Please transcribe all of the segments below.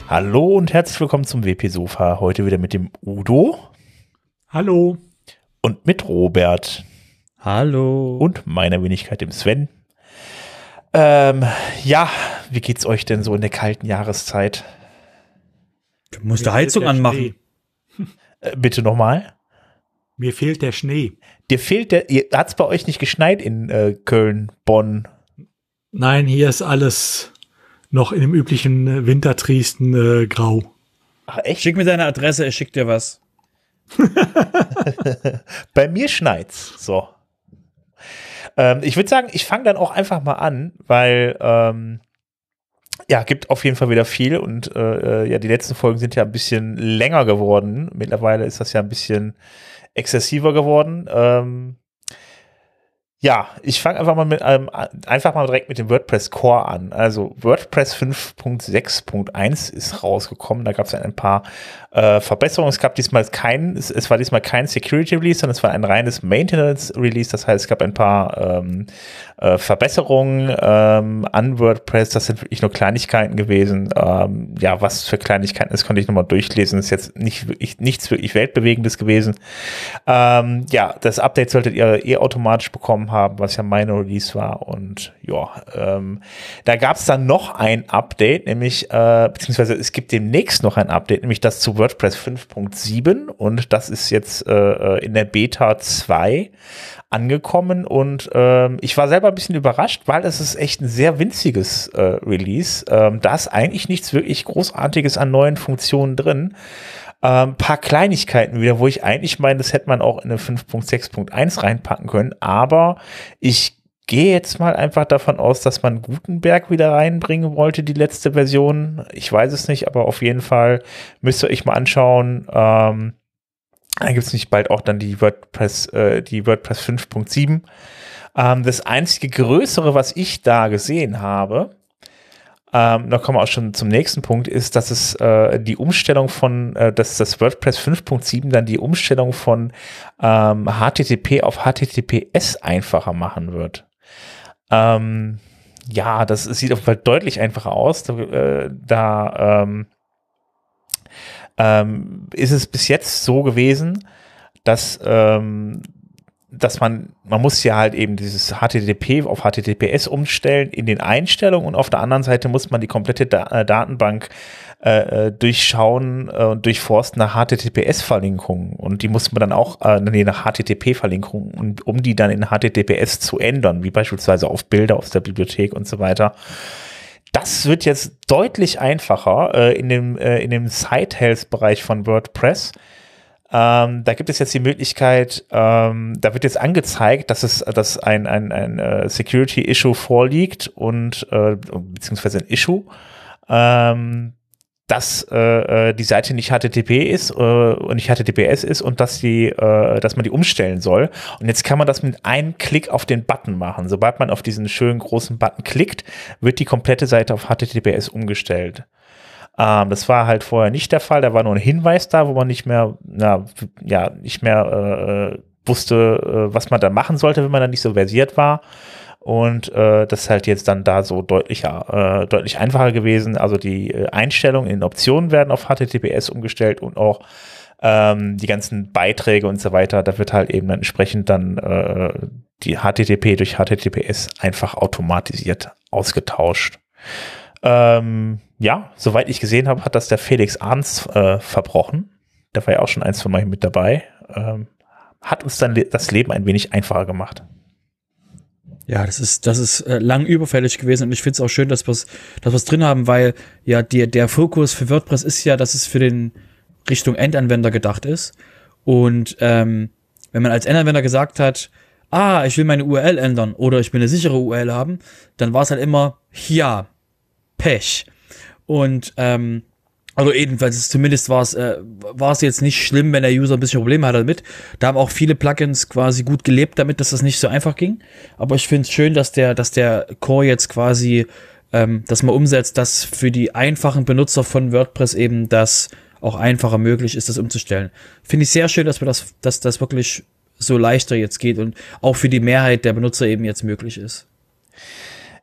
Hallo und herzlich willkommen zum WP-Sofa. Heute wieder mit dem Udo. Hallo. Und mit Robert. Hallo. Und meiner Wenigkeit, dem Sven. Ja, wie geht's euch denn so in der kalten Jahreszeit? Du musst die Heizung anmachen. Bitte nochmal? Mir fehlt der Schnee. Hat's bei euch nicht geschneit in Köln, Bonn? Nein, hier ist alles noch in dem üblichen wintertriesten Grau. Ach echt? Schick mir deine Adresse, ich schick dir was. Bei mir schneit's. So. Ich würde sagen, ich fange dann auch einfach mal an, weil ja, gibt auf jeden Fall wieder viel und ja, die letzten Folgen sind ja ein bisschen länger geworden. Mittlerweile ist das ja ein bisschen exzessiver geworden. Ja, ich fange einfach mal direkt mit dem WordPress Core an. Also WordPress 5.6.1 ist rausgekommen. Da gab es ein paar Verbesserungen. Es war diesmal kein Security Release, sondern es war ein reines Maintenance Release. Das heißt, es gab ein paar Verbesserungen an WordPress. Das sind wirklich nur Kleinigkeiten gewesen. Ja, was für Kleinigkeiten, das konnte ich nochmal durchlesen. Das ist jetzt nichts wirklich Weltbewegendes gewesen. Ja, das Update solltet ihr automatisch bekommen haben, was ja meine Release war. Und ja, da gab es dann noch ein Update, nämlich, beziehungsweise es gibt demnächst noch ein Update, nämlich das zu WordPress 5.7 und das ist jetzt in der Beta 2 angekommen und ich war selber ein bisschen überrascht, weil es ist echt ein sehr winziges Release. Da ist eigentlich nichts wirklich Großartiges an neuen Funktionen drin. Paar Kleinigkeiten wieder, wo ich eigentlich meine, das hätte man auch in eine 5.6.1 reinpacken können, aber ich gehe jetzt mal einfach davon aus, dass man Gutenberg wieder reinbringen wollte, die letzte Version. Ich weiß es nicht, aber auf jeden Fall müsst ihr euch mal anschauen. Dann gibt es nicht bald auch dann die WordPress 5.7. Das einzige Größere, was ich da gesehen habe, da kommen wir auch schon zum nächsten Punkt, ist, dass es die Umstellung von, dass das WordPress 5.7 dann die Umstellung von HTTP auf HTTPS einfacher machen wird. Ja, das sieht auf jeden Fall deutlich einfacher aus. Ist es bis jetzt so gewesen, dass man muss ja halt eben dieses HTTP auf HTTPS umstellen in den Einstellungen und auf der anderen Seite muss man die komplette Datenbank durchschauen und durchforsten nach HTTPS-Verlinkungen und die muss man dann auch nach HTTP-Verlinkungen, um die dann in HTTPS zu ändern, wie beispielsweise auf Bilder aus der Bibliothek und so weiter. Das wird jetzt deutlich einfacher in dem Site-Health-Bereich von WordPress. Da gibt es jetzt die Möglichkeit, da wird jetzt angezeigt, dass ein Security-Issue vorliegt und beziehungsweise ein Issue, dass die Seite nicht HTTP ist und nicht HTTPS ist und dass man die umstellen soll. Und jetzt kann man das mit einem Klick auf den Button machen. Sobald man auf diesen schönen großen Button klickt, wird die komplette Seite auf HTTPS umgestellt. Das war halt vorher nicht der Fall. Da war nur ein Hinweis da, wo man nicht mehr wusste, was man da machen sollte, wenn man da nicht so versiert war. Und das ist halt jetzt dann da so deutlich einfacher gewesen. Also die Einstellungen in den Optionen werden auf HTTPS umgestellt und auch die ganzen Beiträge und so weiter. Da wird halt eben dann entsprechend dann die HTTP durch HTTPS einfach automatisiert ausgetauscht. Ja, soweit ich gesehen habe, hat das der Felix Arns verbrochen. Der war ja auch schon ein, zwei Mal mit dabei. Hat uns dann das Leben ein wenig einfacher gemacht. Ja, das ist lang überfällig gewesen und ich finde es auch schön, dass wir's drin haben, weil ja der Fokus für WordPress ist ja, dass es für den Richtung Endanwender gedacht ist. Und wenn man als Endanwender gesagt hat, ich will meine URL ändern oder ich will eine sichere URL haben, dann war es halt immer, ja, Pech. Und also jedenfalls zumindest war es jetzt nicht schlimm, wenn der User ein bisschen Probleme hatte damit. Da haben auch viele Plugins quasi gut gelebt damit, dass das nicht so einfach ging. Aber ich finde es schön, dass der Core jetzt quasi das mal umsetzt, dass für die einfachen Benutzer von WordPress eben das auch einfacher möglich ist, das umzustellen. Finde ich sehr schön, dass das wirklich so leichter jetzt geht und auch für die Mehrheit der Benutzer eben jetzt möglich ist.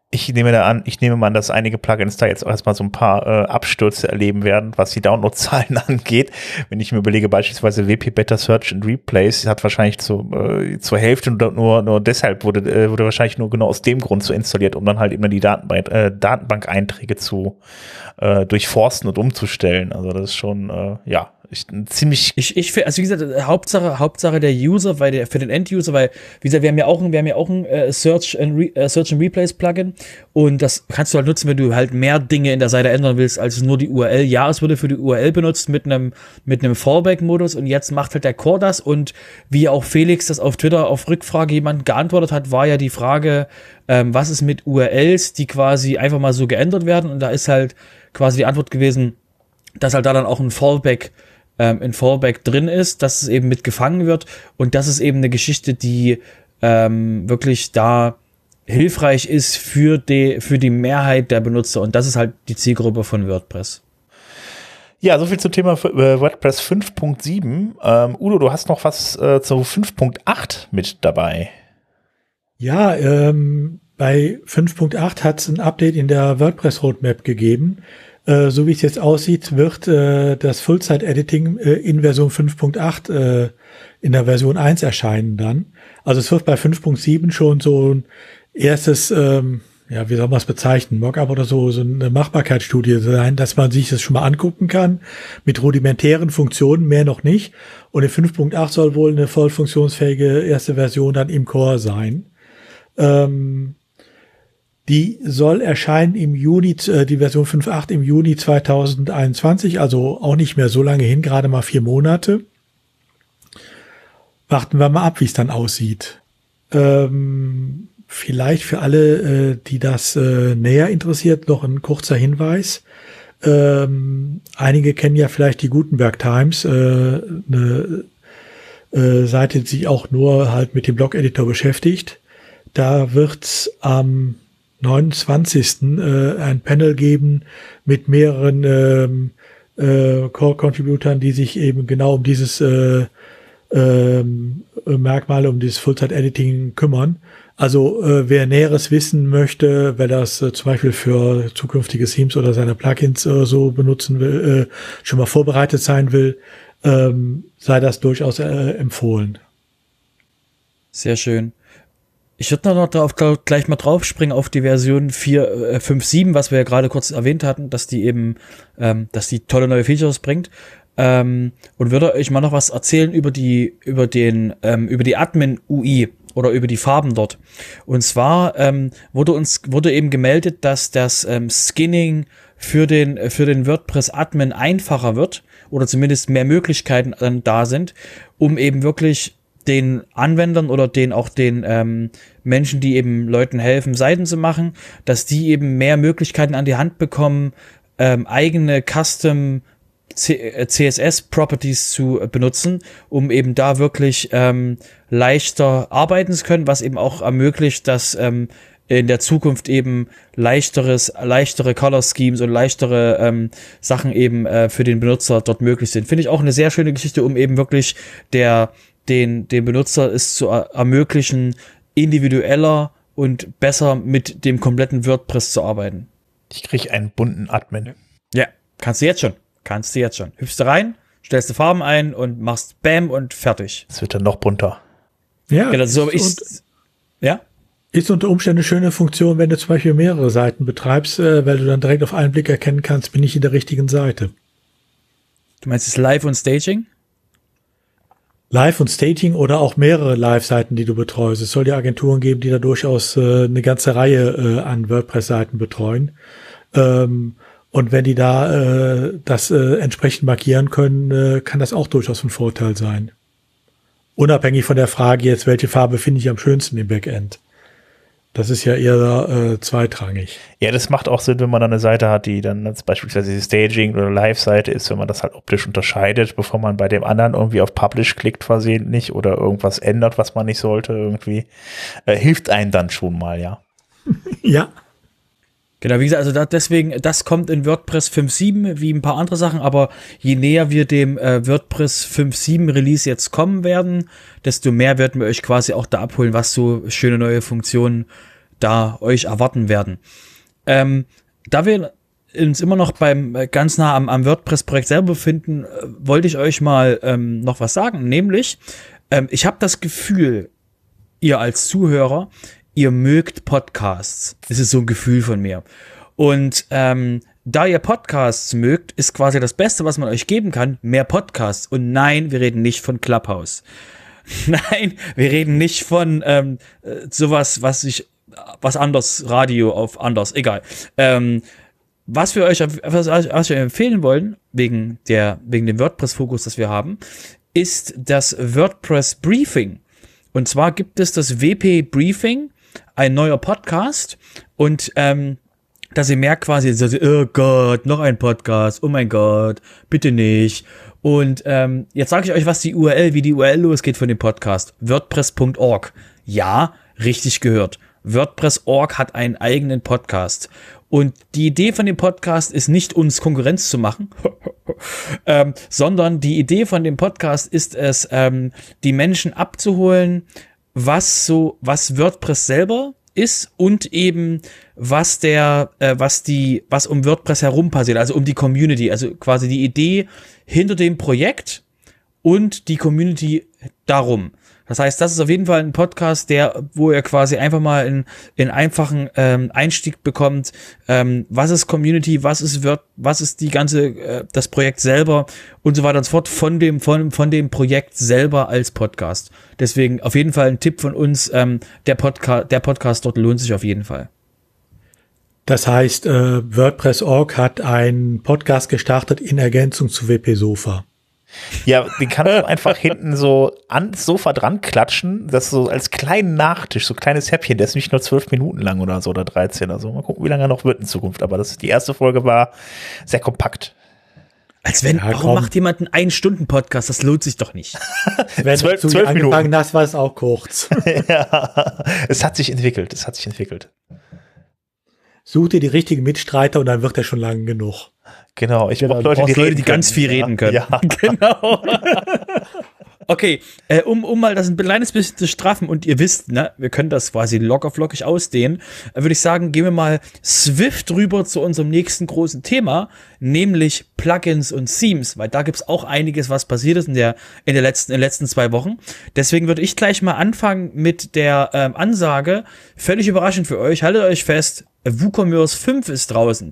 Ich nehme mal an, dass einige Plugins da jetzt erstmal so ein paar Abstürze erleben werden, was die Downloadzahlen angeht. Wenn ich mir überlege, beispielsweise WP Better Search and Replace hat wahrscheinlich zur Hälfte nur deshalb wurde wahrscheinlich nur genau aus dem Grund so installiert, um dann halt immer die Datenbank-Einträge zu durchforsten und umzustellen. Also das ist schon, ziemlich. Also wie gesagt, Hauptsache der User, weil für den End-User, weil, wie gesagt, wir haben ja auch ein Search and Replace Plugin und das kannst du halt nutzen, wenn du halt mehr Dinge in der Seite ändern willst, als nur die URL. Ja, es wurde für die URL benutzt mit einem Fallback-Modus und jetzt macht halt der Core das und wie auch Felix das auf Twitter auf Rückfrage jemand geantwortet hat, war ja die Frage, was ist mit URLs, die quasi einfach mal so geändert werden und da ist halt quasi die Antwort gewesen, dass halt da dann auch ein Fallback drin ist, dass es eben mit gefangen wird und das ist eben eine Geschichte, die wirklich da hilfreich ist für die Mehrheit der Benutzer und das ist halt die Zielgruppe von WordPress. Ja, soviel zum Thema WordPress 5.7. Udo, du hast noch was zu 5.8 mit dabei. Ja, bei 5.8 hat es ein Update in der WordPress-Roadmap gegeben. So wie es jetzt aussieht, wird das Full-Site-Editing in Version 5.8 in der Version 1 erscheinen dann. Also es wird bei 5.7 schon so ein erstes, wie soll man es bezeichnen, Mockup oder so eine Machbarkeitsstudie sein, dass man sich das schon mal angucken kann, mit rudimentären Funktionen, mehr noch nicht. Und in 5.8 soll wohl eine voll funktionsfähige erste Version dann im Core sein. Die soll erscheinen im Juni, die Version 5.8 im Juni 2021, also auch nicht mehr so lange hin, gerade mal 4 Monate. Warten wir mal ab, wie es dann aussieht. Vielleicht für alle, die das näher interessiert, noch ein kurzer Hinweis. Einige kennen ja vielleicht die Gutenberg Times, eine Seite, die sich auch nur halt mit dem Blog-Editor beschäftigt. Da wird's am 29. Ein Panel geben mit mehreren Core-Contributern, die sich eben genau um dieses Merkmal, um dieses Full-Site-Editing kümmern. Also wer Näheres wissen möchte, wer das zum Beispiel für zukünftige Themes oder seine Plugins so benutzen will, schon mal vorbereitet sein will, sei das durchaus empfohlen. Sehr schön. Ich würde noch gleich mal draufspringen auf die Version 4.5.7, was wir ja gerade kurz erwähnt hatten, dass die eben, dass die tolle neue Features bringt. Und würde euch mal noch was erzählen über die Admin-UI oder über die Farben dort. Und zwar wurde eben gemeldet, dass das Skinning für den WordPress-Admin einfacher wird oder zumindest mehr Möglichkeiten dann da sind, um eben wirklich den Anwendern oder den Menschen, die eben Leuten helfen, Seiten zu machen, dass die eben mehr Möglichkeiten an die Hand bekommen, eigene Custom CSS-Properties zu benutzen, um eben da wirklich leichter arbeiten zu können, was eben auch ermöglicht, dass in der Zukunft eben leichtere Color Schemes und leichtere Sachen eben für den Benutzer dort möglich sind. Finde ich auch eine sehr schöne Geschichte, um eben wirklich den Benutzer es zu ermöglichen, individueller und besser mit dem kompletten WordPress zu arbeiten. Ich kriege einen bunten Admin. Ja, kannst du jetzt schon. Hüpfst du rein, stellst du Farben ein und machst Bam und fertig. Es wird dann noch bunter. Ja, genau, so ist unter Umständen eine schöne Funktion, wenn du zum Beispiel mehrere Seiten betreibst, weil du dann direkt auf einen Blick erkennen kannst, bin ich in der richtigen Seite. Du meinst das Live und Staging? Live und Staging oder auch mehrere Live-Seiten, die du betreust. Es soll ja Agenturen geben, die da durchaus eine ganze Reihe an WordPress-Seiten betreuen. Und wenn die da das entsprechend markieren können, kann das auch durchaus ein Vorteil sein. Unabhängig von der Frage jetzt, welche Farbe finde ich am schönsten im Backend. Das ist ja eher zweitrangig. Ja, das macht auch Sinn, wenn man dann eine Seite hat, die dann als beispielsweise die Staging- oder Live-Seite ist, wenn man das halt optisch unterscheidet, bevor man bei dem anderen irgendwie auf Publish klickt versehentlich oder irgendwas ändert, was man nicht sollte irgendwie. Hilft einem dann schon mal, ja. Ja. Genau, wie gesagt, also das kommt in WordPress 5.7 wie ein paar andere Sachen, aber je näher wir dem WordPress 5.7 Release jetzt kommen werden, desto mehr werden wir euch quasi auch da abholen, was so schöne neue Funktionen da euch erwarten werden. Da wir uns immer noch ganz nah am WordPress-Projekt selber befinden, wollte ich euch mal noch was sagen, nämlich ich habe das Gefühl, ihr als Zuhörer, ihr mögt Podcasts. Das ist so ein Gefühl von mir. Und da ihr Podcasts mögt, ist quasi das Beste, was man euch geben kann, mehr Podcasts. Und nein, wir reden nicht von Clubhouse. Nein, wir reden nicht von sowas, was anders, Radio auf anders, egal. Was wir euch empfehlen wollen, wegen dem WordPress-Fokus, das wir haben, ist das WordPress-Briefing. Und zwar gibt es das WP-Briefing, ein neuer Podcast, und dass ihr merkt quasi, oh Gott, noch ein Podcast, oh mein Gott, bitte nicht. Und jetzt sage ich euch, wie die URL losgeht von dem Podcast. WordPress.org. Ja, richtig gehört. WordPress.org hat einen eigenen Podcast. Und die Idee von dem Podcast ist nicht, uns Konkurrenz zu machen, sondern die Idee von dem Podcast ist es, die Menschen abzuholen, was WordPress selber ist und eben was um WordPress herum passiert, also um die Community, also quasi die Idee hinter dem Projekt und die Community darum. Das heißt, das ist auf jeden Fall ein Podcast, wo ihr quasi einfach mal in einfachen Einstieg bekommt, was ist Community, was ist die ganze, das Projekt selber und so weiter und so fort von dem Projekt selber als Podcast. Deswegen auf jeden Fall ein Tipp von uns, der Podcast dort lohnt sich auf jeden Fall. Das heißt, WordPress.org hat einen Podcast gestartet in Ergänzung zu WP Sofa. Ja, den kannst du einfach hinten so ans Sofa dran klatschen, das so als kleinen Nachtisch, so ein kleines Häppchen, der ist nicht nur 12 Minuten lang oder so oder 13, also mal gucken, wie lange er noch wird in Zukunft, aber die erste Folge war sehr kompakt. Warum macht jemand einen 1-Stunden-Podcast? Das lohnt sich doch nicht. Wenn 12 Minuten angefangen hast, war es auch kurz. Ja, es hat sich entwickelt. Such dir die richtigen Mitstreiter und dann wird er schon lang genug. Genau, ich brauche Leute, die ganz viel reden können. Ja. Genau. Okay, um mal das ein kleines bisschen zu straffen und ihr wisst, ne, wir können das quasi locker-flockig ausdehnen, würde ich sagen, gehen wir mal swift rüber zu unserem nächsten großen Thema, nämlich Plugins und Themes, weil da gibt's auch einiges, was passiert ist in den letzten 2 Wochen. Deswegen würde ich gleich mal anfangen mit der Ansage, völlig überraschend für euch, haltet euch fest, WooCommerce 5 ist draußen.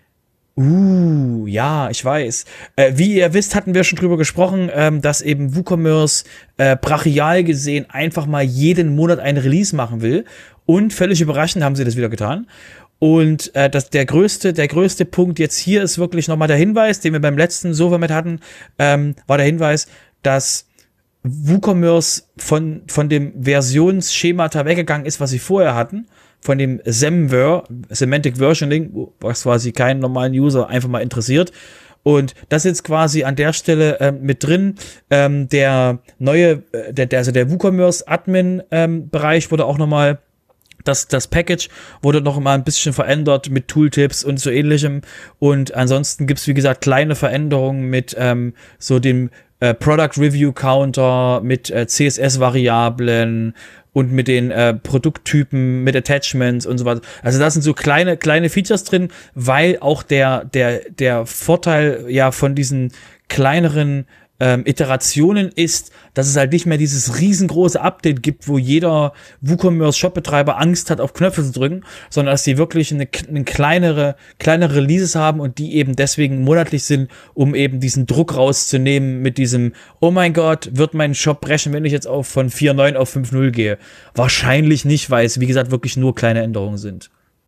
Ja, ich weiß. Wie ihr wisst, hatten wir schon drüber gesprochen, dass eben WooCommerce brachial gesehen einfach mal jeden Monat ein Release machen will. Und völlig überraschend haben sie das wieder getan. Und der größte Punkt jetzt hier ist wirklich nochmal der Hinweis, den wir beim letzten Sofa mit hatten, war der Hinweis, dass WooCommerce von dem Versionsschemata weggegangen ist, was sie vorher hatten. Von dem Semantic Versioning, was quasi keinen normalen User einfach mal interessiert. Und das ist jetzt quasi an der Stelle mit drin. Der WooCommerce Admin Bereich wurde auch nochmal, das Package wurde noch mal ein bisschen verändert mit Tooltips und so ähnlichem. Und ansonsten gibt's wie gesagt, kleine Veränderungen mit so dem Product Review Counter, mit CSS-Variablen und mit den Produkttypen, mit Attachments und so weiter. Also da sind so kleine Features drin, weil auch der Vorteil ja von diesen kleineren Iterationen ist, dass es halt nicht mehr dieses riesengroße Update gibt, wo jeder WooCommerce-Shop-Betreiber Angst hat, auf Knöpfe zu drücken, sondern dass die wirklich eine kleinere Releases haben und die eben deswegen monatlich sind, um eben diesen Druck rauszunehmen mit diesem, oh mein Gott, wird mein Shop brechen, wenn ich jetzt von 4.9 auf 5.0 gehe? Wahrscheinlich nicht, weil es, wie gesagt, wirklich nur kleine Änderungen sind.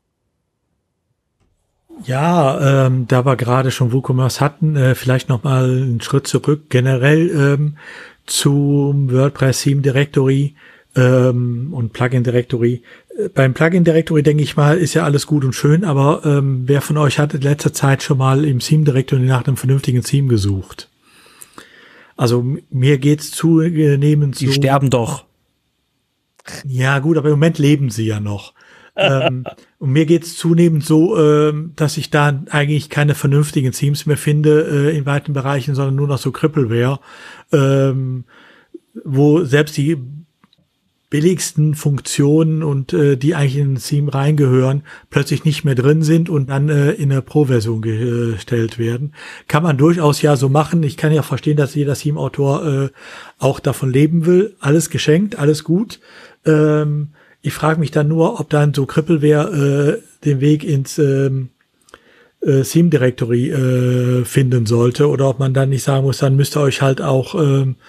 Ja, da wir gerade schon WooCommerce hatten, vielleicht noch mal einen Schritt zurück generell zum WordPress Theme Directory und Plugin Directory. Beim Plugin Directory, denke ich mal, ist ja alles gut und schön, aber wer von euch hat in letzter Zeit schon mal im Theme Directory nach einem vernünftigen Theme gesucht? Also mir geht's zunehmend so. Die sterben doch. Ja gut, aber im Moment leben sie ja noch. Und mir geht's zunehmend so, dass ich da eigentlich keine vernünftigen Themes mehr finde in weiten Bereichen, sondern nur noch so Crippleware, wo selbst die billigsten Funktionen und die eigentlich in ein Theme reingehören, plötzlich nicht mehr drin sind und dann in eine Pro-Version gestellt werden. Kann man durchaus ja so machen. Ich kann ja verstehen, dass jeder Theme-Autor auch davon leben will. Alles geschenkt, alles gut. Ich frage mich dann nur, ob dann so Crippleware den Weg ins Theme Directory finden sollte oder ob man dann nicht sagen muss, dann müsst ihr euch halt auch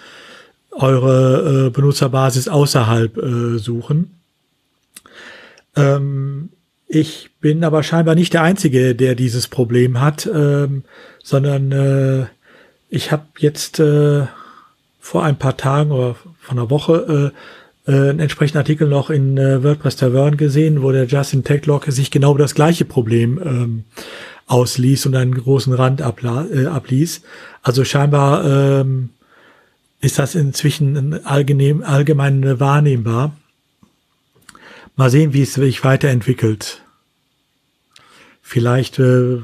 eure Benutzerbasis außerhalb suchen. Ich bin aber scheinbar nicht der Einzige, der dieses Problem hat, sondern ich habe jetzt vor ein paar Tagen oder vor einer Woche einen entsprechenden Artikel noch in WordPress Tavern gesehen, wo der Justin Techlog sich genau das gleiche Problem ausließ und einen großen Rand abließ. Also scheinbar ist das inzwischen allgemein wahrnehmbar. Mal sehen, wie es sich weiterentwickelt. Vielleicht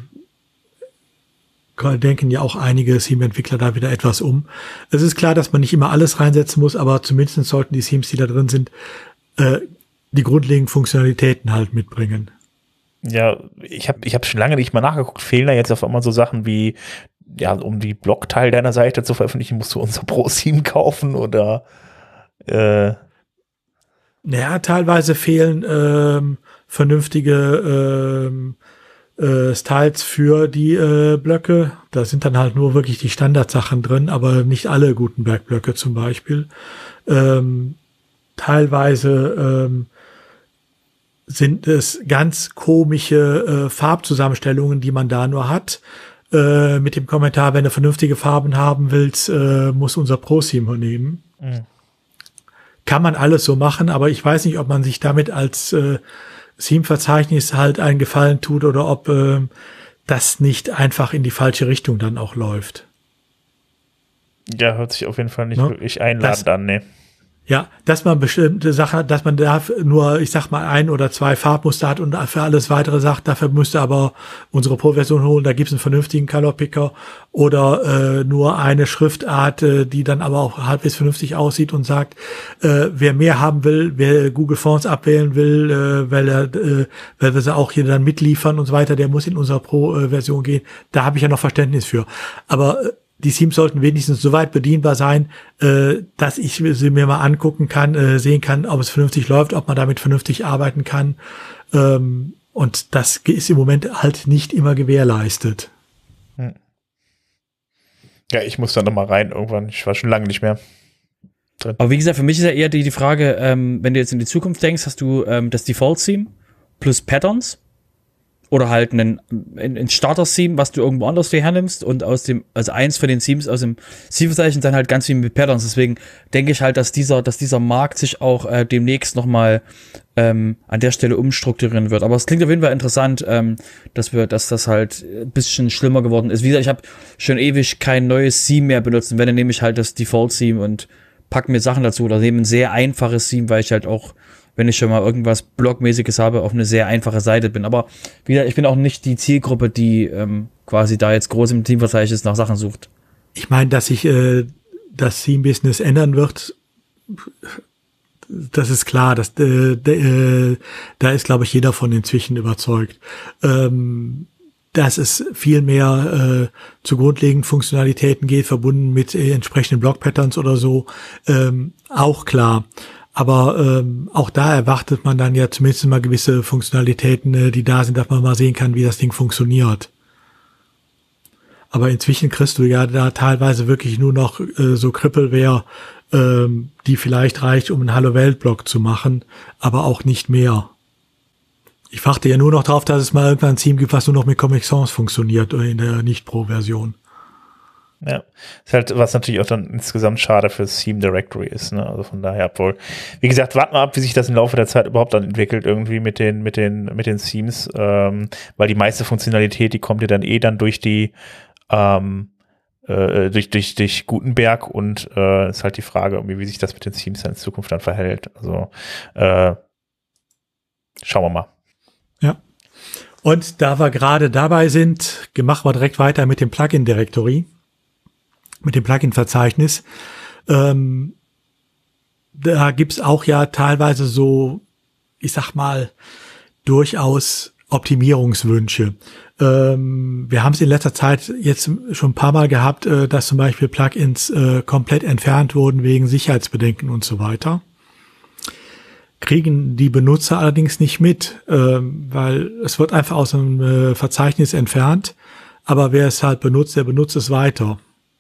denken ja auch einige Theme-Entwickler da wieder etwas um. Es ist klar, dass man nicht immer alles reinsetzen muss, aber zumindest sollten die Themes, die da drin sind, die grundlegenden Funktionalitäten halt mitbringen. Ja, ich hab schon lange nicht mal nachgeguckt. Fehlen da jetzt auf einmal so Sachen wie, ja, um die Blogteil deiner Seite zu veröffentlichen, musst du unser Pro-Theme kaufen oder Naja, teilweise fehlen vernünftige Styles für die Blöcke. Da sind dann halt nur wirklich die Standardsachen drin, aber nicht alle Gutenberg-Blöcke zum Beispiel. Teilweise sind es ganz komische Farbzusammenstellungen, die man da nur hat. Mit dem Kommentar, wenn du vernünftige Farben haben willst, muss unser Pro-Theme nehmen. Mhm. Kann man alles so machen, aber ich weiß nicht, ob man sich damit als Theme-Verzeichnis halt einen Gefallen tut oder ob das nicht einfach in die falsche Richtung dann auch läuft. Ja, hört sich auf jeden Fall nicht wirklich einladend an, ne. Ja, dass man bestimmte Sachen, dass man da nur, ich sag mal, 1 oder 2 Farbmuster hat und für alles weitere sagt, dafür müsste aber unsere Pro-Version holen, da gibt's einen vernünftigen Color-Picker oder nur eine Schriftart, die dann aber auch halbwegs vernünftig aussieht und sagt, wer mehr haben will, wer Google Fonts abwählen will, weil wir sie auch hier dann mitliefern und so weiter, der muss in unserer Pro-Version gehen. Da habe ich ja noch Verständnis für. Aber die Themes sollten wenigstens so weit bedienbar sein, dass ich sie mir mal angucken kann, sehen kann, ob es vernünftig läuft, ob man damit vernünftig arbeiten kann. Und das ist im Moment halt nicht immer gewährleistet. Ja, ich muss da noch mal rein irgendwann. Ich war schon lange nicht mehr drin. Aber wie gesagt, für mich ist ja eher die Frage, wenn du jetzt in die Zukunft denkst, hast du das Default-Theme plus Patterns oder halt ein Starter-Theme, was du irgendwo anders hernimmst und also eins von den Themes aus dem Theme-Verzeichnis dann halt ganz viel mit Patterns. Deswegen denke ich halt, dass dieser Markt sich auch demnächst nochmal an der Stelle umstrukturieren wird. Aber es klingt auf jeden Fall interessant, dass das halt ein bisschen schlimmer geworden ist. Wie gesagt, ich habe schon ewig kein neues Theme mehr benutzt. Und wenn, dann nehme ich halt das Default-Theme und packe mir Sachen dazu oder nehme ein sehr einfaches Theme, weil ich halt auch, wenn ich schon mal irgendwas Blogmäßiges habe, auf eine sehr einfache Seite bin. Aber wieder, ich bin auch nicht die Zielgruppe, die quasi da jetzt groß im Teamverzeichnis nach Sachen sucht. Ich meine, dass sich das Theme-Business ändern wird, das ist klar. Da ist, glaube ich, jeder von inzwischen überzeugt. Dass es viel mehr zu grundlegenden Funktionalitäten geht, verbunden mit entsprechenden Blog-Patterns oder so, auch klar. Aber auch da erwartet man dann ja zumindest mal gewisse Funktionalitäten, die da sind, dass man mal sehen kann, wie das Ding funktioniert. Aber inzwischen kriegst du ja da teilweise wirklich nur noch so Crippleware, die vielleicht reicht, um einen Hallo-Welt-Blog zu machen, aber auch nicht mehr. Ich warte ja nur noch drauf, dass es mal irgendwann ein Theme gibt, was nur noch mit Comic Sans funktioniert in der Nicht-Pro-Version. Ja, ist halt, was natürlich auch dann insgesamt schade für das Theme Directory ist, ne? Also von daher wohl. Wie gesagt, warten wir ab, wie sich das im Laufe der Zeit überhaupt dann entwickelt, irgendwie mit den Themes, weil die meiste Funktionalität, die kommt ja dann durch die, durch Gutenberg und ist halt die Frage, irgendwie, wie sich das mit den Themes dann in Zukunft dann verhält. Also schauen wir mal. Ja. Und da wir gerade dabei sind, machen wir direkt weiter mit dem Plugin Directory. Mit dem Plugin-Verzeichnis. da gibt's auch ja teilweise so, ich sag mal, durchaus Optimierungswünsche. Wir haben es in letzter Zeit jetzt schon ein paar Mal gehabt, dass zum Beispiel Plugins komplett entfernt wurden wegen Sicherheitsbedenken und so weiter. Kriegen die Benutzer allerdings nicht mit, weil es wird einfach aus einem Verzeichnis entfernt, aber wer es halt benutzt, der benutzt es weiter.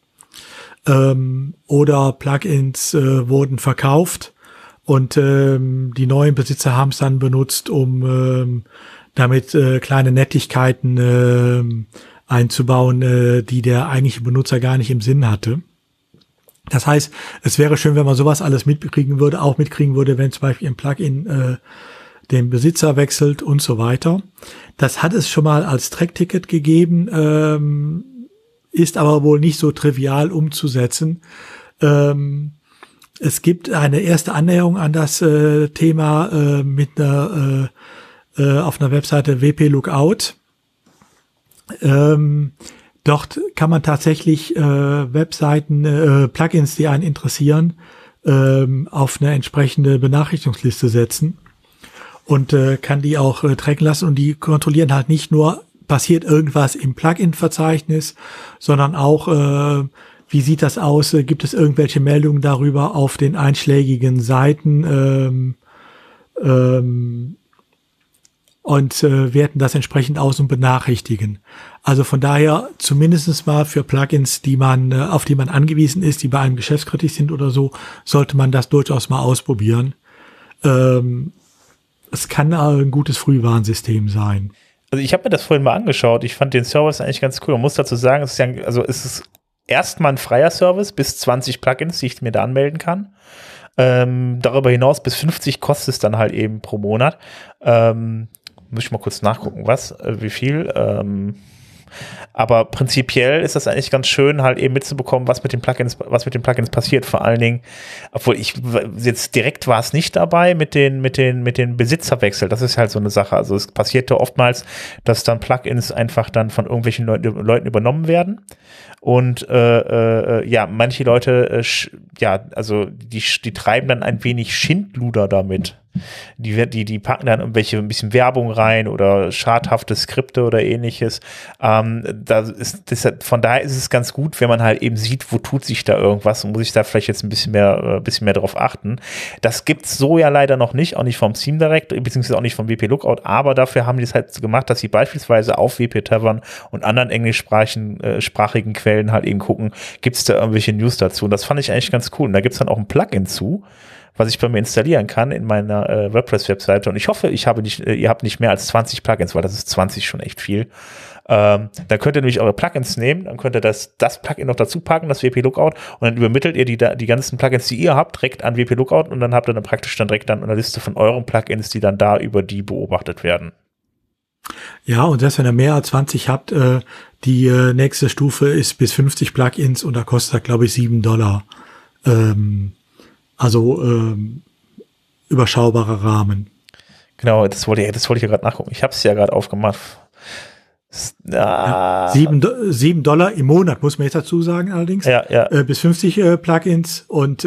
Oder Plugins wurden verkauft und die neuen Besitzer haben es dann benutzt, um damit kleine Nettigkeiten einzubauen, die der eigentliche Benutzer gar nicht im Sinn hatte. Das heißt, es wäre schön, wenn man sowas alles mitkriegen würde, wenn zum Beispiel ein Plugin den Besitzer wechselt und so weiter. Das hat es schon mal als Track-Ticket gegeben, ist aber wohl nicht so trivial umzusetzen. Es gibt eine erste Annäherung an das Thema mit einer auf einer Webseite WP Lookout. Dort kann man tatsächlich Webseiten, Plugins, die einen interessieren, auf eine entsprechende Benachrichtigungsliste setzen und kann die auch tracken lassen. Und die kontrollieren halt nicht nur, passiert irgendwas im Plugin-Verzeichnis, sondern auch, wie sieht das aus? Gibt es irgendwelche Meldungen darüber auf den einschlägigen Seiten? Und werten das entsprechend aus und benachrichtigen. Also von daher zumindest mal für Plugins, auf die man angewiesen ist, die bei einem geschäftskritisch sind oder so, sollte man das durchaus mal ausprobieren. Es kann ein gutes Frühwarnsystem sein. Also ich habe mir das vorhin mal angeschaut. Ich fand den Service eigentlich ganz cool. Man muss dazu sagen, es ist erstmal ein freier Service bis 20 Plugins, die ich mir da anmelden kann. Darüber hinaus bis 50 kostet es dann halt eben pro Monat. Muss ich mal kurz nachgucken, wie viel. Aber prinzipiell ist das eigentlich ganz schön, halt eben mitzubekommen, was mit den Plugins passiert. Vor allen Dingen, obwohl jetzt direkt war es nicht dabei mit den Besitzerwechsel. Das ist halt so eine Sache. Also es passierte oftmals, dass dann Plugins einfach dann von irgendwelchen Leuten übernommen werden. Und manche Leute, die treiben dann ein wenig Schindluder damit. Die packen dann irgendwelche ein bisschen Werbung rein oder schadhafte Skripte oder ähnliches. Von daher ist es ganz gut, wenn man halt eben sieht, wo tut sich da irgendwas und muss ich da vielleicht jetzt ein bisschen mehr drauf achten. Das gibt's so ja leider noch nicht, auch nicht vom Steam Direct, beziehungsweise auch nicht vom WP Lookout, aber dafür haben die es halt gemacht, dass sie beispielsweise auf WP Tavern und anderen englischsprachigen Quellen halt eben gucken, gibt's da irgendwelche News dazu. Und das fand ich eigentlich ganz cool. Und da gibt's dann auch ein Plugin zu, was ich bei mir installieren kann in meiner WordPress-Webseite. Und ich hoffe, ihr habt nicht mehr als 20 Plugins, weil das ist 20 schon echt viel. Dann könnt ihr nämlich eure Plugins nehmen, dann könnt ihr das Plugin noch dazu packen, das WP Lookout, und dann übermittelt ihr die ganzen Plugins, die ihr habt, direkt an WP Lookout, und dann habt ihr dann praktisch direkt eine Liste von euren Plugins, die dann da über die beobachtet werden. Ja, und selbst wenn ihr mehr als 20 habt, die nächste Stufe ist bis 50 Plugins und da kostet das, glaube ich, $7. Überschaubarer Rahmen. Genau, das wollte ich ja gerade nachgucken. Ich habe es ja gerade aufgemacht. Ja, $7 im Monat, muss man jetzt dazu sagen allerdings. Ja. Bis 50 Plugins und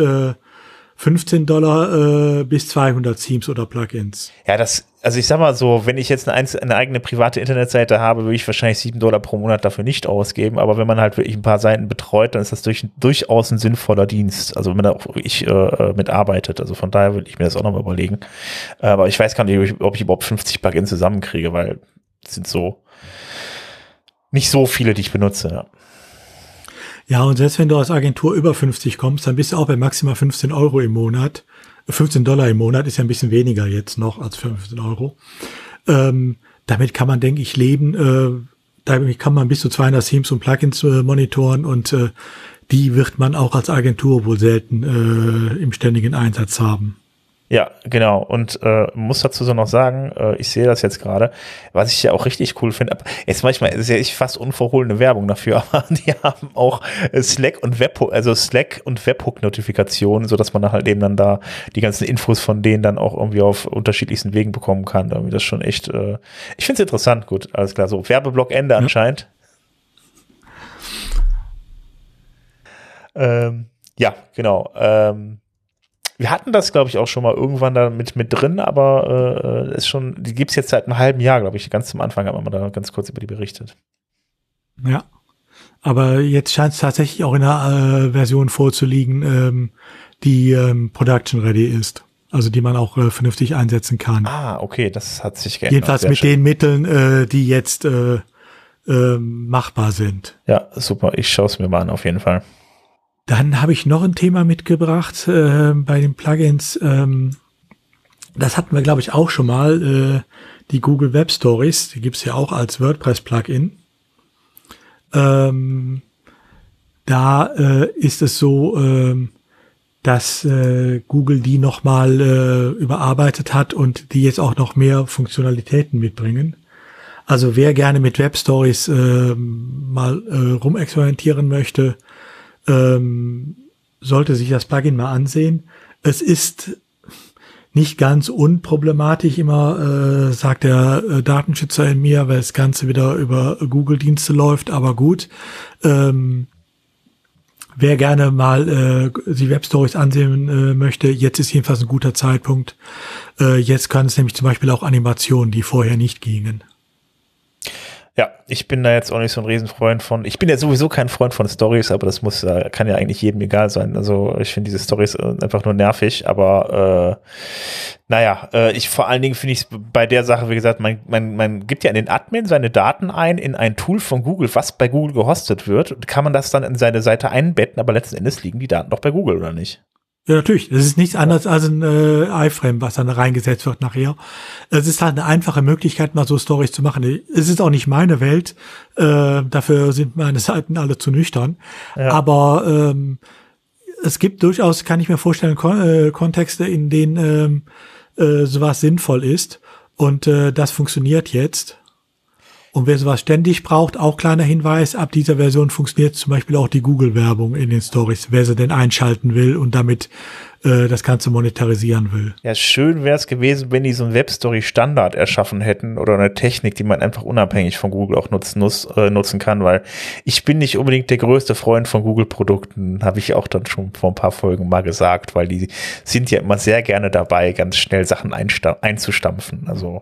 $15 bis 200 Themes oder Plugins. Ja, also ich sag mal so, wenn ich jetzt eine eigene private Internetseite habe, würde ich wahrscheinlich $7 pro Monat dafür nicht ausgeben, aber wenn man halt wirklich ein paar Seiten betreut, dann ist das durchaus ein sinnvoller Dienst, also wenn man da auch wirklich mitarbeitet, also von daher würde ich mir das auch nochmal überlegen, aber ich weiß gar nicht, ob ich überhaupt 50 Plugins zusammenkriege, weil es sind so nicht so viele, die ich benutze, ja. Ja, und selbst wenn du als Agentur über 50 kommst, dann bist du auch bei maximal $15 im Monat. $15 im Monat ist ja ein bisschen weniger jetzt noch als 15 Euro. Damit kann man, denke ich, leben. Damit kann man bis zu 200 Themes und Plugins monitoren und die wird man auch als Agentur wohl selten im ständigen Einsatz haben. Ja, genau. Und muss dazu so noch sagen, ich sehe das jetzt gerade, was ich ja auch richtig cool finde. Jetzt manchmal ist ja fast unverhohlene Werbung dafür, aber die haben auch Slack und Webhook-Notifikationen, sodass man halt eben dann da die ganzen Infos von denen dann auch irgendwie auf unterschiedlichsten Wegen bekommen kann. Irgendwie das schon echt, ich finde es interessant. Gut, alles klar. So, Werbeblock Ende anscheinend. Ja, genau. Wir hatten das, glaube ich, auch schon mal irgendwann da mit drin, aber die gibt es jetzt seit einem halben Jahr, glaube ich. Ganz zum Anfang haben wir da ganz kurz über die berichtet. Ja. Aber jetzt scheint es tatsächlich auch in einer Version vorzuliegen, die Production ready ist. Also die man auch vernünftig einsetzen kann. Ah, okay, das hat sich geändert. Jedenfalls mit den Mitteln, die jetzt machbar sind. Ja, super. Ich schaue es mir mal an, auf jeden Fall. Dann habe ich noch ein Thema mitgebracht bei den Plugins. Das hatten wir, glaube ich, auch schon mal. Die Google Web Stories, die gibt's ja auch als WordPress-Plugin. Da ist es so, dass Google die nochmal überarbeitet hat und die jetzt auch noch mehr Funktionalitäten mitbringen. Also wer gerne mit Web Stories mal rumexperimentieren möchte, sollte sich das Plugin mal ansehen. Es ist nicht ganz unproblematisch immer, sagt der Datenschützer in mir, weil das Ganze wieder über Google-Dienste läuft, aber gut. Wer gerne mal die Web-Stories ansehen möchte, jetzt ist jedenfalls ein guter Zeitpunkt. Jetzt kann es nämlich zum Beispiel auch Animationen, die vorher nicht gingen. Ja, ich bin da jetzt auch nicht so ein Riesenfreund von. Ich bin ja sowieso kein Freund von Stories, aber das kann ja eigentlich jedem egal sein. Also ich finde diese Stories einfach nur nervig, aber vor allen Dingen finde ich es bei der Sache, wie gesagt, man gibt ja in den Admin seine Daten ein in ein Tool von Google, was bei Google gehostet wird. Kann man das dann in seine Seite einbetten, aber letzten Endes liegen die Daten doch bei Google, oder nicht? Ja, natürlich. Das ist nichts anderes als ein iFrame, was dann reingesetzt wird nachher. Es ist halt eine einfache Möglichkeit, mal so Stories zu machen. Es ist auch nicht meine Welt. Dafür sind meine Seiten alle zu nüchtern. Ja. Aber es gibt durchaus, kann ich mir vorstellen, Kontexte, in denen sowas sinnvoll ist. Und das funktioniert jetzt. Und wer sowas ständig braucht, auch kleiner Hinweis, ab dieser Version funktioniert zum Beispiel auch die Google-Werbung in den Stories, wer sie denn einschalten will und damit das Ganze monetarisieren will. Ja, schön wäre es gewesen, wenn die so einen Webstory-Standard erschaffen hätten oder eine Technik, die man einfach unabhängig von Google auch nutzen kann, weil ich bin nicht unbedingt der größte Freund von Google-Produkten, habe ich auch dann schon vor ein paar Folgen mal gesagt, weil die sind ja immer sehr gerne dabei, ganz schnell Sachen einzustampfen, also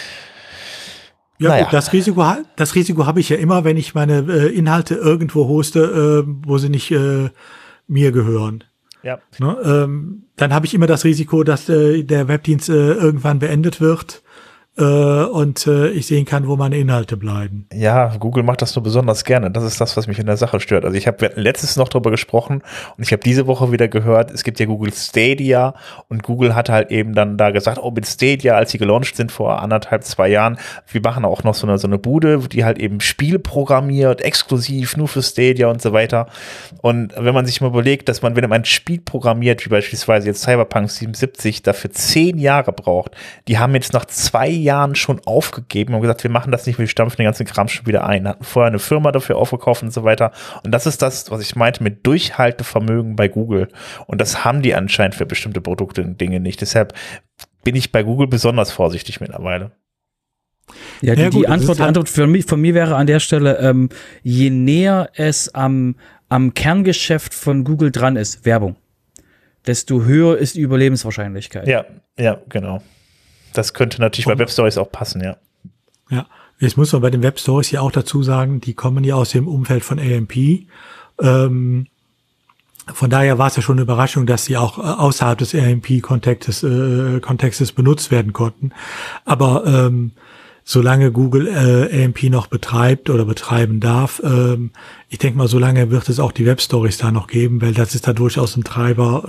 ja, gut, das Risiko habe ich ja immer, wenn ich meine Inhalte irgendwo hoste, wo sie nicht mir gehören. Ja. Ne, dann habe ich immer das Risiko, dass der Webdienst irgendwann beendet wird und ich sehen kann, wo meine Inhalte bleiben. Ja, Google macht das nur besonders gerne. Das ist das, was mich in der Sache stört. Also wir hatten letztes noch drüber gesprochen und ich habe diese Woche wieder gehört, es gibt ja Google Stadia und Google hat halt eben dann da gesagt, mit Stadia, als sie gelauncht sind vor 2 Jahren, wir machen auch noch so eine Bude, die halt eben Spiele programmiert, exklusiv nur für Stadia und so weiter. Und wenn man sich mal überlegt, dass man, wenn man ein Spiel programmiert, wie beispielsweise jetzt Cyberpunk 77, dafür 10 Jahre braucht, die haben jetzt nach 2 Jahren schon aufgegeben und gesagt, wir machen das nicht, wir stampfen den ganzen Kram schon wieder ein. Hatten vorher eine Firma dafür aufgekauft und so weiter. Und das ist das, was ich meinte mit Durchhaltevermögen bei Google. Und das haben die anscheinend für bestimmte Produkte und Dinge nicht. Deshalb bin ich bei Google besonders vorsichtig mittlerweile. Ja, die Antwort von mir wäre an der Stelle, je näher es am Kerngeschäft von Google dran ist, Werbung, desto höher ist die Überlebenswahrscheinlichkeit. Ja, genau. Das könnte natürlich bei Webstories auch passen, ja. Ja, jetzt muss man bei den Webstories ja auch dazu sagen, die kommen ja aus dem Umfeld von AMP. Von daher war es ja schon eine Überraschung, dass sie auch außerhalb des AMP-Kontextes benutzt werden konnten. Aber solange Google AMP noch betreibt oder betreiben darf, ich denke mal, solange wird es auch die Webstories da noch geben, weil das ist da durchaus ein Treiber,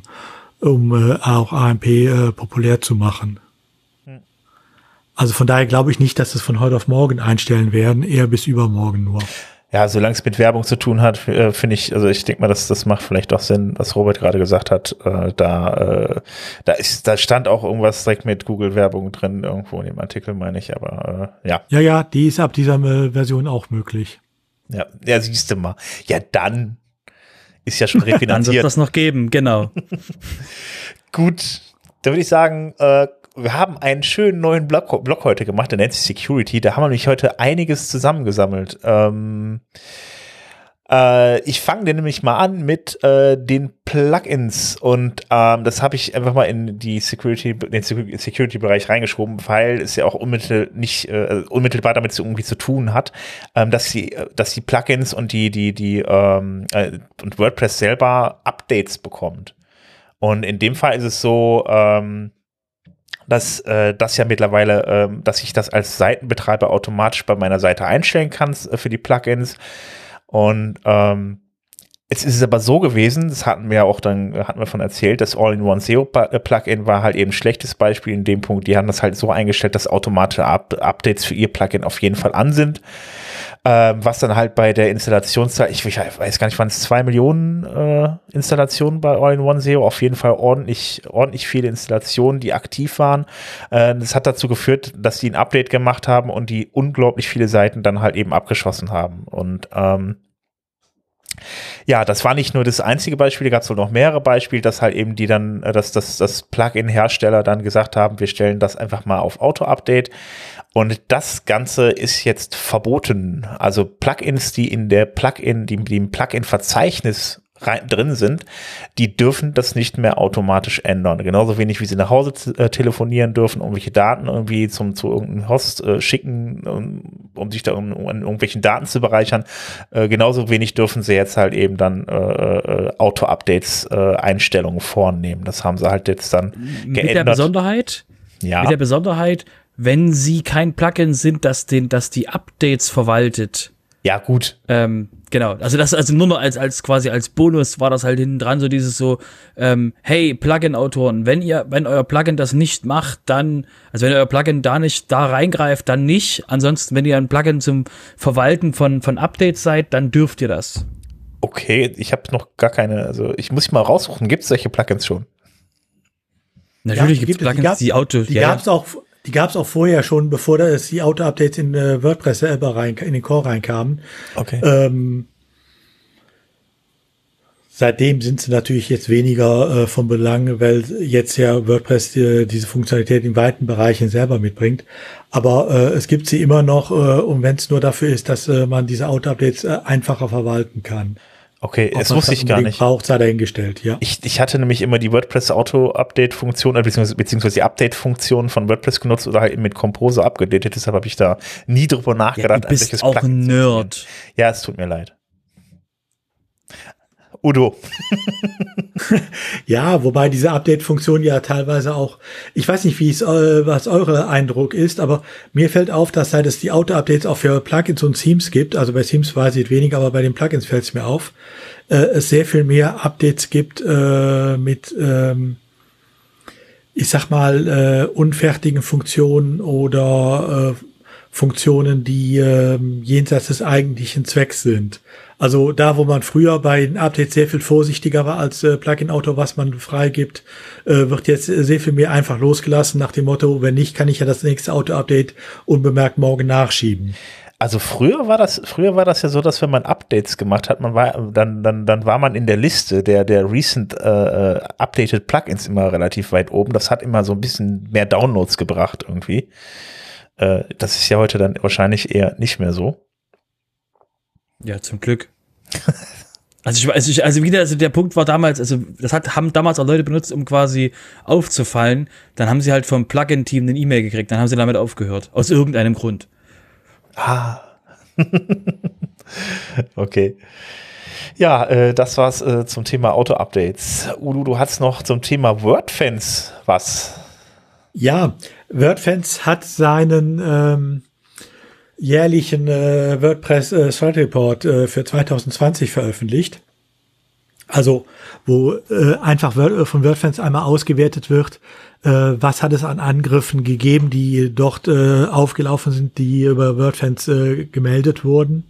um auch AMP populär zu machen. Also von daher glaube ich nicht, dass es von heute auf morgen einstellen werden, eher bis übermorgen nur. Ja, solange es mit Werbung zu tun hat, finde ich, also ich denke mal, das macht vielleicht auch Sinn, was Robert gerade gesagt hat. Da stand auch irgendwas direkt mit Google-Werbung drin, irgendwo in dem Artikel, meine ich, aber ja. Ja, die ist ab dieser Version auch möglich. Ja, siehst du mal. Ja, dann ist ja schon refinanziert. Dann wird das noch geben, genau. Gut, dann würde ich sagen, wir haben einen schönen neuen Blog heute gemacht, der nennt sich Security. Da haben wir nämlich heute einiges zusammengesammelt. Ich fange den nämlich mal an mit den Plugins und das habe ich einfach mal in den Security-Bereich reingeschoben, weil es ja auch unmittelbar damit irgendwie zu tun hat, dass die Plugins und und WordPress selber Updates bekommt. Und in dem Fall ist es so, dass das ja mittlerweile, dass ich das als Seitenbetreiber automatisch bei meiner Seite einstellen kann für die Plugins. Und es ist aber so gewesen, das hatten wir von erzählt, das All-in-One SEO-Plugin war halt eben ein schlechtes Beispiel in dem Punkt. Die haben das halt so eingestellt, dass automatische Updates für ihr Plugin auf jeden Fall an sind. Was dann halt bei der Installationszahl, ich weiß gar nicht, waren es 2 Millionen Installationen bei All-in-One SEO, auf jeden Fall ordentlich viele Installationen, die aktiv waren. Das hat dazu geführt, dass die ein Update gemacht haben und die unglaublich viele Seiten dann halt eben abgeschossen haben. Und ja, das war nicht nur das einzige Beispiel, da gab es wohl noch mehrere Beispiele, dass halt eben das Plugin-Hersteller dann gesagt haben, wir stellen das einfach mal auf Auto-Update. Und das Ganze ist jetzt verboten. Also Plugins, die im Plugin-Verzeichnis drin sind, die dürfen das nicht mehr automatisch ändern. Genauso wenig, wie sie nach Hause telefonieren dürfen, irgendwelche Daten irgendwie zu irgendeinem Host schicken, um sich da an irgendwelchen Daten zu bereichern. Genauso wenig dürfen sie jetzt halt eben dann Auto-Updates Einstellungen vornehmen. Das haben sie halt jetzt dann geändert. Mit der Besonderheit, wenn sie kein Plugin sind, das die Updates verwaltet. Ja, gut. Genau, also nur noch als quasi als Bonus war das halt hinten dran, so dieses so, hey, Plugin-Autoren, wenn euer Plugin das nicht macht, dann, also wenn euer Plugin da reingreift, dann nicht. Ansonsten, wenn ihr ein Plugin zum Verwalten von Updates seid, dann dürft ihr das. Okay, ich habe noch gar keine, also ich muss mal raussuchen, gibt es solche Plugins schon? Natürlich gibt es Plugins, die gab es auch vorher schon, bevor die Auto-Updates in WordPress selber in den Core reinkamen. Okay. Seitdem sind sie natürlich jetzt weniger von Belang, weil jetzt ja WordPress diese Funktionalität in weiten Bereichen selber mitbringt. Aber es gibt sie immer noch, und wenn es nur dafür ist, dass man diese Auto-Updates einfacher verwalten kann. Okay, das wusste ich gar nicht. Braucht, sei dahingestellt, ja. Ich hatte nämlich immer die WordPress-Auto-Update-Funktion, beziehungsweise die Update-Funktion von WordPress genutzt oder halt eben mit Composer abgedatet. Deshalb habe ich da nie drüber nachgedacht. Ja, du bist auch ein Nerd. Ja, es tut mir leid. Udo. Ja, wobei diese Update-Funktion ja teilweise auch, ich weiß nicht, was eure Eindruck ist, aber mir fällt auf, dass seit es die Auto-Updates auch für Plugins und Themes gibt, also bei Themes weiß ich weniger, aber bei den Plugins fällt es mir auf, es sehr viel mehr Updates gibt mit, ich sag mal, unfertigen Funktionen oder Funktionen, die jenseits des eigentlichen Zwecks sind. Also da, wo man früher bei den Updates sehr viel vorsichtiger war als Plugin-Autor, was man freigibt, wird jetzt sehr viel mehr einfach losgelassen nach dem Motto, wenn nicht, kann ich ja das nächste Auto-Update unbemerkt morgen nachschieben. Also früher war das ja so, dass wenn man Updates gemacht hat, dann war man in der Liste der recent updated Plugins immer relativ weit oben. Das hat immer so ein bisschen mehr Downloads gebracht irgendwie. Das ist ja heute dann wahrscheinlich eher nicht mehr so. Ja, zum Glück. Also der Punkt war damals, also haben damals auch Leute benutzt, um quasi aufzufallen. Dann haben sie halt vom Plugin-Team eine E-Mail gekriegt, dann haben sie damit aufgehört. Aus irgendeinem Grund. Ah. Okay. Ja, das war's zum Thema Auto-Updates. Udo, du hast noch zum Thema WordFence was? Ja, WordFence hat seinen jährlichen WordPress Thread Report für 2020 veröffentlicht. Also, wo einfach von WordFence einmal ausgewertet wird, was hat es an Angriffen gegeben, die dort aufgelaufen sind, die über WordFence gemeldet wurden.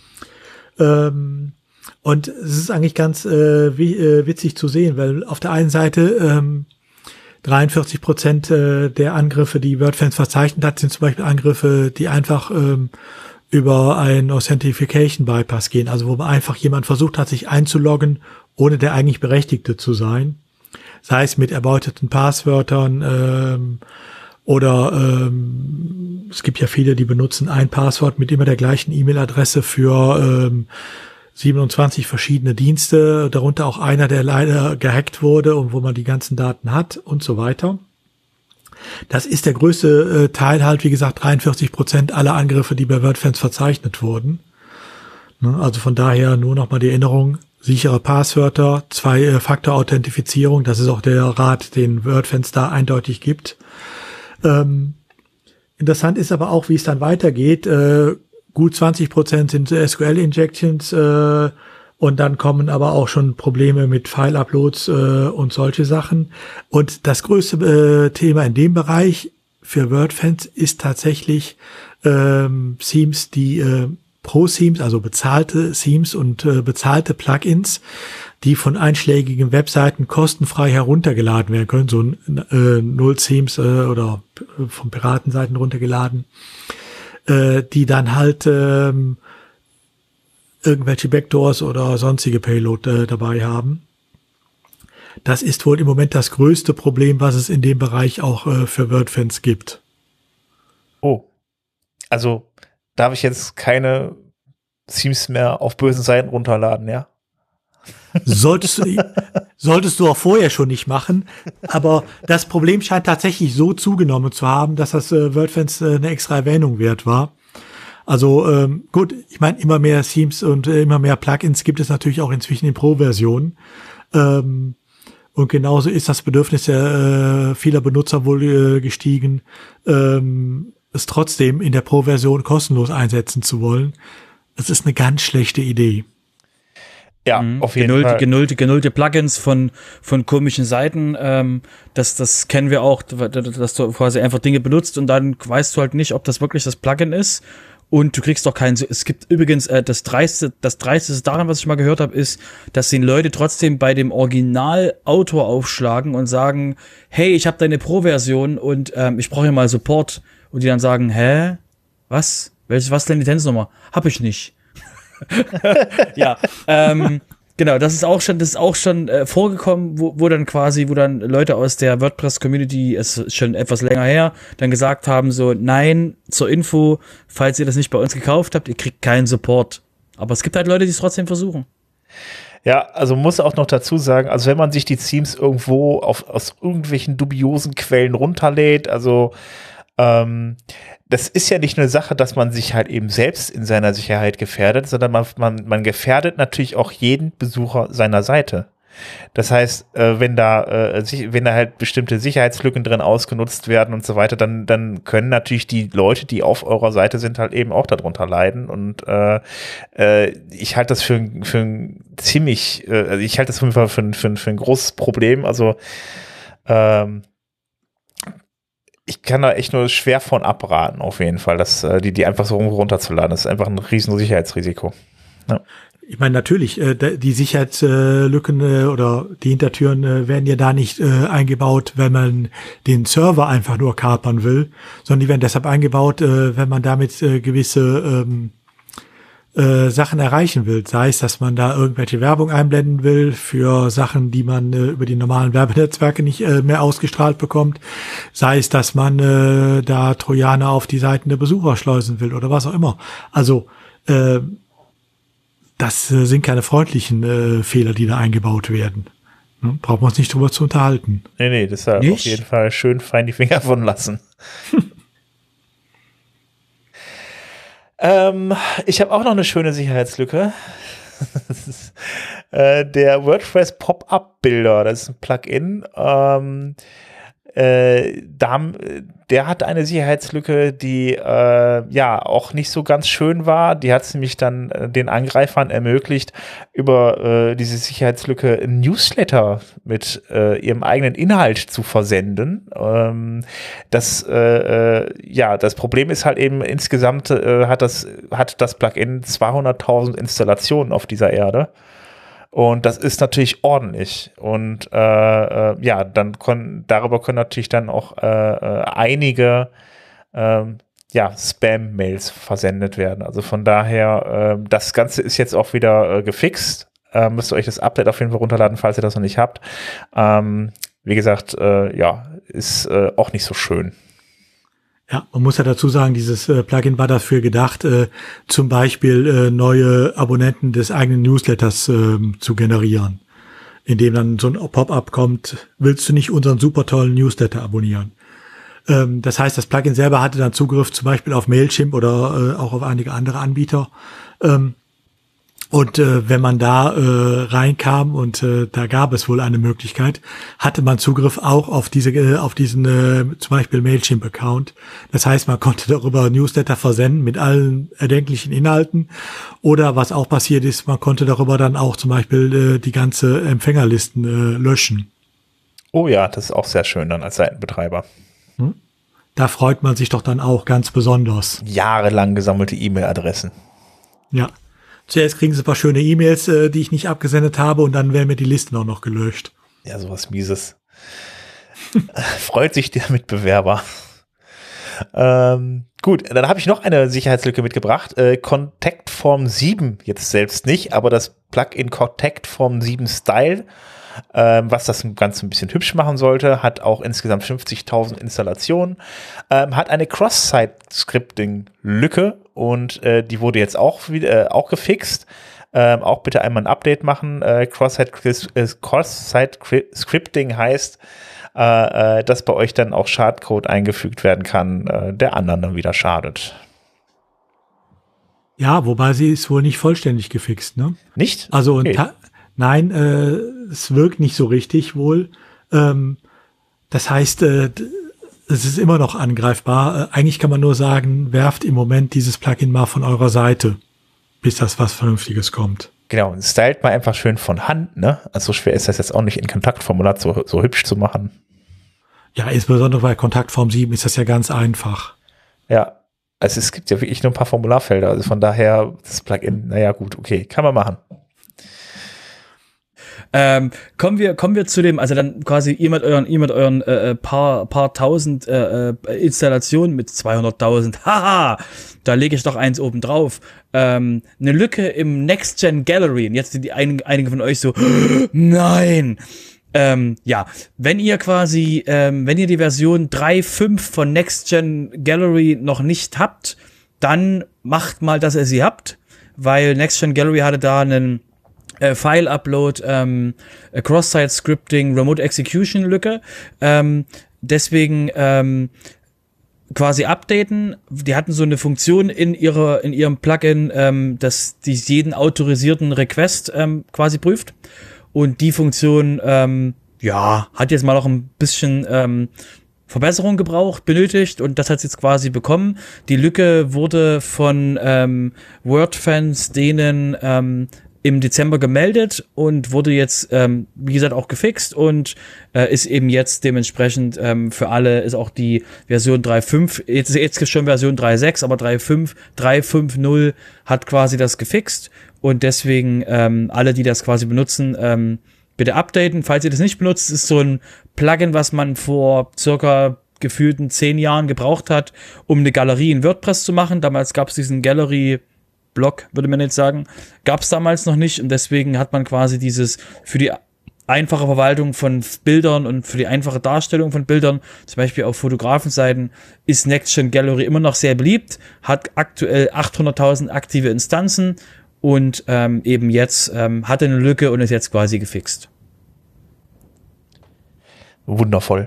Und es ist eigentlich ganz witzig zu sehen, weil auf der einen Seite 43% der Angriffe, die WordFence verzeichnet hat, sind zum Beispiel Angriffe, die einfach über einen Authentication Bypass gehen, also wo man einfach jemand versucht hat, sich einzuloggen, ohne der eigentlich Berechtigte zu sein. Sei es mit erbeuteten Passwörtern oder es gibt ja viele, die benutzen ein Passwort mit immer der gleichen E-Mail-Adresse für 27 verschiedene Dienste, darunter auch einer, der leider gehackt wurde und wo man die ganzen Daten hat und so weiter. Das ist der größte Teil halt, wie gesagt, 43% aller Angriffe, die bei WordFence verzeichnet wurden. Ne, also von daher nur nochmal die Erinnerung, sichere Passwörter, 2-Faktor-Authentifizierung, das ist auch der Rat, den WordFence da eindeutig gibt. Interessant ist aber auch, wie es dann weitergeht. Gut 20% sind SQL-Injections und dann kommen aber auch schon Probleme mit File-Uploads und solche Sachen. Und das größte Thema in dem Bereich für WordFence ist tatsächlich Themes, die Pro-Themes, also bezahlte Themes und bezahlte Plugins, die von einschlägigen Webseiten kostenfrei heruntergeladen werden können, so Null-Themes oder von Piratenseiten runtergeladen, die dann halt irgendwelche Backdoors oder sonstige Payload dabei haben. Das ist wohl im Moment das größte Problem, was es in dem Bereich auch für WordFence gibt. Oh, also darf ich jetzt keine Themes mehr auf bösen Seiten runterladen, ja? Solltest du auch vorher schon nicht machen, aber das Problem scheint tatsächlich so zugenommen zu haben, dass das WordFence eine extra Erwähnung wert war. Also gut, ich meine, immer mehr Themes und immer mehr Plugins gibt es natürlich auch inzwischen in Pro-Versionen. Und genauso ist das Bedürfnis vieler Benutzer wohl gestiegen, es trotzdem in der Pro-Version kostenlos einsetzen zu wollen. Das ist eine ganz schlechte Idee. Ja, auf jeden Fall. Genullte Plugins von komischen Seiten, das kennen wir auch, dass du quasi einfach Dinge benutzt und dann weißt du halt nicht, ob das wirklich das Plugin ist. Und du kriegst doch keinen. Es gibt übrigens das Dreiste daran, was ich mal gehört habe, ist, dass die Leute trotzdem bei dem Originalautor aufschlagen und sagen, hey, ich habe deine Pro-Version und ich brauche ja mal Support. Und die dann sagen, hä? Was? Was ist denn die Lizenznummer? Hab ich nicht. Ja, genau, das ist auch schon vorgekommen, wo dann Leute aus der WordPress-Community, es ist schon etwas länger her, dann gesagt haben so, nein, zur Info, falls ihr das nicht bei uns gekauft habt, ihr kriegt keinen Support. Aber es gibt halt Leute, die es trotzdem versuchen. Ja, also muss auch noch dazu sagen, also wenn man sich die Themes irgendwo aus irgendwelchen dubiosen Quellen runterlädt, also das ist ja nicht nur eine Sache, dass man sich halt eben selbst in seiner Sicherheit gefährdet, sondern man gefährdet natürlich auch jeden Besucher seiner Seite. Das heißt, wenn da halt bestimmte Sicherheitslücken drin ausgenutzt werden und so weiter, dann können natürlich die Leute, die auf eurer Seite sind, halt eben auch darunter leiden. Und ich halte das für ein ziemlich, ich halte das auf jeden Fall für ein großes Problem. Also ich kann da echt nur schwer von abraten, auf jeden Fall, dass die einfach so runterzuladen. Das ist einfach ein riesen Sicherheitsrisiko. Ja. Ich meine, natürlich, die Sicherheitslücken oder die Hintertüren werden ja da nicht eingebaut, wenn man den Server einfach nur kapern will, sondern die werden deshalb eingebaut, wenn man damit gewisse Sachen erreichen will. Sei es, dass man da irgendwelche Werbung einblenden will für Sachen, die man über die normalen Werbenetzwerke nicht mehr ausgestrahlt bekommt. Sei es, dass man da Trojaner auf die Seiten der Besucher schleusen will oder was auch immer. Also das sind keine freundlichen Fehler, die da eingebaut werden. Ne? Braucht man uns nicht drüber zu unterhalten. Nee, deshalb auf jeden Fall schön fein die Finger von lassen. Ich habe auch noch eine schöne Sicherheitslücke. Das ist, der WordPress Pop-Up-Bilder, das ist ein Plugin. Der hat eine Sicherheitslücke, die ja auch nicht so ganz schön war. Die hat es nämlich dann den Angreifern ermöglicht, über diese Sicherheitslücke ein Newsletter mit ihrem eigenen Inhalt zu versenden. Das Problem ist halt eben, insgesamt hat das Plugin 200.000 Installationen auf dieser Erde. Und das ist natürlich ordentlich. Und darüber können natürlich dann auch einige Spam-Mails versendet werden. Also von daher, das Ganze ist jetzt auch wieder gefixt. Müsst ihr euch das Update auf jeden Fall runterladen, falls ihr das noch nicht habt. Wie gesagt, ist auch nicht so schön. Ja, man muss ja dazu sagen, dieses Plugin war dafür gedacht, zum Beispiel neue Abonnenten des eigenen Newsletters zu generieren, indem dann so ein Pop-up kommt, willst du nicht unseren super tollen Newsletter abonnieren? Das heißt, das Plugin selber hatte dann Zugriff zum Beispiel auf Mailchimp oder auch auf einige andere Anbieter. Und wenn man da reinkam und da gab es wohl eine Möglichkeit, hatte man Zugriff auch auf diesen zum Beispiel Mailchimp-Account. Das heißt, man konnte darüber Newsletter versenden mit allen erdenklichen Inhalten. Oder was auch passiert ist, man konnte darüber dann auch zum Beispiel die ganze Empfängerlisten löschen. Oh ja, das ist auch sehr schön dann als Seitenbetreiber. Da freut man sich doch dann auch ganz besonders. Jahrelang gesammelte E-Mail-Adressen. Ja. Zuerst kriegen sie ein paar schöne E-Mails, die ich nicht abgesendet habe, und dann werden mir die Listen auch noch gelöscht. Ja, sowas Mieses. Freut sich der Mitbewerber. Gut, dann habe ich noch eine Sicherheitslücke mitgebracht. Contact Form 7, jetzt selbst nicht, aber das Plugin Contact Form 7 Style, was das Ganze ein bisschen hübsch machen sollte, hat auch insgesamt 50.000 Installationen, hat eine Cross-Site-Scripting-Lücke und die wurde jetzt auch gefixt. Auch bitte einmal ein Update machen. Cross-Site-Scripting heißt, dass bei euch dann auch Schadcode eingefügt werden kann, der anderen dann wieder schadet. Ja, wobei sie ist wohl nicht vollständig gefixt, ne? Nicht? Also Okay. nein, es wirkt nicht so richtig wohl. Das heißt, es ist immer noch angreifbar. Eigentlich kann man nur sagen, werft im Moment dieses Plugin mal von eurer Seite, bis das was Vernünftiges kommt. Genau, stylt mal einfach schön von Hand, ne? Also so schwer ist das jetzt auch nicht in Kontaktformular so hübsch zu machen. Ja, insbesondere bei Kontaktform 7 ist das ja ganz einfach. Ja, also es gibt ja wirklich nur ein paar Formularfelder, also von daher das Plugin, naja gut, okay, kann man machen. Kommen wir zu dem, also dann quasi ihr mit euren paar tausend Installationen mit 200.000, haha, da lege ich doch eins oben drauf. Eine Lücke im Next-Gen Gallery, und jetzt sind einige von euch so, nein. Ja, wenn ihr die Version 3.5 von Next-Gen Gallery noch nicht habt, dann macht mal, dass ihr sie habt, weil Next-Gen Gallery hatte da einen File-Upload, Cross-Site-Scripting, Remote-Execution-Lücke. Deswegen quasi updaten. Die hatten so eine Funktion in ihrem Plugin, dass die jeden autorisierten Request quasi prüft. Und die Funktion, hat jetzt mal noch ein bisschen Verbesserung benötigt, und das hat es jetzt quasi bekommen. Die Lücke wurde von Word-Fans denen im Dezember gemeldet und wurde jetzt, wie gesagt, auch gefixt und ist eben jetzt dementsprechend für alle, ist auch die Version 3.5, jetzt gibt es schon Version 3.6, aber 3.5.0 hat quasi das gefixt, und deswegen alle, die das quasi benutzen, bitte updaten. Falls ihr das nicht benutzt, ist so ein Plugin, was man vor circa gefühlten 10 Jahren gebraucht hat, um eine Galerie in WordPress zu machen. Damals gab es diesen Gallery-Block, würde man jetzt sagen, gab es damals noch nicht, und deswegen hat man quasi dieses für die einfache Verwaltung von Bildern und für die einfache Darstellung von Bildern, zum Beispiel auf Fotografenseiten, ist Next-Gen Gallery immer noch sehr beliebt, hat aktuell 800.000 aktive Instanzen und eben jetzt hatte eine Lücke und ist jetzt quasi gefixt. Wundervoll.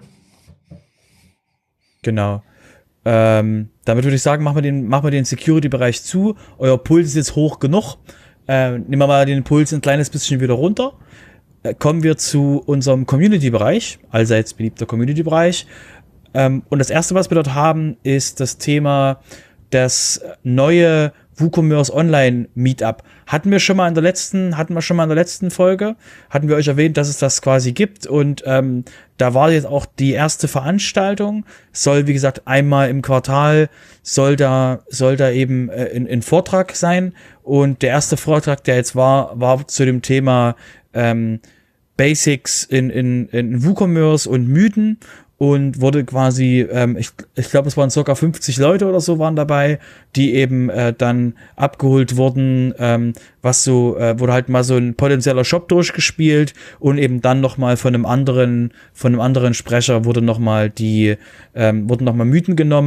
Genau. Damit würde ich sagen, machen wir den Security-Bereich zu. Euer Puls ist jetzt hoch genug. Nehmen wir mal den Puls ein kleines bisschen wieder runter. Kommen wir zu unserem Community-Bereich, allseits beliebter Community-Bereich. Und das erste, was wir dort haben, ist das Thema das neue WooCommerce Online Meetup. Hatten wir schon mal in der letzten Folge, hatten wir euch erwähnt, dass es das quasi gibt, und da war jetzt auch die erste Veranstaltung, soll wie gesagt einmal im Quartal soll da eben ein Vortrag sein, und der erste Vortrag, der jetzt war zu dem Thema Basics in WooCommerce und Mythen, und wurde quasi, ich glaube, es waren ca. 50 Leute oder so waren dabei, die eben dann abgeholt wurden, wurde halt mal so ein potenzieller Shop durchgespielt, und eben dann nochmal von einem anderen Sprecher wurden nochmal Mythen genommen.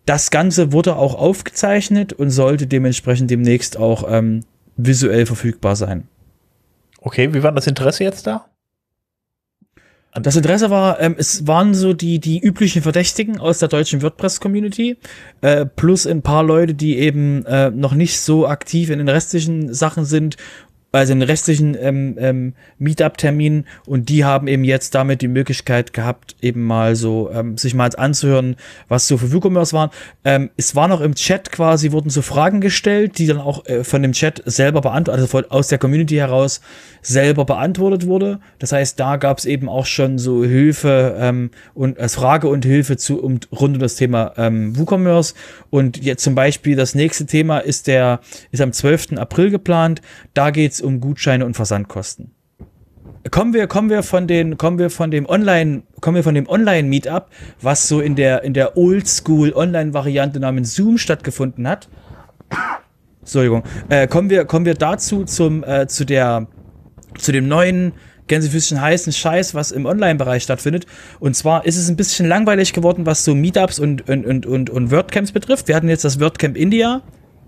Das Ganze wurde auch aufgezeichnet und sollte dementsprechend demnächst auch visuell verfügbar sein. Okay, wie war das Interesse jetzt da? Das Interesse war, es waren so die üblichen Verdächtigen aus der deutschen WordPress-Community, plus ein paar Leute, die eben noch nicht so aktiv in den restlichen Sachen sind, also in den restlichen Meetup-Terminen, und die haben eben jetzt damit die Möglichkeit gehabt, eben mal so sich mal anzuhören, was so für WooCommerce waren. Es war noch im Chat quasi, wurden so Fragen gestellt, die dann auch von dem Chat selber beantwortet, also aus der Community heraus selber beantwortet wurde. Das heißt, da gab es eben auch schon so Hilfe und als Frage und Hilfe rund um das Thema WooCommerce. Und jetzt zum Beispiel das nächste Thema ist am 12. April geplant. Da geht es um Gutscheine und Versandkosten. Kommen wir von dem Online-Meetup, was so in der Oldschool-Online-Variante namens Zoom stattgefunden hat. Entschuldigung. Kommen wir dazu zu dem neuen Gänsefüßchen heißen Scheiß, was im Online-Bereich stattfindet. Und zwar ist es ein bisschen langweilig geworden, was so Meetups und WordCamps betrifft. Wir hatten jetzt das WordCamp India,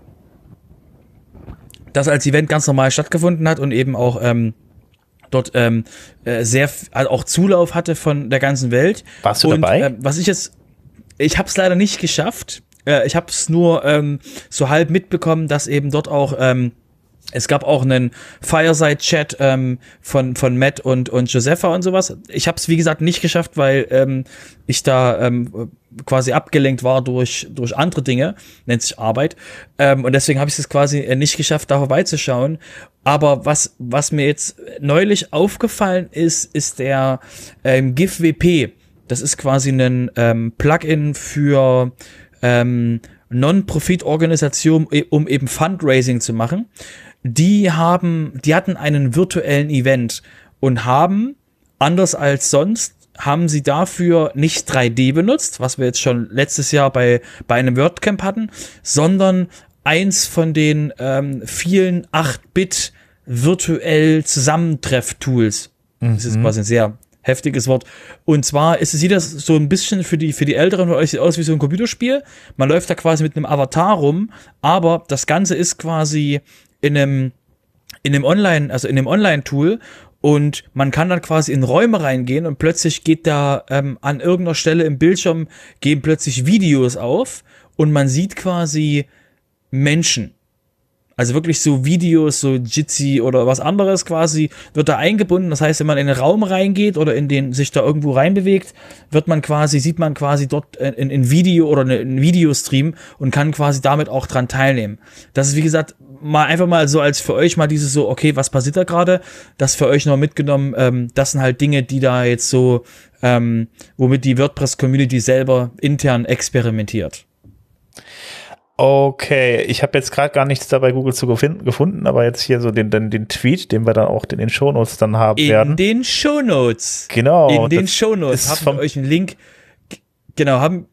das als Event ganz normal stattgefunden hat und eben auch dort auch Zulauf hatte von der ganzen Welt. Warst du dabei? Ich habe es leider nicht geschafft. Ich habe es nur so halb mitbekommen, dass eben dort auch es gab auch einen Fireside-Chat von Matt und Josepha und sowas. Ich habe es, wie gesagt, nicht geschafft, weil ich da quasi abgelenkt war durch andere Dinge, nennt sich Arbeit. Und deswegen habe ich es quasi nicht geschafft, da vorbeizuschauen. Aber was mir jetzt neulich aufgefallen ist der GIF-WP. Das ist quasi ein Plugin für Non-Profit-Organisation, um eben Fundraising zu machen. Die hatten einen virtuellen Event und haben, anders als sonst, haben sie dafür nicht 3D benutzt, was wir jetzt schon letztes Jahr bei einem WordCamp hatten, sondern eins von den vielen 8-Bit virtuell Zusammentreff-Tools. Das ist quasi ein sehr heftiges Wort. Und zwar sieht das so ein bisschen für die Älteren von euch sieht aus wie so ein Computerspiel. Man läuft da quasi mit einem Avatar rum, aber das Ganze ist quasi in einem Online-Tool, und man kann dann quasi in Räume reingehen und plötzlich geht da an irgendeiner Stelle im Bildschirm gehen plötzlich Videos auf und man sieht quasi Menschen. Also wirklich so Videos, so Jitsi oder was anderes quasi, wird da eingebunden. Das heißt, wenn man in den Raum reingeht oder sich da irgendwo reinbewegt, sieht man quasi dort ein Video oder einen Videostream und kann quasi damit auch dran teilnehmen. Das ist, wie gesagt, einfach mal so als für euch mal dieses so, okay, was passiert da gerade? Das für euch noch mitgenommen. Das sind halt Dinge, die da jetzt so, womit die WordPress-Community selber intern experimentiert. Okay, ich habe jetzt gerade gar nichts dabei Google zu gefunden, aber jetzt hier so den Tweet, den wir dann auch in den Shownotes dann haben werden. In den Shownotes. Genau. In den Shownotes haben wir euch einen Link, da haben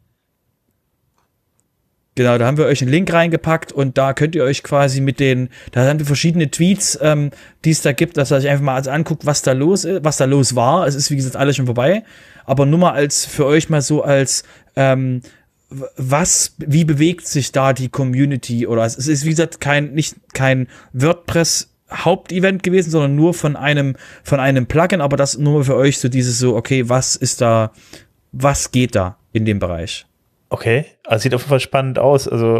wir euch einen Link reingepackt und da könnt ihr euch quasi da haben wir verschiedene Tweets, die es da gibt, dass ihr euch einfach mal anguckt, was da los war. Es ist, wie gesagt, alles schon vorbei, aber nur mal für euch mal so als, wie bewegt sich da die Community, oder es ist, wie gesagt, kein WordPress Hauptevent gewesen, sondern nur von einem Plugin, aber das nur für euch so dieses so, okay, was geht da in dem Bereich? Okay, also sieht auf jeden Fall spannend aus, also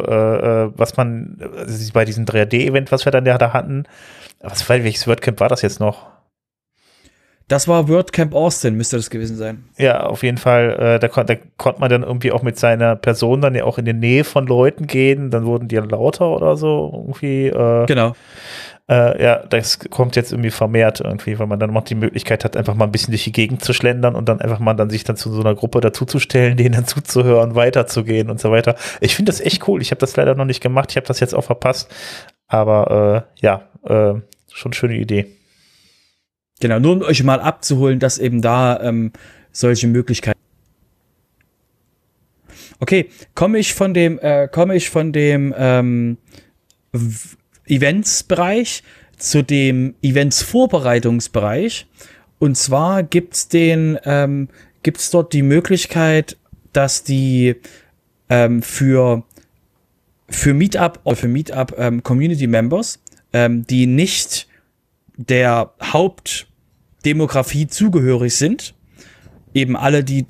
bei diesem 3D-Event, was wir dann da hatten, welches WordCamp war das jetzt noch? Das war WordCamp Austin, müsste das gewesen sein. Ja, auf jeden Fall, da konnte man dann irgendwie auch mit seiner Person dann ja auch in die Nähe von Leuten gehen, dann wurden die lauter oder so irgendwie. Genau. Ja, das kommt jetzt irgendwie vermehrt irgendwie, weil man dann noch die Möglichkeit hat, einfach mal ein bisschen durch die Gegend zu schlendern und dann einfach mal sich dann zu so einer Gruppe dazuzustellen, denen dann zuzuhören, weiterzugehen und so weiter. Ich finde das echt cool. Ich habe das leider noch nicht gemacht. Ich habe das jetzt auch verpasst. Aber schon eine schöne Idee. Genau, nur um euch mal abzuholen, dass eben da solche Möglichkeiten. Okay, komme ich von dem Events-Bereich zu dem Events-Vorbereitungsbereich. Und zwar gibt's dort die Möglichkeit, dass die für Meetup oder für Meetup Community Members, die nicht der Hauptdemografie zugehörig sind, eben alle, die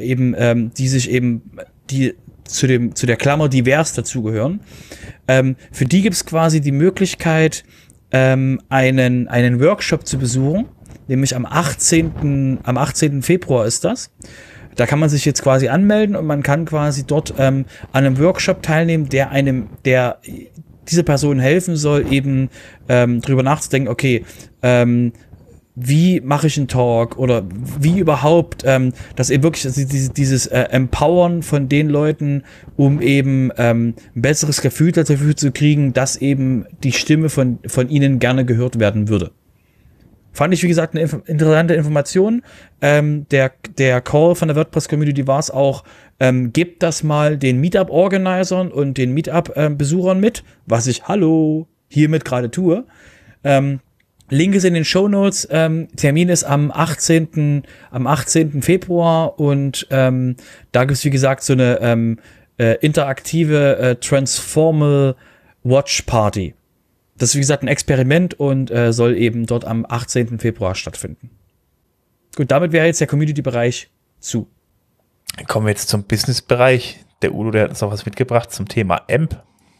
zu der Klammer divers dazugehören. Für die gibt es quasi die Möglichkeit, einen Workshop zu besuchen, nämlich am 18. Februar ist das. Da kann man sich jetzt quasi anmelden und man kann quasi dort an einem Workshop teilnehmen, der dieser Person helfen soll, eben drüber nachzudenken, okay, wie mache ich einen Talk oder wie überhaupt, dass eben wirklich dieses Empowern von den Leuten, um eben ein besseres Gefühl dafür zu kriegen, dass eben die Stimme von ihnen gerne gehört werden würde. Fand ich, wie gesagt, eine interessante Information. Der Call von der WordPress-Community war es auch, gebt das mal den Meetup-Organisern und den Meetup-Besuchern mit, was ich hiermit gerade tue. Link ist in den Shownotes. Termin ist am 18. Februar und da gibt es, wie gesagt, so eine interaktive Transformal Watch Party. Das ist, wie gesagt, ein Experiment und soll eben dort am 18. Februar stattfinden. Gut, damit wäre jetzt der Community-Bereich zu. Dann kommen wir jetzt zum Business-Bereich. Der Udo, der hat uns noch was mitgebracht zum Thema AMP.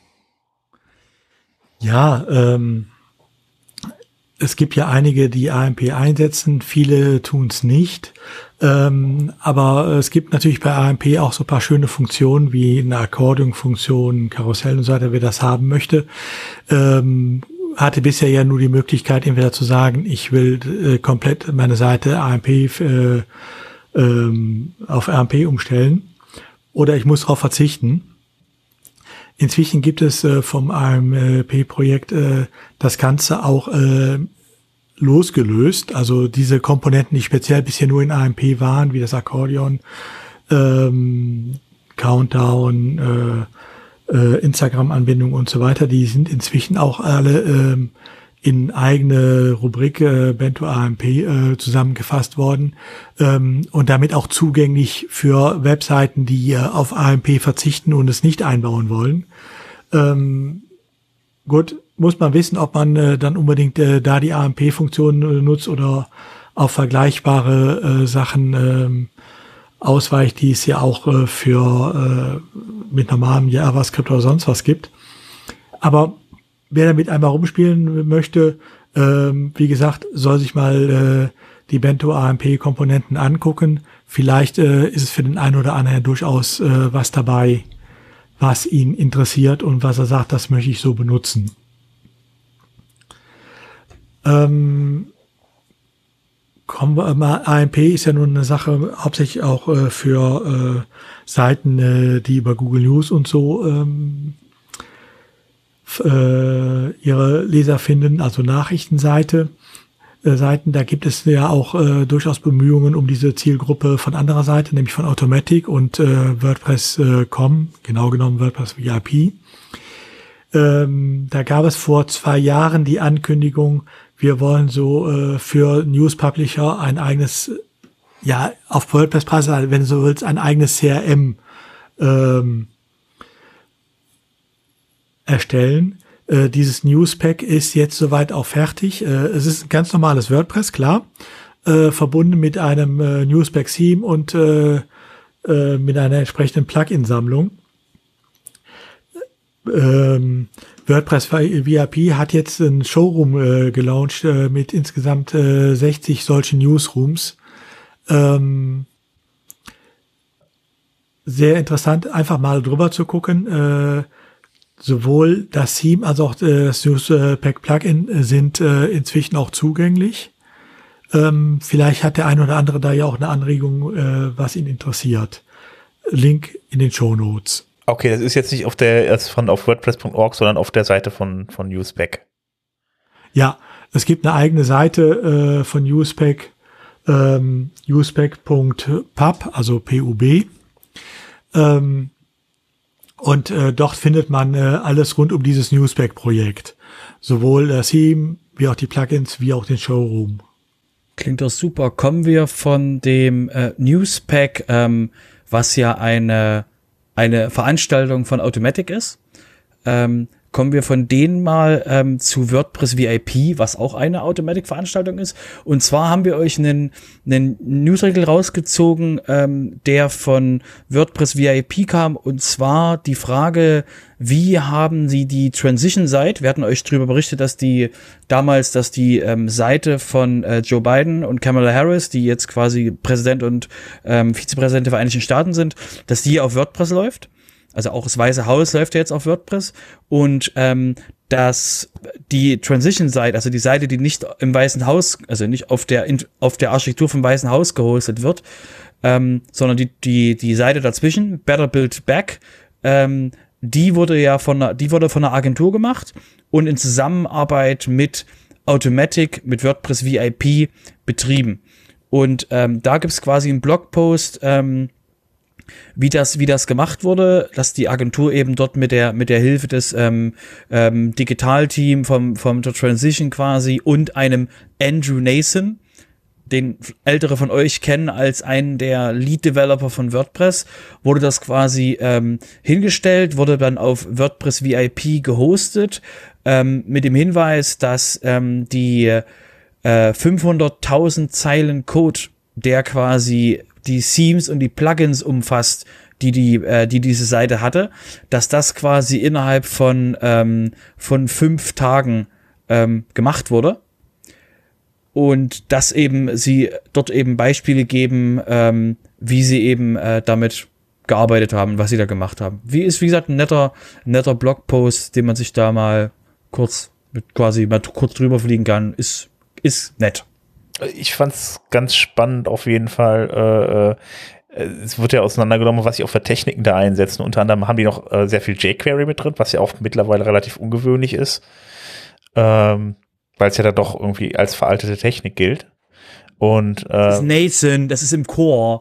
Ja, es gibt ja einige, die AMP einsetzen, viele tun es nicht. Aber es gibt natürlich bei AMP auch so ein paar schöne Funktionen wie eine Akkordeon-Funktion, Karussell und so weiter, wer das haben möchte. Hatte bisher ja nur die Möglichkeit, entweder zu sagen, ich will komplett meine Seite AMP auf AMP umstellen oder ich muss darauf verzichten. Inzwischen gibt es vom AMP-Projekt das Ganze auch losgelöst. Also diese Komponenten, die speziell bisher nur in AMP waren, wie das Akkordeon, Countdown, Instagram-Anbindung und so weiter, die sind inzwischen auch alle in eigene Rubrik Bento AMP zusammengefasst worden und damit auch zugänglich für Webseiten, die auf AMP verzichten und es nicht einbauen wollen. Gut, muss man wissen, ob man dann unbedingt da die AMP-Funktion nutzt oder auf vergleichbare Sachen ausweicht, die es ja auch für mit normalem JavaScript oder sonst was gibt. Aber wer damit einmal rumspielen möchte, wie gesagt, soll sich mal die Bento AMP-Komponenten angucken. Vielleicht ist es für den einen oder anderen durchaus was dabei, was ihn interessiert und was er sagt, das möchte ich so benutzen. Kommen wir mal, AMP ist ja nun eine Sache hauptsächlich auch für Seiten, die über Google News und so ihre Leser finden, also Nachrichtenseiten. Da gibt es ja auch durchaus Bemühungen um diese Zielgruppe von anderer Seite, nämlich von Automattic und WordPress.com, genau genommen WordPress VIP. Da gab es vor 2 Jahren die Ankündigung, wir wollen so für News Publisher ein eigenes, ja, auf WordPress-Basis, wenn du so willst, ein eigenes CRM erstellen. Dieses Newspack ist jetzt soweit auch fertig. Es ist ein ganz normales WordPress, klar, verbunden mit einem Newspack-Theme und mit einer entsprechenden Plugin-Sammlung. WordPress VIP hat jetzt einen Showroom gelauncht mit insgesamt 60 solchen Newsrooms. Sehr interessant, einfach mal drüber zu gucken. Sowohl das Theme als auch das Newspack Plugin sind inzwischen auch zugänglich. Vielleicht hat der ein oder andere da ja auch eine Anregung, was ihn interessiert. Link in den Shownotes. Okay, das ist jetzt nicht auf WordPress.org, sondern auf der Seite von Newspack. Ja, es gibt eine eigene Seite von Newspack, newspack.pub, also PUB. Und dort findet man alles rund um dieses Newspack-Projekt. Sowohl das Theme, wie auch die Plugins, wie auch den Showroom. Klingt doch super. Kommen wir von dem Newspack, was ja eine eine Veranstaltung von Automattic ist. Kommen wir von denen mal zu WordPress VIP, was auch eine Automatic-Veranstaltung ist. Und zwar haben wir euch einen Newsartikel rausgezogen, der von WordPress VIP kam. Und zwar die Frage, wie haben sie die Transition-Site? Wir hatten euch darüber berichtet, dass die Seite von Joe Biden und Kamala Harris, die jetzt quasi Präsident und Vizepräsident der Vereinigten Staaten sind, dass die auf WordPress läuft. Also auch das Weiße Haus läuft ja jetzt auf WordPress und dass die Transition-Seite, also die Seite, die nicht im Weißen Haus, also nicht auf der Architektur vom Weißen Haus gehostet wird, sondern die Seite dazwischen, Better Build Back, die wurde von einer Agentur gemacht und in Zusammenarbeit mit Automattic, mit WordPress VIP betrieben. Und da gibt's quasi einen Blogpost, wie das gemacht wurde, dass die Agentur eben dort mit der Hilfe des Digitalteam vom der Transition quasi und einem Andrew Nason, den ältere von euch kennen als einen der Lead-Developer von WordPress, wurde das quasi hingestellt, wurde dann auf WordPress VIP gehostet, mit dem Hinweis, dass die 500.000 Zeilen Code, der quasi die Themes und die Plugins umfasst, die diese Seite hatte, dass das quasi innerhalb von 5 Tagen gemacht wurde. Und dass eben sie dort eben Beispiele geben, wie sie eben damit gearbeitet haben, was sie da gemacht haben. Wie gesagt, ein netter Blogpost, den man sich da mal kurz drüber fliegen kann, ist nett. Ich fand's ganz spannend auf jeden Fall. Es wird ja auseinandergenommen, was sie auch für Techniken da einsetzen. Unter anderem haben die noch sehr viel jQuery mit drin, was ja auch mittlerweile relativ ungewöhnlich ist, weil es ja da doch irgendwie als veraltete Technik gilt. Und das ist Nathan, das ist im Core.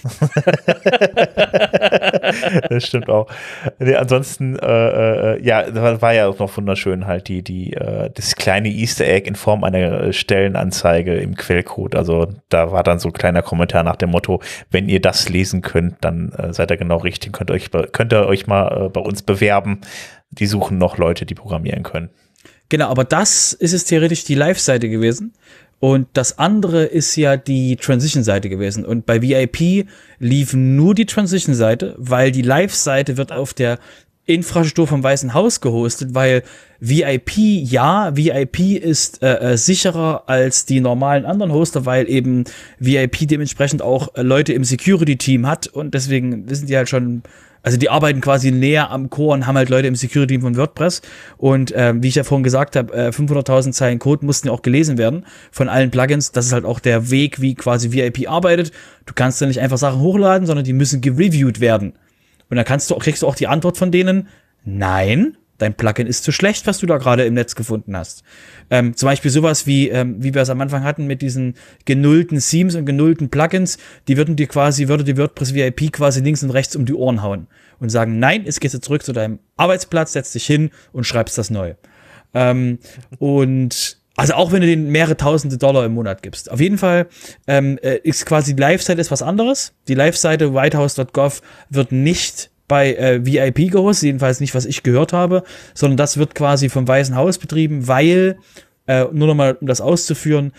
Das stimmt auch. Nee, ansonsten, ja, das war ja auch noch wunderschön halt das kleine Easter Egg in Form einer Stellenanzeige im Quellcode. Also da war dann so ein kleiner Kommentar nach dem Motto, wenn ihr das lesen könnt, dann seid ihr genau richtig, könnt ihr euch mal bei uns bewerben. Die suchen noch Leute, die programmieren können. Genau, aber das ist es theoretisch die Live-Seite gewesen. Und das andere ist ja die Transition-Seite gewesen. Und bei VIP lief nur die Transition-Seite, weil die Live-Seite wird auf der Infrastruktur vom Weißen Haus gehostet, weil VIP ist sicherer als die normalen anderen Hoster, weil eben VIP dementsprechend auch Leute im Security-Team hat und deswegen wissen die halt schon, also die arbeiten quasi näher am Core und haben halt Leute im Security-Team von WordPress. Und wie ich ja vorhin gesagt habe, 500.000 Zeilen Code mussten ja auch gelesen werden von allen Plugins. Das ist halt auch der Weg, wie quasi VIP arbeitet. Du kannst ja nicht einfach Sachen hochladen, sondern die müssen gereviewt werden. Und dann kriegst du auch die Antwort von denen, nein, dein Plugin ist zu schlecht, was du da gerade im Netz gefunden hast. Zum Beispiel sowas wie wir es am Anfang hatten mit diesen genullten Themes und genullten Plugins, würde die WordPress VIP quasi links und rechts um die Ohren hauen und sagen, nein, jetzt gehst du zurück zu deinem Arbeitsplatz, setzt dich hin und schreibst das neu. Und also auch wenn du denen mehrere tausende $Tausende im Monat gibst. Auf jeden Fall ist quasi die Live-Seite ist was anderes. Die Live-Seite whitehouse.gov wird nicht bei VIP gehostet, jedenfalls nicht, was ich gehört habe, sondern das wird quasi vom Weißen Haus betrieben, weil, nur nochmal, um das auszuführen,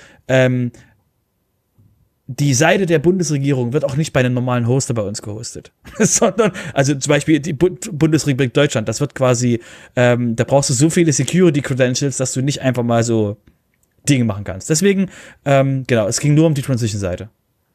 die Seite der Bundesregierung wird auch nicht bei einem normalen Hoster bei uns gehostet, sondern, also zum Beispiel die Bundesrepublik Deutschland, das wird quasi, da brauchst du so viele Security-Credentials, dass du nicht einfach mal so Dinge machen kannst. Deswegen, genau, es ging nur um die Transition-Seite.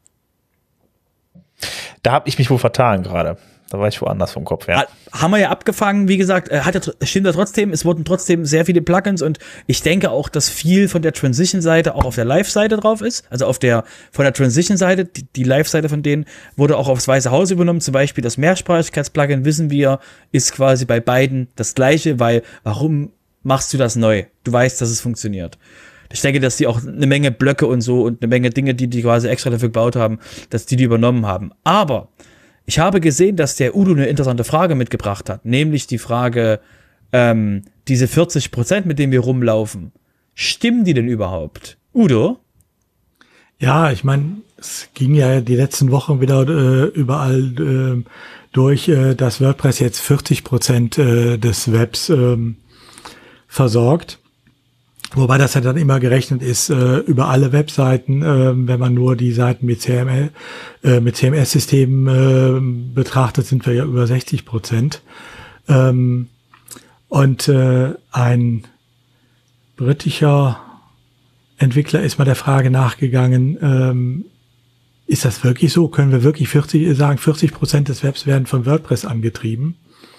Da habe ich mich wohl vertan gerade. Da war ich woanders vom Kopf, ja. Haben wir ja abgefangen, wie gesagt, stimmt ja trotzdem, es wurden trotzdem sehr viele Plugins und ich denke auch, dass viel von der Transition-Seite auch auf der Live-Seite drauf ist, also von der Transition-Seite, die Live-Seite von denen wurde auch aufs Weiße Haus übernommen, zum Beispiel das Mehrsprachigkeits-Plugin, wissen wir, ist quasi bei beiden das gleiche, weil warum machst du das neu? Du weißt, dass es funktioniert. Ich denke, dass die auch eine Menge Blöcke und so und eine Menge Dinge, die quasi extra dafür gebaut haben, dass die übernommen haben. Aber ich habe gesehen, dass der Udo eine interessante Frage mitgebracht hat, nämlich die Frage, diese 40%, mit denen wir rumlaufen, stimmen die denn überhaupt? Udo? Ja, ich meine, es ging ja die letzten Wochen wieder überall durch dass WordPress jetzt 40% des Webs versorgt. Wobei das ja dann immer gerechnet ist über alle Webseiten, wenn man nur die Seiten mit CMS-Systemen betrachtet, sind wir ja über 60%. Und ein britischer Entwickler ist mal der Frage nachgegangen, ist das wirklich so? Können wir wirklich 40% des Webs werden von WordPress angetrieben?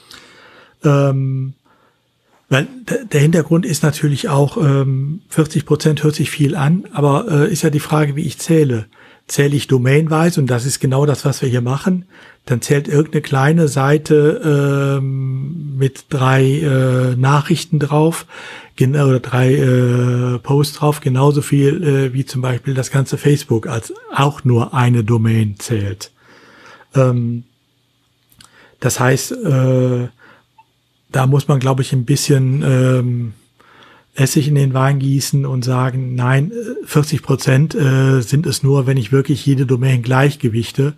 Weil der Hintergrund ist natürlich auch, 40% hört sich viel an, aber ist ja die Frage, wie ich zähle. Zähle ich domainweise, und das ist genau das, was wir hier machen, dann zählt irgendeine kleine Seite mit 3 Nachrichten drauf, oder 3 Posts drauf, genauso viel wie zum Beispiel das ganze Facebook als auch nur eine Domain zählt. Das heißt, da muss man, glaube ich, ein bisschen Essig in den Wein gießen und sagen, nein, 40% sind es nur, wenn ich wirklich jede Domain gleichgewichte.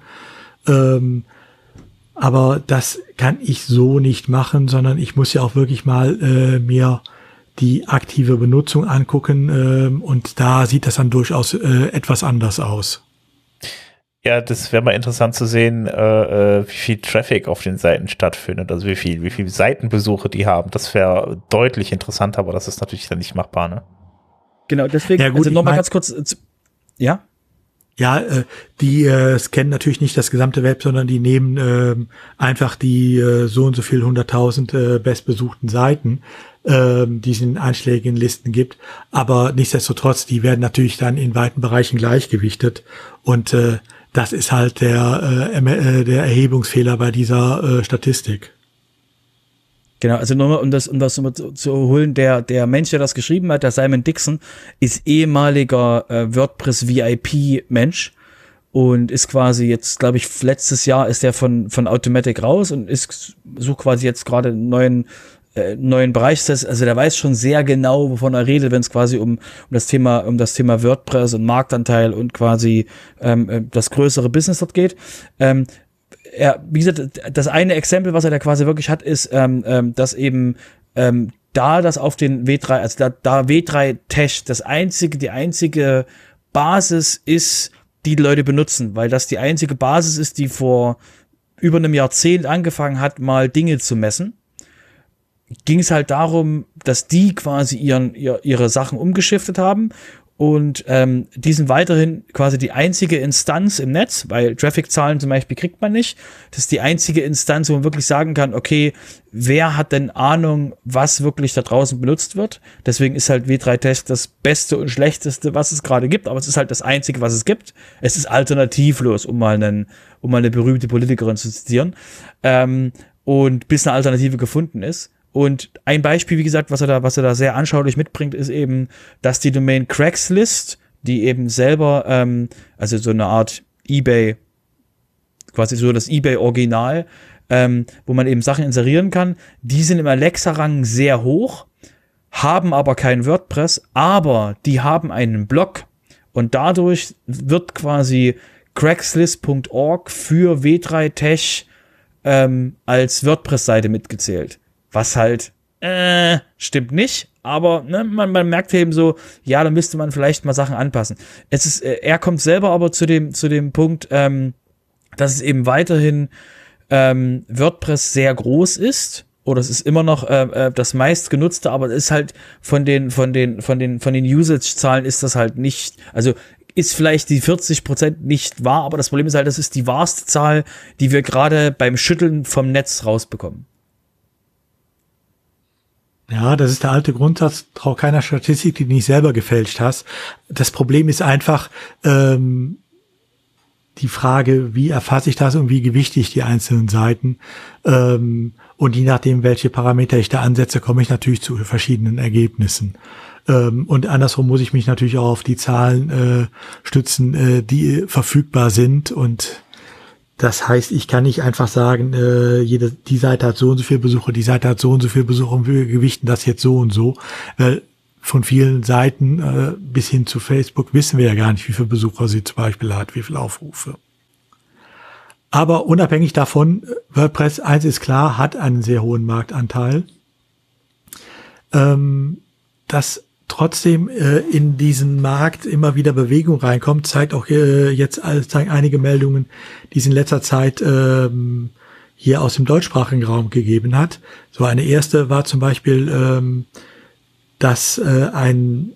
Aber das kann ich so nicht machen, sondern ich muss ja auch wirklich mal mir die aktive Benutzung angucken und da sieht das dann durchaus etwas anders aus. Ja, das wäre mal interessant zu sehen, wie viel Traffic auf den Seiten stattfindet, also wie viel Seitenbesuche die haben. Das wäre deutlich interessanter, aber das ist natürlich dann nicht machbar, ne? Genau, deswegen, ja, gut, also nochmal ganz kurz, ja? Ja, die scannen natürlich nicht das gesamte Web, sondern die nehmen einfach die so und so viel 100.000 bestbesuchten Seiten, die es in einschlägigen Listen gibt. Aber nichtsdestotrotz, die werden natürlich dann in weiten Bereichen gleichgewichtet. Und das ist halt der Erhebungsfehler bei dieser Statistik. Genau, also nochmal, um das zu holen, der Mensch, der das geschrieben hat, der Simon Dixon, ist ehemaliger WordPress-VIP-Mensch und ist quasi jetzt, glaube ich, letztes Jahr ist der von Automattic raus und sucht quasi jetzt gerade einen neuen Bereich. Also der weiß schon sehr genau, wovon er redet, wenn es quasi um das Thema WordPress und Marktanteil und quasi das größere Business dort geht. Wie gesagt, das eine Exempel, was er da quasi wirklich hat, ist, dass eben da das auf den W3, also da W3-Tech die einzige Basis ist, die Leute benutzen, weil das die einzige Basis ist, die vor über einem Jahrzehnt angefangen hat, mal Dinge zu messen. Ging es halt darum, dass die quasi ihre Sachen umgeschiftet haben und die sind weiterhin quasi die einzige Instanz im Netz, weil Traffic-Zahlen zum Beispiel kriegt man nicht. Das ist die einzige Instanz, wo man wirklich sagen kann, okay, wer hat denn Ahnung, was wirklich da draußen benutzt wird? Deswegen ist halt W3Tech das Beste und Schlechteste, was es gerade gibt, aber es ist halt das Einzige, was es gibt. Es ist alternativlos, um mal eine berühmte Politikerin zu zitieren, und bis eine Alternative gefunden ist. Und ein Beispiel, wie gesagt, was er da sehr anschaulich mitbringt, ist eben, dass die Domain Craigslist, die eben selber, also so eine Art eBay, quasi so das eBay-Original, wo man eben Sachen inserieren kann, die sind im Alexa-Rang sehr hoch, haben aber kein WordPress, aber die haben einen Blog und dadurch wird quasi Craigslist.org für W3Tech als WordPress-Seite mitgezählt. Was halt, stimmt nicht, aber ne, man merkt eben so, ja, da müsste man vielleicht mal Sachen anpassen. Er kommt selber aber zu dem Punkt, dass es eben weiterhin WordPress sehr groß ist, oder es ist immer noch das meistgenutzte, aber es ist halt von den Usage-Zahlen ist das halt nicht, also ist vielleicht die 40% nicht wahr, aber das Problem ist halt, das ist die wahrste Zahl, die wir gerade beim Schütteln vom Netz rausbekommen. Ja, das ist der alte Grundsatz, trau keiner Statistik, die du nicht selber gefälscht hast. Das Problem ist einfach die Frage, wie erfasse ich das und wie gewichte ich die einzelnen Seiten. Und je nachdem, welche Parameter ich da ansetze, komme ich natürlich zu verschiedenen Ergebnissen. Und andersrum muss ich mich natürlich auch auf die Zahlen stützen, die verfügbar sind. Und das heißt, ich kann nicht einfach sagen, die Seite hat so und so viele Besucher, die Seite hat so und so viele Besucher und wir gewichten das jetzt so und so. Von vielen Seiten bis hin zu Facebook wissen wir ja gar nicht, wie viele Besucher sie zum Beispiel hat, wie viele Aufrufe. Aber unabhängig davon, WordPress, eins ist klar, hat einen sehr hohen Marktanteil. Dass trotzdem in diesen Markt immer wieder Bewegung reinkommt, zeigt auch zeigen einige Meldungen, die es in letzter Zeit hier aus dem deutschsprachigen Raum gegeben hat. So eine erste war zum Beispiel, dass ein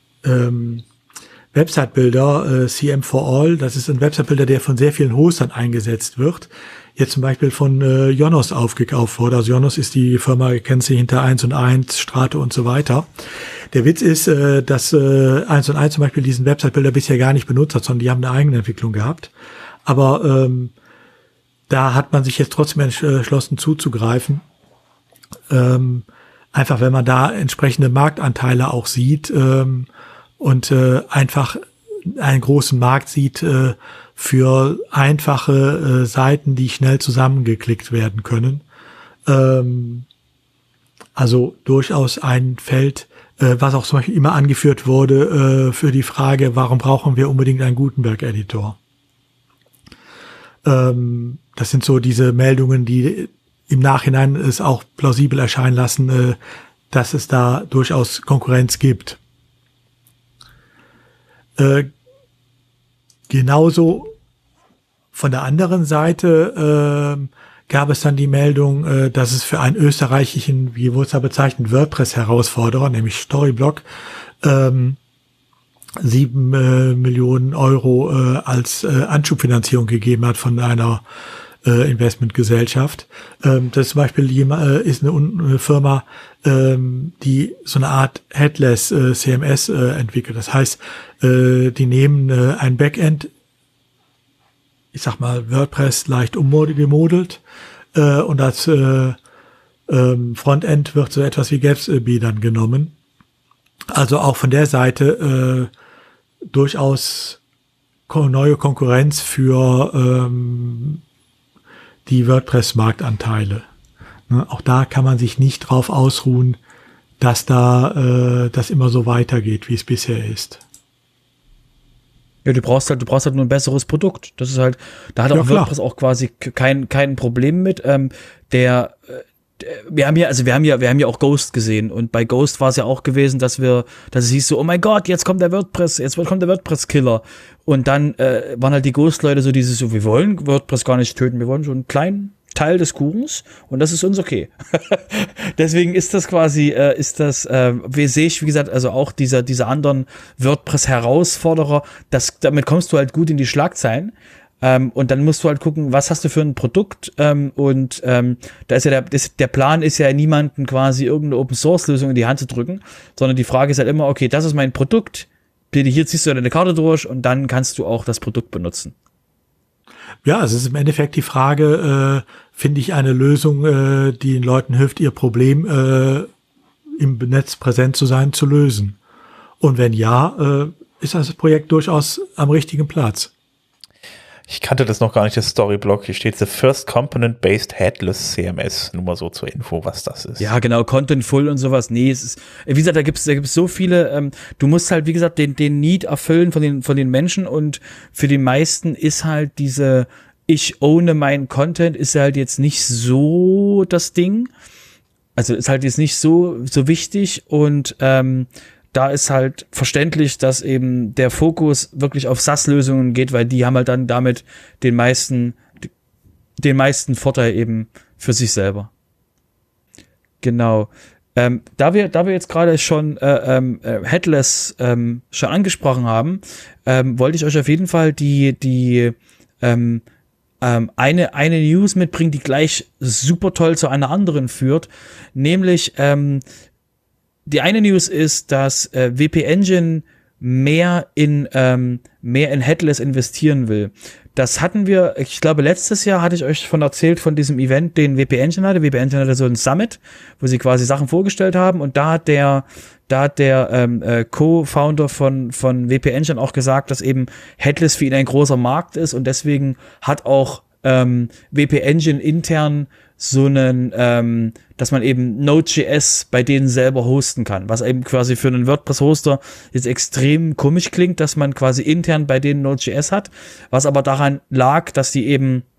Website-Builder, CM4All, das ist ein Website-Builder, der von sehr vielen Hostern eingesetzt wird, jetzt zum Beispiel von Jonos aufgekauft wurde. Also Jonos ist die Firma, ihr kennt sie hinter 1&1, Strato und so weiter. Der Witz ist, dass 1&1 zum Beispiel diesen Website-Builder bisher gar nicht benutzt hat, sondern die haben eine eigene Entwicklung gehabt. Aber da hat man sich jetzt trotzdem entschlossen zuzugreifen. Einfach, wenn man da entsprechende Marktanteile auch sieht und einfach einen großen Markt sieht für einfache Seiten, die schnell zusammengeklickt werden können. Also durchaus ein Feld, was auch zum Beispiel immer angeführt wurde für die Frage, warum brauchen wir unbedingt einen Gutenberg-Editor? Das sind so diese Meldungen, die im Nachhinein es auch plausibel erscheinen lassen, dass es da durchaus Konkurrenz gibt. Genauso von der anderen Seite gab es dann die Meldung, dass es für einen österreichischen, wie wurde es da bezeichnet, WordPress-Herausforderer, nämlich Storyblock, 7 Millionen Euro als Anschubfinanzierung gegeben hat von einer Investmentgesellschaft. Das zum Beispiel ist eine Firma, die so eine Art Headless CMS entwickelt. Das heißt, die nehmen ein Backend, ich sag mal WordPress leicht umgemodelt und als Frontend wird so etwas wie Gatsby dann genommen. Also auch von der Seite durchaus neue Konkurrenz für die WordPress-Marktanteile. Ne, auch da kann man sich nicht drauf ausruhen, dass da das immer so weitergeht, wie es bisher ist. Ja, du brauchst halt nur ein besseres Produkt. Das ist halt, da hat auch WordPress auch quasi kein Problem mit. Wir haben ja auch Ghost gesehen und bei Ghost war es ja auch gewesen, dass es hieß so, oh mein Gott, jetzt kommt der WordPress-Killer. Und dann waren halt die Ghost-Leute so dieses so, wir wollen WordPress gar nicht töten, wir wollen so einen kleinen Teil des Kuchens und das ist uns okay. Deswegen ist das quasi, wie sehe ich, wie gesagt, also auch diese anderen WordPress-Herausforderer, damit kommst du halt gut in die Schlagzeilen. Und dann musst du halt gucken, was hast du für ein Produkt da ist ja der Plan ist ja niemanden quasi irgendeine Open-Source-Lösung in die Hand zu drücken, sondern die Frage ist halt immer, okay, das ist mein Produkt, bitte hier ziehst du deine Karte durch und dann kannst du auch das Produkt benutzen. Ja, es ist im Endeffekt die Frage, finde ich eine Lösung, die den Leuten hilft, ihr Problem im Netz präsent zu sein, zu lösen. Und wenn ja, ist das Projekt durchaus am richtigen Platz. Ich kannte das noch gar nicht, das Storyblock. Hier steht The First Component-Based Headless CMS. Nur mal so zur Info, was das ist. Ja, genau, Contentful und sowas. Nee, es ist, wie gesagt, da gibt's so viele, du musst halt, wie gesagt, den Need erfüllen von den Menschen und für die meisten ist halt diese, ich ohne meinen Content, ist halt jetzt nicht so das Ding. Also ist halt jetzt nicht so wichtig und, da ist halt verständlich, dass eben der Fokus wirklich auf SaaS-Lösungen geht, weil die haben halt dann damit den meisten Vorteil eben für sich selber. Genau. Da wir jetzt gerade schon Headless schon angesprochen haben, wollte ich euch auf jeden Fall eine News mitbringen, die gleich super toll zu einer anderen führt, nämlich die eine News ist, dass WP Engine mehr in Headless investieren will. Das hatten wir, ich glaube, letztes Jahr hatte ich euch von erzählt von diesem Event, den WP Engine hatte. WP Engine hatte so ein Summit, wo sie quasi Sachen vorgestellt haben und da hat der Co-Founder von WP Engine auch gesagt, dass eben Headless für ihn ein großer Markt ist und deswegen hat auch WP Engine intern so einen, dass man eben Node.js bei denen selber hosten kann, was eben quasi für einen WordPress-Hoster jetzt extrem komisch klingt, dass man quasi intern bei denen Node.js hat, was aber daran lag, dass die eben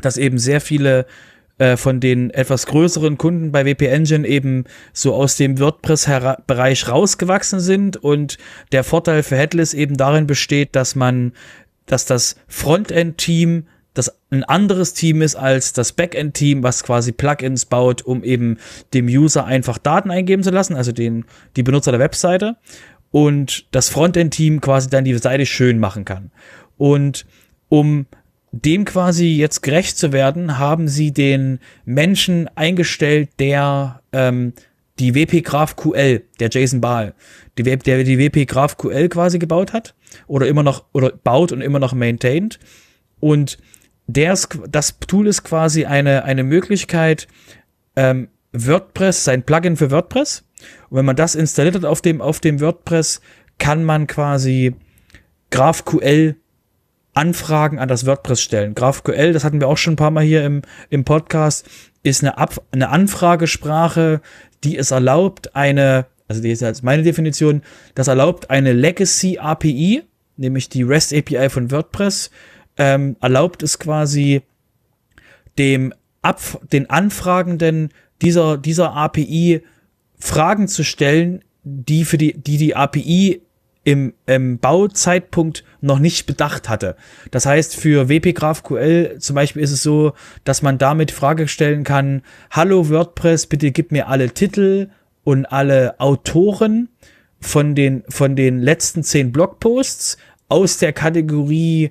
dass eben sehr viele von den etwas größeren Kunden bei WP Engine eben so aus dem WordPress-Bereich rausgewachsen sind und der Vorteil für Headless eben darin besteht, dass das Frontend-Team das ein anderes Team ist als das Backend-Team, was quasi Plugins baut, um eben dem User einfach Daten eingeben zu lassen, also die Benutzer der Webseite, und das Frontend-Team quasi dann die Seite schön machen kann. Und um dem quasi jetzt gerecht zu werden, haben sie den Menschen eingestellt, der die WP GraphQL, der Jason Bahl, der die WP GraphQL quasi gebaut hat oder baut und immer noch maintaint. Und das Tool ist quasi eine Möglichkeit, WordPress, sein Plugin für WordPress. Und wenn man das installiert hat auf dem WordPress, kann man quasi GraphQL Anfragen an das WordPress stellen. GraphQL, das hatten wir auch schon ein paar Mal hier im Podcast, ist eine Anfragesprache, die es erlaubt, also die ist jetzt meine Definition, das erlaubt eine Legacy API, nämlich die REST API von WordPress, erlaubt es quasi den Anfragenden dieser API Fragen zu stellen, die API im Bauzeitpunkt noch nicht bedacht hatte. Das heißt, für WP GraphQL zum Beispiel ist es so, dass man damit Frage stellen kann: Hallo WordPress, bitte gib mir alle Titel und alle Autoren von den letzten 10 Blogposts aus der Kategorie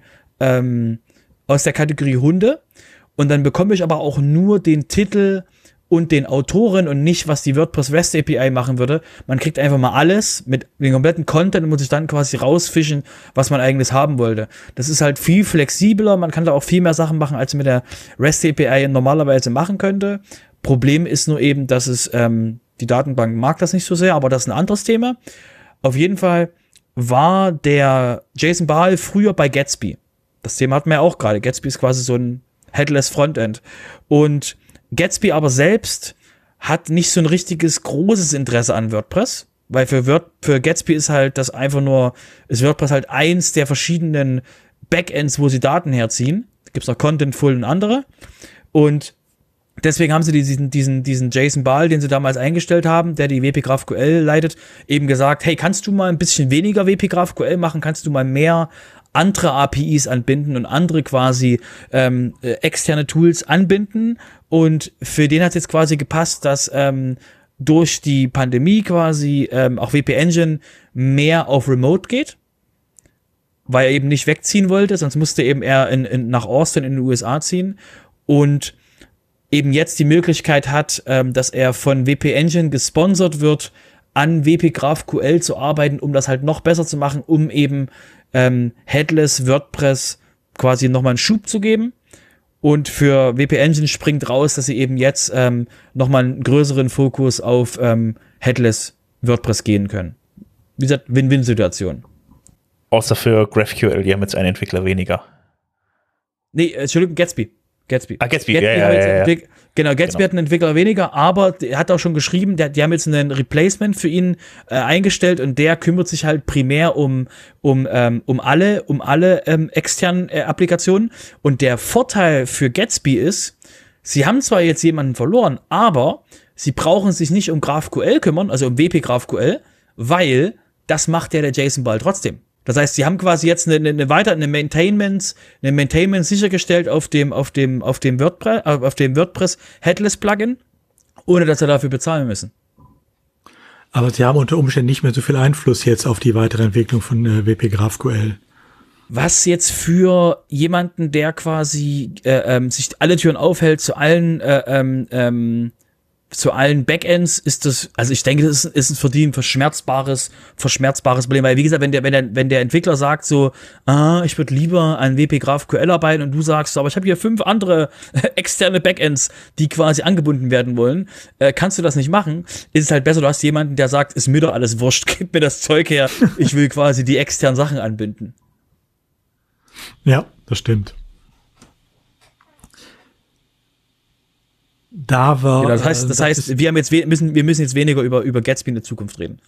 Hunde, und dann bekomme ich aber auch nur den Titel und den Autoren und nicht, was die WordPress REST API machen würde. Man kriegt einfach mal alles mit dem kompletten Content und muss sich dann quasi rausfischen, was man eigentlich haben wollte. Das ist halt viel flexibler, man kann da auch viel mehr Sachen machen, als mit der REST API normalerweise machen könnte. Problem ist nur eben, dass es die Datenbank mag das nicht so sehr, aber das ist ein anderes Thema. Auf jeden Fall war der Jason Bahl früher bei Gatsby. Das Thema hatten wir ja auch gerade. Gatsby ist quasi so ein Headless Frontend. Und Gatsby aber selbst hat nicht so ein richtiges großes Interesse an WordPress, weil für Gatsby ist halt ist WordPress halt eins der verschiedenen Backends, wo sie Daten herziehen. Da gibt's noch Contentful und andere. Und deswegen haben sie diesen Jason Bahl, den sie damals eingestellt haben, der die WP GraphQL leitet, eben gesagt: Hey, kannst du mal ein bisschen weniger WP GraphQL machen? Kannst du mal mehr andere APIs anbinden und andere quasi externe Tools anbinden? Und für den hat es jetzt quasi gepasst, dass durch die Pandemie quasi auch WP Engine mehr auf Remote geht, weil er eben nicht wegziehen wollte, sonst musste eben er nach Austin in den USA ziehen, und eben jetzt die Möglichkeit hat, dass er von WP Engine gesponsert wird, an WP GraphQL zu arbeiten, um das halt noch besser zu machen, um eben Headless WordPress quasi nochmal einen Schub zu geben. Und für WP Engine springt raus, dass sie eben jetzt nochmal einen größeren Fokus auf Headless WordPress gehen können. Wie gesagt, Win-Win-Situation. Außer für GraphQL, die haben jetzt einen Entwickler weniger. Nee, Entschuldigung, Gatsby. Gatsby, ja. Genau, Gatsby hat einen Entwickler weniger, aber er hat auch schon geschrieben, die haben jetzt einen Replacement für ihn eingestellt, und der kümmert sich halt primär um alle externen Applikationen. Und der Vorteil für Gatsby ist, sie haben zwar jetzt jemanden verloren, aber sie brauchen sich nicht um GraphQL kümmern, also um WP GraphQL, weil das macht ja der Jason Bahl trotzdem. Das heißt, sie haben quasi jetzt eine Maintainment sichergestellt auf dem WordPress Headless Plugin, ohne dass sie dafür bezahlen müssen. Aber sie haben unter Umständen nicht mehr so viel Einfluss jetzt auf die weitere Entwicklung von WP GraphQL. Was jetzt für jemanden, der quasi sich alle Türen aufhält zu allen Backends, ist das, also ich denke, das ist für die ein verschmerzbares Problem, weil wie gesagt, wenn der Entwickler sagt so, ich würde lieber an WP GraphQL arbeiten, und du sagst, aber ich habe hier 5 andere externe Backends, die quasi angebunden werden wollen, kannst du das nicht machen, ist es halt besser, du hast jemanden, der sagt, ist mir doch alles wurscht, gib mir das Zeug her, ich will quasi die externen Sachen anbinden. Ja, das stimmt. Genau, das heißt, wir müssen jetzt weniger über Gatsby in der Zukunft reden.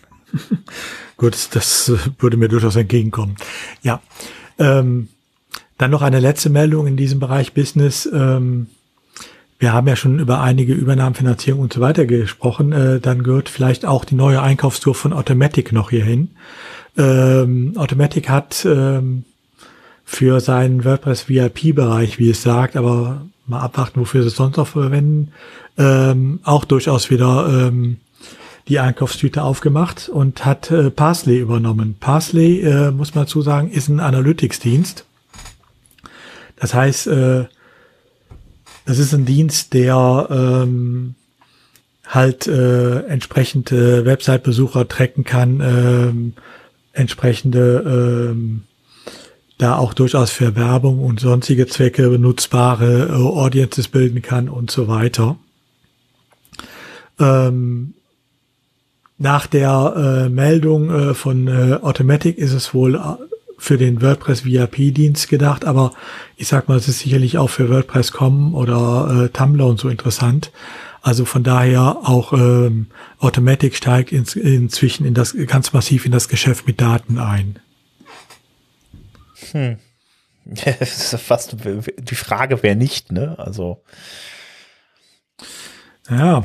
Gut, das würde mir durchaus entgegenkommen. Ja, Dann noch eine letzte Meldung in diesem Bereich Business. Wir haben ja schon über einige Übernahmen, Finanzierung und so weiter gesprochen. Dann gehört vielleicht auch die neue Einkaufstour von Automatic noch hierhin. Automatic hat für seinen WordPress VIP-Bereich, wie es sagt, aber mal abwarten, wofür sie es sonst noch verwenden, auch durchaus wieder die Einkaufstüte aufgemacht und hat Parsley übernommen. Parsley, muss man dazu sagen, ist ein Analytics-Dienst. Das heißt, das ist ein Dienst, der halt entsprechende Website-Besucher tracken kann, entsprechende da auch durchaus für Werbung und sonstige Zwecke nutzbare Audiences bilden kann und so weiter. Nach der Meldung von Automatic ist es wohl für den WordPress VIP-Dienst gedacht, aber ich sag mal, es ist sicherlich auch für WordPress.com oder Tumblr und so interessant. Also von daher auch Automatic steigt inzwischen ganz massiv in das Geschäft mit Daten ein. Das ist fast die Frage, wer nicht, ne? Also. Ja.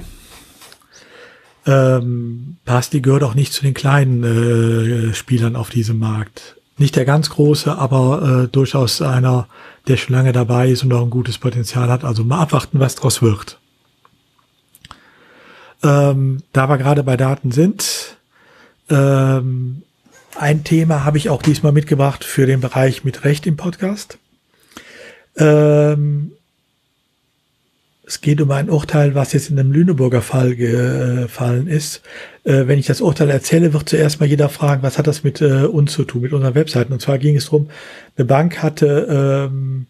Parsley gehört auch nicht zu den kleinen Spielern auf diesem Markt. Nicht der ganz große, aber durchaus einer, der schon lange dabei ist und auch ein gutes Potenzial hat. Also mal abwarten, was draus wird. Da wir gerade bei Daten sind, ein Thema habe ich auch diesmal mitgebracht für den Bereich mit Recht im Podcast. Es geht um ein Urteil, was jetzt in einem Lüneburger Fall gefallen ist. Wenn ich das Urteil erzähle, wird zuerst mal jeder fragen, was hat das mit uns zu tun, mit unseren Webseiten. Und zwar ging es darum, eine Bank hatte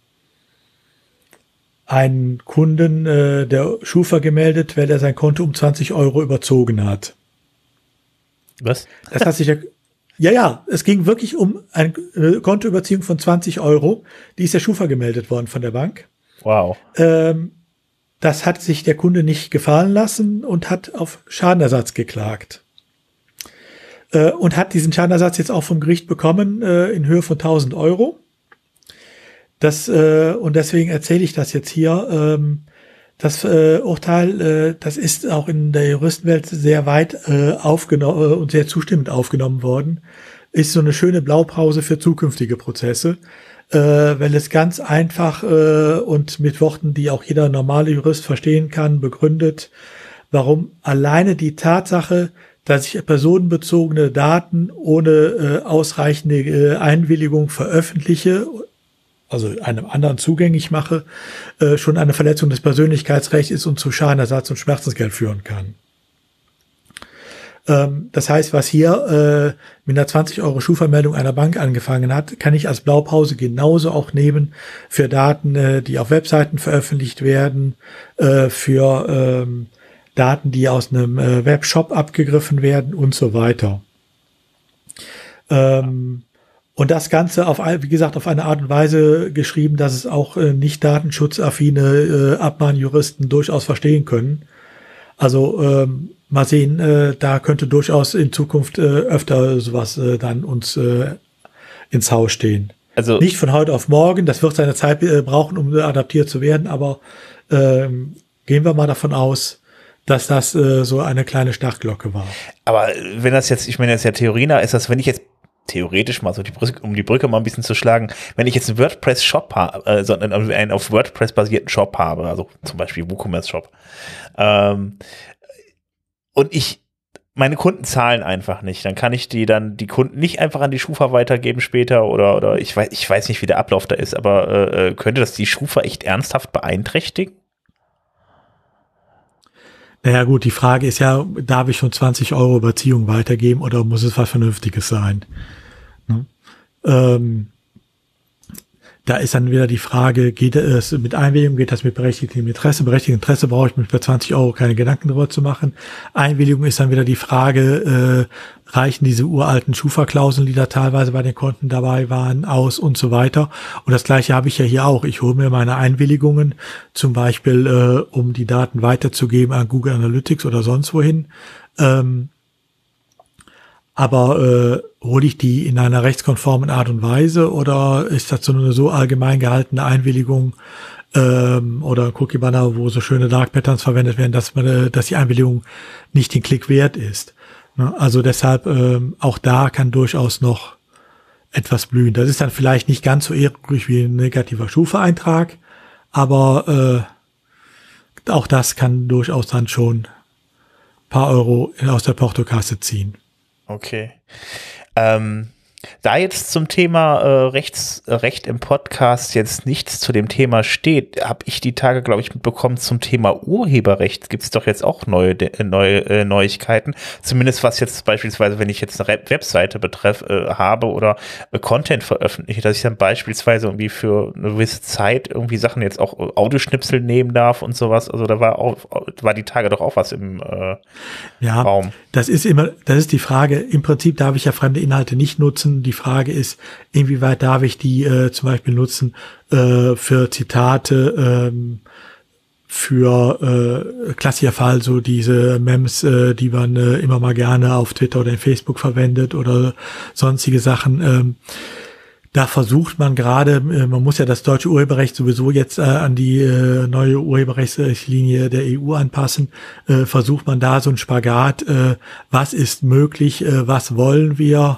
einen Kunden der Schufa gemeldet, weil er sein Konto um 20 Euro überzogen hat. Was? Das hat sich ja, es ging wirklich um eine Kontoüberziehung von 20 Euro. Die ist der Schufa gemeldet worden von der Bank. Wow. Das hat sich der Kunde nicht gefallen lassen und hat auf Schadenersatz geklagt. Und hat diesen Schadenersatz jetzt auch vom Gericht bekommen in Höhe von 1.000 Euro. Und deswegen erzähle ich das jetzt hier. Das Urteil, das ist auch in der Juristenwelt sehr weit aufgenommen und sehr zustimmend aufgenommen worden. Ist so eine schöne Blaupause für zukünftige Prozesse. Weil es ganz einfach und mit Worten, die auch jeder normale Jurist verstehen kann, begründet, warum alleine die Tatsache, dass ich personenbezogene Daten ohne ausreichende Einwilligung veröffentliche, also einem anderen zugänglich mache, schon eine Verletzung des Persönlichkeitsrechts ist und zu Schadenersatz und Schmerzensgeld führen kann. Das heißt, was hier mit einer 20 Euro Schufa-Meldung einer Bank angefangen hat, kann ich als Blaupause genauso auch nehmen für Daten, die auf Webseiten veröffentlicht werden, für Daten, die aus einem Webshop abgegriffen werden und so weiter. Und das Ganze wie gesagt, auf eine Art und Weise geschrieben, dass es auch nicht datenschutzaffine Abmahnjuristen durchaus verstehen können. Also mal sehen, da könnte durchaus in Zukunft öfter sowas dann uns ins Haus stehen. Also nicht von heute auf morgen, das wird seine Zeit brauchen, um adaptiert zu werden, aber gehen wir mal davon aus, dass das so eine kleine Startglocke war. Aber wenn das jetzt, ich meine, das ist ja Theorina, ist das, wenn ich jetzt theoretisch mal so um die Brücke mal ein bisschen zu schlagen, wenn ich jetzt einen WordPress-Shop habe, sondern einen auf WordPress basierten Shop habe, also zum Beispiel WooCommerce-Shop, und meine Kunden zahlen einfach nicht, dann kann ich die Kunden nicht einfach an die Schufa weitergeben später oder ich weiß nicht, wie der Ablauf da ist, aber könnte das die Schufa echt ernsthaft beeinträchtigen? Naja gut, die Frage ist ja, darf ich schon 20 Euro Überziehung weitergeben oder muss es was Vernünftiges sein? Ne? Da ist dann wieder die Frage, geht es mit Einwilligung, geht das mit berechtigtem Interesse? Berechtigtem Interesse brauche ich mir bei 20 Euro keine Gedanken darüber zu machen. Einwilligung ist dann wieder die Frage, reichen diese uralten Schufa-Klauseln, die da teilweise bei den Konten dabei waren, aus und so weiter. Und das Gleiche habe ich ja hier auch. Ich hole mir meine Einwilligungen, zum Beispiel, um die Daten weiterzugeben an Google Analytics oder sonst wohin. Aber hole ich die in einer rechtskonformen Art und Weise oder ist das so eine so allgemein gehaltene Einwilligung oder Cookie Banner, wo so schöne Dark Patterns verwendet werden, dass die Einwilligung nicht den Klick wert ist. Ne? Also deshalb auch da kann durchaus noch etwas blühen. Das ist dann vielleicht nicht ganz so ehrenrührig wie ein negativer Schufa-Eintrag, aber auch das kann durchaus dann schon ein paar Euro aus der Portokasse ziehen. Okay. Da jetzt zum Thema Recht im Podcast jetzt nichts zu dem Thema steht, habe ich die Tage, glaube ich, mitbekommen, zum Thema Urheberrecht gibt es doch jetzt auch neue Neuigkeiten. Zumindest was jetzt beispielsweise, wenn ich jetzt eine Webseite habe oder Content veröffentliche, dass ich dann beispielsweise irgendwie für eine gewisse Zeit irgendwie Sachen jetzt auch Audioschnipsel nehmen darf und sowas. Also da war die Tage doch auch was im Raum. Das ist die Frage. Im Prinzip darf ich ja fremde Inhalte nicht nutzen. Die Frage ist, inwieweit darf ich die zum Beispiel nutzen für Zitate, für klassischer Fall so diese Memes, die man immer mal gerne auf Twitter oder in Facebook verwendet oder sonstige Sachen. Da versucht man gerade, man muss ja das deutsche Urheberrecht sowieso jetzt an die neue Urheberrechtslinie der EU anpassen, versucht man da so ein Spagat, was ist möglich, was wollen wir,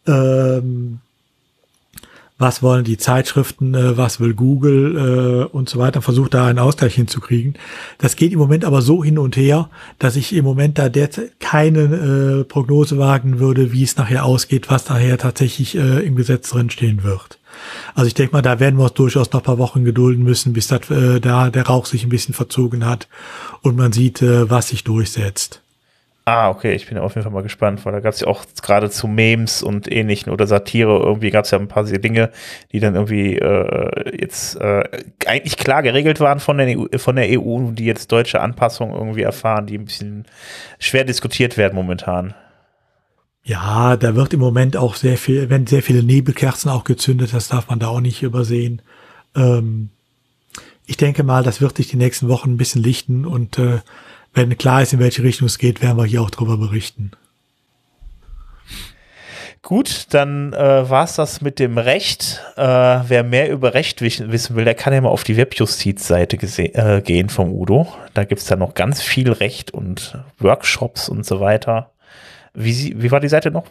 was wollen die Zeitschriften, was will Google und so weiter, versucht da einen Ausgleich hinzukriegen. Das geht im Moment aber so hin und her, dass ich im Moment da derzeit keine Prognose wagen würde, wie es nachher ausgeht, was nachher tatsächlich im Gesetz drin stehen wird. Also ich denke mal, da werden wir uns durchaus noch ein paar Wochen gedulden müssen, bis da der Rauch sich ein bisschen verzogen hat und man sieht, was sich durchsetzt. Okay, ich bin auf jeden Fall mal gespannt, weil da gab es ja auch gerade zu Memes und Ähnlichen oder Satire, irgendwie gab es ja ein paar Dinge, die dann irgendwie jetzt eigentlich klar geregelt waren von der EU, die jetzt deutsche Anpassungen irgendwie erfahren, die ein bisschen schwer diskutiert werden momentan. Ja, da wird im Moment auch werden sehr viele Nebelkerzen auch gezündet, das darf man da auch nicht übersehen. Ich denke mal, das wird sich die nächsten Wochen ein bisschen lichten und wenn klar ist, in welche Richtung es geht, werden wir hier auch drüber berichten. Gut, dann war's das mit dem Recht. Wer mehr über Recht wissen will, der kann ja mal auf die Webjustiz-Seite gehen vom Udo. Da gibt's dann noch ganz viel Recht und Workshops und so weiter. Wie war die Seite noch?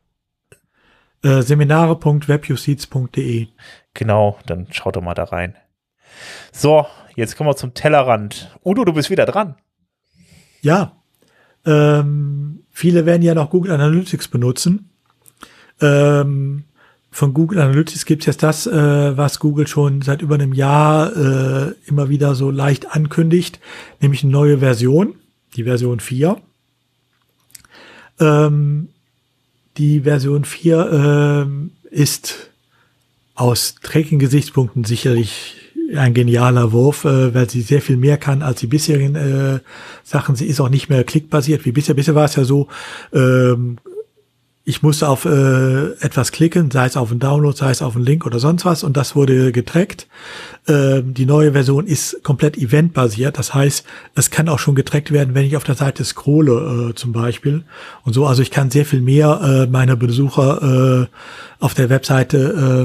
Seminare.webjustiz.de. Genau, dann schaut doch mal da rein. So, jetzt kommen wir zum Tellerrand. Udo, du bist wieder dran. Ja, viele werden ja noch Google Analytics benutzen. Von Google Analytics gibt es jetzt das, was Google schon seit über einem Jahr immer wieder so leicht ankündigt, nämlich eine neue Version, die Version 4. Die Version 4 ist aus Tracking-Gesichtspunkten sicherlich ein genialer Wurf, weil sie sehr viel mehr kann als die bisherigen Sachen. Sie ist auch nicht mehr klickbasiert wie bisher. Bisher war es ja so, ich musste auf etwas klicken, sei es auf einen Download, sei es auf einen Link oder sonst was, und das wurde getrackt. Die neue Version ist komplett eventbasiert, das heißt, es kann auch schon getrackt werden, wenn ich auf der Seite scrolle zum Beispiel und so. Also ich kann sehr viel mehr meiner Besucher auf der Webseite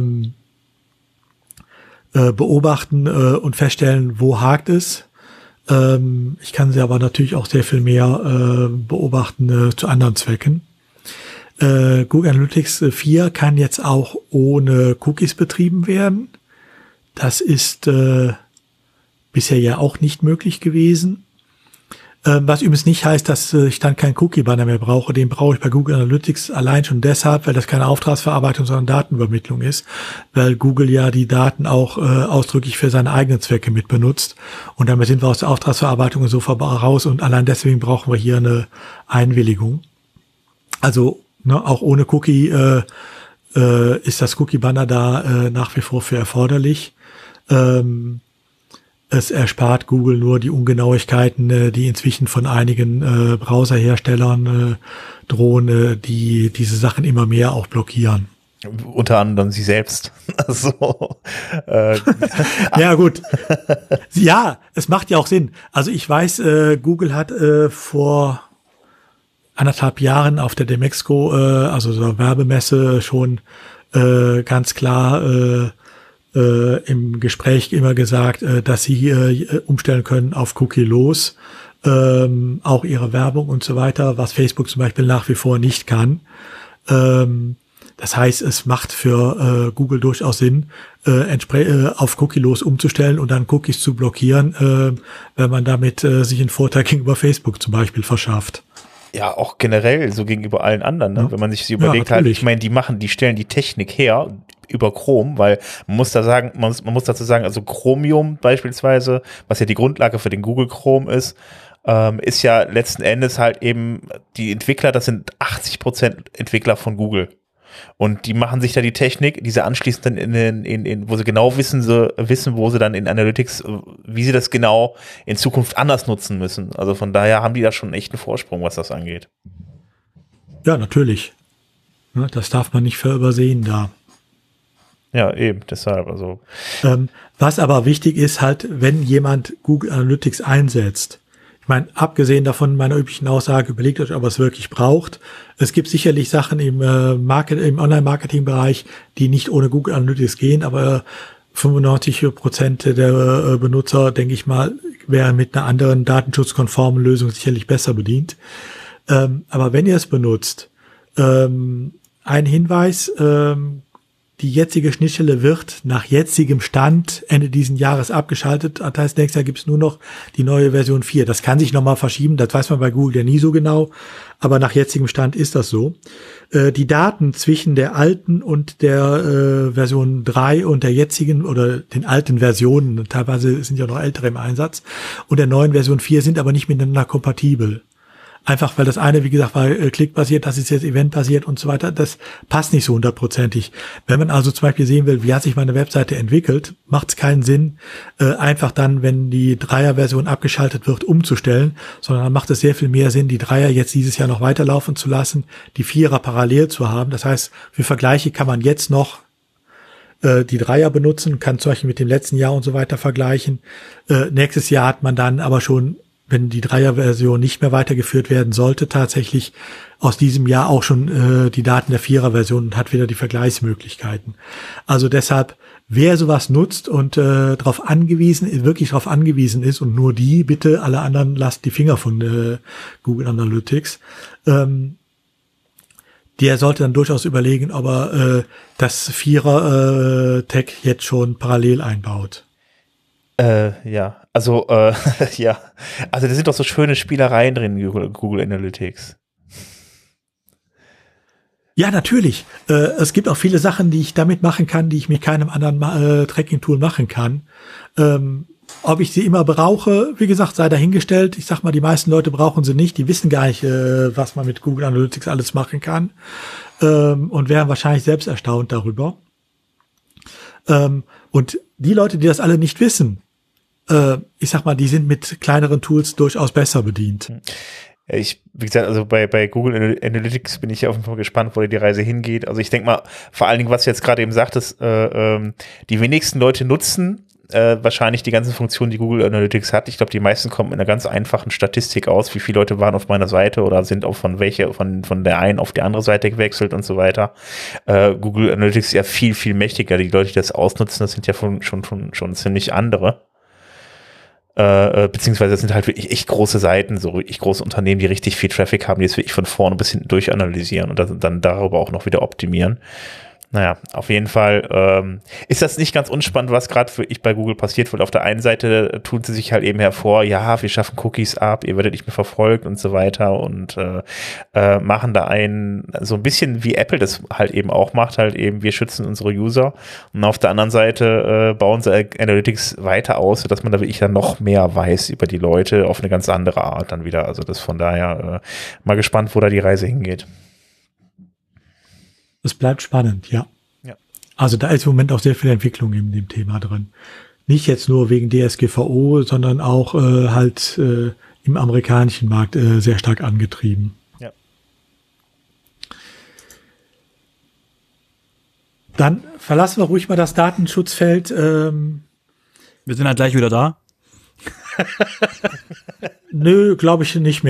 beobachten und feststellen, wo hakt es. Ich kann sie aber natürlich auch sehr viel mehr beobachten zu anderen Zwecken. Google Analytics 4 kann jetzt auch ohne Cookies betrieben werden. Das ist bisher ja auch nicht möglich gewesen. Was übrigens nicht heißt, dass ich dann keinen Cookie-Banner mehr brauche. Den brauche ich bei Google Analytics allein schon deshalb, weil das keine Auftragsverarbeitung, sondern Datenübermittlung ist, weil Google ja die Daten auch ausdrücklich für seine eigenen Zwecke mit benutzt. Und damit sind wir aus der Auftragsverarbeitung und so raus und allein deswegen brauchen wir hier eine Einwilligung. Also auch ohne Cookie ist das Cookie-Banner da nach wie vor für erforderlich. Es erspart Google nur die Ungenauigkeiten, die inzwischen von einigen Browserherstellern drohen, die diese Sachen immer mehr auch blockieren. Unter anderem sie selbst. Also, ja, gut. Ja, es macht ja auch Sinn. Also ich weiß, Google hat vor anderthalb Jahren auf der Demexco, also so Werbemesse, schon ganz klar im Gespräch immer gesagt, dass sie umstellen können auf Cookie-los, auch ihre Werbung und so weiter, was Facebook zum Beispiel nach wie vor nicht kann. Das heißt, es macht für Google durchaus Sinn, auf Cookie-los umzustellen und dann Cookies zu blockieren, wenn man damit sich einen Vorteil gegenüber Facebook zum Beispiel verschafft. Ja, auch generell so gegenüber allen anderen, ne? Ja. Wenn man sich überlegt, halt, ich meine, die stellen die Technik her über Chrome, weil man muss dazu sagen, also Chromium beispielsweise, was ja die Grundlage für den Google Chrome ist ja letzten Endes halt eben die Entwickler, das sind 80% Entwickler von Google. Und die machen sich da die Technik, diese anschließend dann wo sie genau wissen, wo sie dann in Analytics, wie sie das genau in Zukunft anders nutzen müssen. Also von daher haben die da schon echt einen Vorsprung, was das angeht. Ja, natürlich. Das darf man nicht übersehen da. Ja, eben, deshalb, also. Was aber wichtig ist halt, wenn jemand Google Analytics einsetzt, ich meine, abgesehen davon meiner üblichen Aussage, überlegt euch, ob ihr es wirklich braucht. Es gibt sicherlich Sachen im Online-Marketing-Bereich, die nicht ohne Google Analytics gehen, aber 95% der Benutzer, denke ich mal, wären mit einer anderen datenschutzkonformen Lösung sicherlich besser bedient. Aber wenn ihr es benutzt, ein Hinweis, die jetzige Schnittstelle wird nach jetzigem Stand Ende diesen Jahres abgeschaltet. Das heißt, nächstes Jahr gibt es nur noch die neue Version 4. Das kann sich nochmal verschieben, das weiß man bei Google ja nie so genau, aber nach jetzigem Stand ist das so. Die Daten zwischen der alten und der Version 3 und der jetzigen oder den alten Versionen, teilweise sind ja noch ältere im Einsatz, und der neuen Version 4 sind aber nicht miteinander kompatibel. Einfach, weil das eine, wie gesagt, war klickbasiert, das ist jetzt eventbasiert und so weiter. Das passt nicht so hundertprozentig. Wenn man also zum Beispiel sehen will, wie hat sich meine Webseite entwickelt, macht es keinen Sinn, einfach dann, wenn die Dreier-Version abgeschaltet wird, umzustellen, sondern dann macht es sehr viel mehr Sinn, die Dreier jetzt dieses Jahr noch weiterlaufen zu lassen, die Vierer parallel zu haben. Das heißt, für Vergleiche kann man jetzt noch die Dreier benutzen, kann zum Beispiel mit dem letzten Jahr und so weiter vergleichen. Nächstes Jahr hat man dann aber schon, wenn die Dreier-Version nicht mehr weitergeführt werden sollte, tatsächlich aus diesem Jahr auch schon die Daten der Vierer-Version und hat wieder die Vergleichsmöglichkeiten. Also deshalb, wer sowas nutzt und wirklich darauf angewiesen ist und nur die, bitte alle anderen lasst die Finger von Google Analytics, der sollte dann durchaus überlegen, ob er das Vierer-Tag jetzt schon parallel einbaut. Ja, also ja, also da sind doch so schöne Spielereien drin in Google Analytics. Ja, natürlich. Es gibt auch viele Sachen, die ich damit machen kann, die ich mit keinem anderen Tracking-Tool machen kann. Ob ich sie immer brauche, wie gesagt, sei dahingestellt. Ich sag mal, die meisten Leute brauchen sie nicht. Die wissen gar nicht, was man mit Google Analytics alles machen kann. Und wären wahrscheinlich selbst erstaunt darüber. Und die Leute, die das alle nicht wissen, ich sag mal, die sind mit kleineren Tools durchaus besser bedient. Wie gesagt, also bei Google Analytics bin ich auf jeden Fall gespannt, wo die Reise hingeht. Also ich denke mal, vor allen Dingen, was du jetzt gerade eben sagtest, die wenigsten Leute nutzen wahrscheinlich die ganzen Funktionen, die Google Analytics hat. Ich glaube, die meisten kommen in einer ganz einfachen Statistik aus, wie viele Leute waren auf meiner Seite oder sind auch von der einen auf die andere Seite gewechselt und so weiter. Google Analytics ist ja viel, viel mächtiger. Die Leute, die das ausnutzen, das sind ja schon ziemlich andere. Beziehungsweise das sind halt wirklich echt große Seiten, so wirklich große Unternehmen, die richtig viel Traffic haben, die es wirklich von vorne bis hinten durchanalysieren und dann darüber auch noch wieder optimieren. Naja, auf jeden Fall ist das nicht ganz unspannend, was gerade wirklich bei Google passiert, weil auf der einen Seite tun sie sich halt eben hervor, ja, wir schaffen Cookies ab, ihr werdet nicht mehr verfolgt und so weiter und machen da so ein bisschen wie Apple das halt eben auch macht, halt eben, wir schützen unsere User und auf der anderen Seite bauen sie Analytics weiter aus, sodass man da wirklich dann noch mehr weiß über die Leute auf eine ganz andere Art dann wieder, also das von daher mal gespannt, wo da die Reise hingeht. Es bleibt spannend, ja. Also da ist im Moment auch sehr viel Entwicklung in dem Thema drin. Nicht jetzt nur wegen DSGVO, sondern auch halt im amerikanischen Markt sehr stark angetrieben. Ja. Dann verlassen wir ruhig mal das Datenschutzfeld. Wir sind halt gleich wieder da. Nö, glaube ich nicht mehr.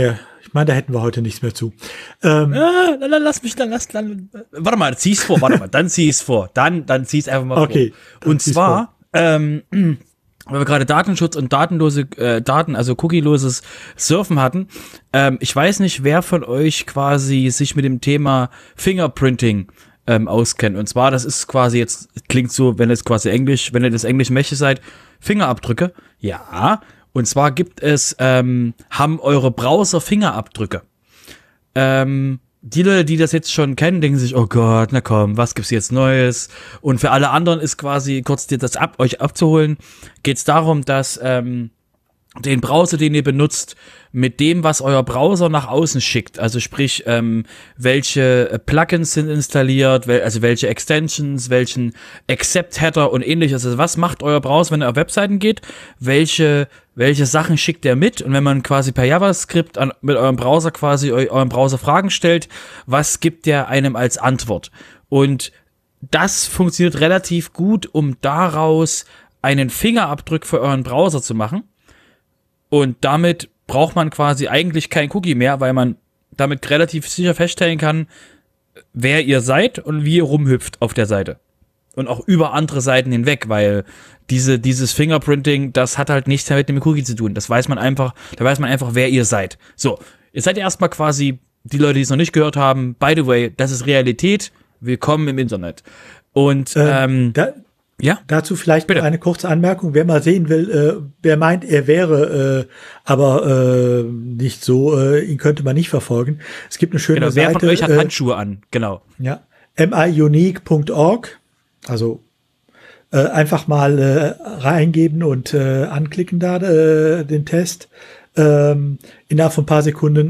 Ich meine, da hätten wir heute nichts mehr zu. Lass mich dann, warte mal, zieh's vor, dann zieh's vor. Dann zieh's einfach mal okay, vor. Und zwar, weil wir gerade Datenschutz und datenlose Daten, also cookieloses Surfen hatten. Ich weiß nicht, wer von euch quasi sich mit dem Thema Fingerprinting auskennt. Und zwar, das ist quasi jetzt, klingt so, wenn ihr das Englisch mächtig seid, Fingerabdrücke. Ja. Und zwar gibt es, haben eure Browser Fingerabdrücke. Die Leute, die das jetzt schon kennen, denken sich, oh Gott, na komm, was gibt's jetzt Neues? Und für alle anderen ist quasi, kurz dir das euch abzuholen, geht's darum, dass den Browser, den ihr benutzt, mit dem, was euer Browser nach außen schickt, also sprich, welche Plugins sind installiert, also welche Extensions, welchen Accept-Header und ähnliches. Also was macht euer Browser, wenn er auf Webseiten geht? Welche Sachen schickt er mit? Und wenn man quasi per JavaScript mit eurem Browser quasi eurem Browser Fragen stellt, was gibt der einem als Antwort? Und das funktioniert relativ gut, um daraus einen Fingerabdruck für euren Browser zu machen. Und damit braucht man quasi eigentlich kein Cookie mehr, weil man damit relativ sicher feststellen kann, wer ihr seid und wie ihr rumhüpft auf der Seite. Und auch über andere Seiten hinweg, weil dieses Fingerprinting, das hat halt nichts mehr mit dem Cookie zu tun. Da weiß man einfach, wer ihr seid. So, ihr seid erstmal quasi, die Leute, die es noch nicht gehört haben, by the way, das ist Realität, willkommen im Internet. Und ja? Dazu vielleicht Bitte. Eine kurze Anmerkung. Wer mal sehen will, wer meint, er wäre aber nicht so, ihn könnte man nicht verfolgen. Es gibt eine schöne Seite. Wer von euch hat Handschuhe an? Genau. Ja, miunique.org. Also einfach mal reingeben und anklicken da den Test. Innerhalb von ein paar Sekunden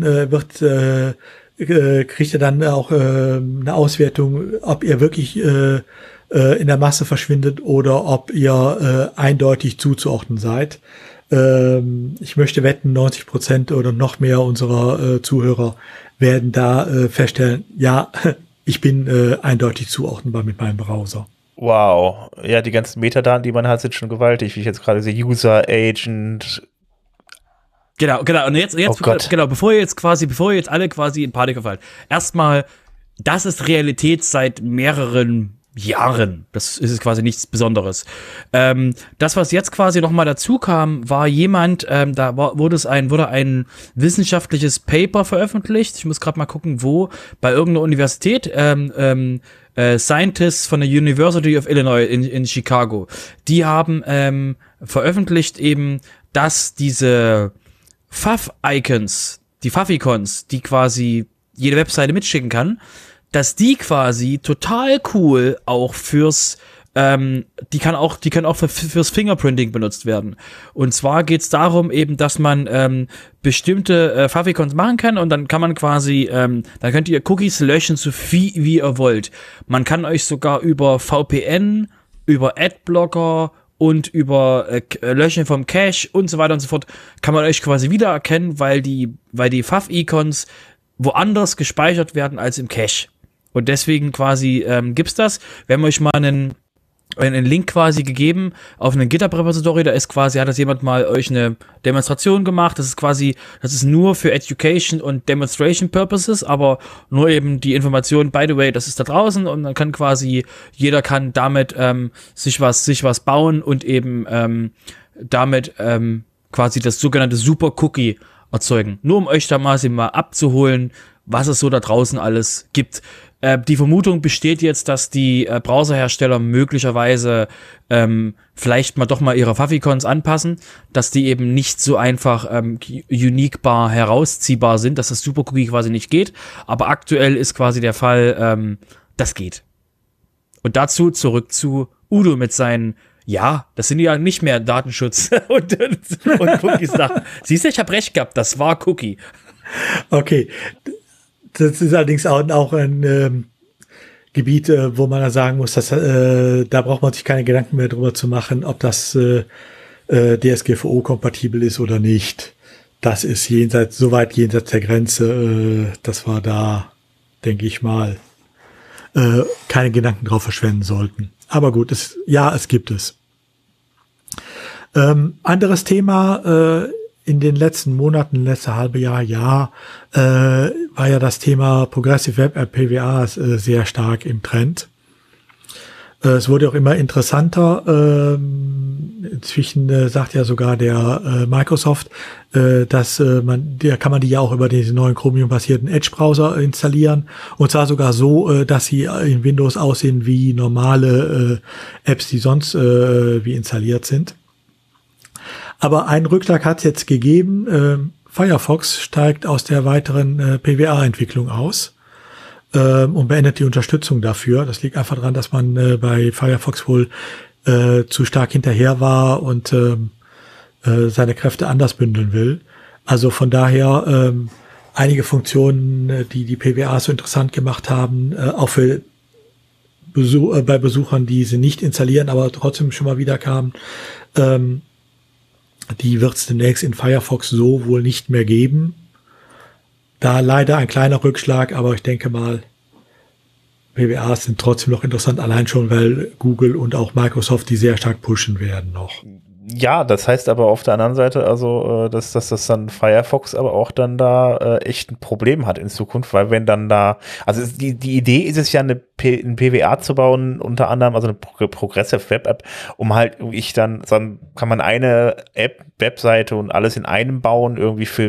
kriegt er dann auch eine Auswertung, ob ihr wirklich in der Masse verschwindet oder ob ihr eindeutig zuzuordnen seid. Ich möchte wetten, 90% oder noch mehr unserer Zuhörer werden da feststellen, ja, ich bin eindeutig zuordnenbar mit meinem Browser. Wow. Ja, die ganzen Metadaten, die man hat, sind schon gewaltig, wie ich jetzt gerade sehe. User, Agent. Genau. Und jetzt genau, bevor ihr jetzt alle quasi in Panik verfallt. Erstmal, das ist Realität seit mehreren Jahren. Das ist quasi nichts Besonderes. Das, was jetzt quasi nochmal dazu kam, war jemand, wurde ein wissenschaftliches Paper veröffentlicht. Ich muss gerade mal gucken, wo, bei irgendeiner Universität, Scientists von der University of Illinois in Chicago. Die haben veröffentlicht eben, dass diese Fav-Icons, die Favicons, die quasi jede Webseite mitschicken kann, dass die quasi total cool auch fürs die können auch fürs Fingerprinting benutzt werden. Und zwar geht's darum eben, dass man bestimmte Favicons machen kann und dann kann man quasi, dann könnt ihr Cookies löschen, so viel wie ihr wollt. Man kann euch sogar über VPN, über Adblocker und über Löschen vom Cache und so weiter und so fort, kann man euch quasi wiedererkennen, weil die Fav-Icons woanders gespeichert werden als im Cache. Und deswegen quasi gibt's das. Wir haben euch mal einen Link quasi gegeben auf einen GitHub-Repository. Da ist quasi, hat das jemand mal euch eine Demonstration gemacht. Das ist nur für Education und Demonstration Purposes, aber nur eben die Information, by the way, das ist da draußen und dann kann quasi, jeder kann damit sich was bauen und eben damit quasi das sogenannte Super Cookie erzeugen. Nur um euch da mal abzuholen, was es so da draußen alles gibt. Die Vermutung besteht jetzt, dass die Browserhersteller möglicherweise vielleicht doch mal ihre Favicons anpassen, dass die eben nicht so einfach uniquebar herausziehbar sind, dass das Super Cookie quasi nicht geht. Aber aktuell ist quasi der Fall, das geht. Und dazu zurück zu Udo mit seinen, ja, das sind ja nicht mehr Datenschutz und Cookies-Sachen. Siehst du, ich habe recht gehabt, das war Cookie. Okay. Das ist allerdings auch ein Gebiet, wo man da sagen muss, dass da braucht man sich keine Gedanken mehr drüber zu machen, ob das DSGVO-kompatibel ist oder nicht. Das ist so weit jenseits der Grenze, dass wir da, denke ich mal, keine Gedanken drauf verschwenden sollten. Aber gut, es gibt es. Anderes Thema, in den letzten Monaten, letzte halbe Jahr, war ja das Thema Progressive Web App PWAs sehr stark im Trend. Es wurde auch immer interessanter. Inzwischen sagt ja sogar der Microsoft, dass kann man die ja auch über den neuen Chromium-basierten Edge-Browser installieren. Und zwar sogar so, dass sie in Windows aussehen wie normale Apps, die sonst wie installiert sind. Aber einen Rückschlag hat es jetzt gegeben. Firefox steigt aus der weiteren PWA-Entwicklung aus und beendet die Unterstützung dafür. Das liegt einfach daran, dass man bei Firefox wohl zu stark hinterher war und seine Kräfte anders bündeln will. Also von daher einige Funktionen, die PWAs so interessant gemacht haben, auch für bei Besuchern, die sie nicht installieren, aber trotzdem schon mal wieder kamen, die wird es demnächst in Firefox so wohl nicht mehr geben. Da leider ein kleiner Rückschlag, aber ich denke mal, PWAs sind trotzdem noch interessant, allein schon, weil Google und auch Microsoft die sehr stark pushen werden noch. Ja, das heißt aber auf der anderen Seite, also, dass das dann Firefox aber auch dann da echt ein Problem hat in Zukunft, weil wenn dann da, also die Idee ist es ja, ein PWA zu bauen, unter anderem, also eine Progressive Web App, um halt dann kann man eine Webseite und alles in einem bauen, irgendwie für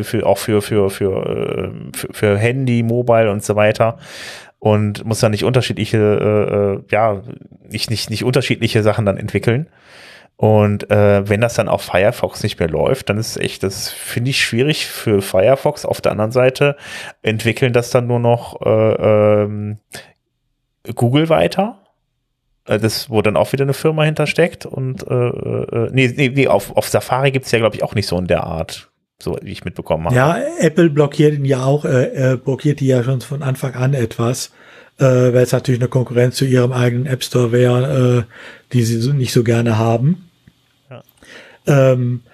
Handy, Mobile und so weiter. Und muss dann nicht unterschiedliche, nicht unterschiedliche Sachen dann entwickeln. Und wenn das dann auf Firefox nicht mehr läuft, dann ist echt, das finde ich schwierig für Firefox. Auf der anderen Seite entwickeln das dann nur noch Google weiter. Das, wo dann auch wieder eine Firma hintersteckt. Und auf Safari gibt's ja, glaube ich, auch nicht so in der Art, so wie ich mitbekommen habe. Ja, Apple blockiert ihn ja auch, blockiert die ja schon von Anfang an etwas, weil es natürlich eine Konkurrenz zu ihrem eigenen App Store wäre, die sie nicht so gerne haben. Ja.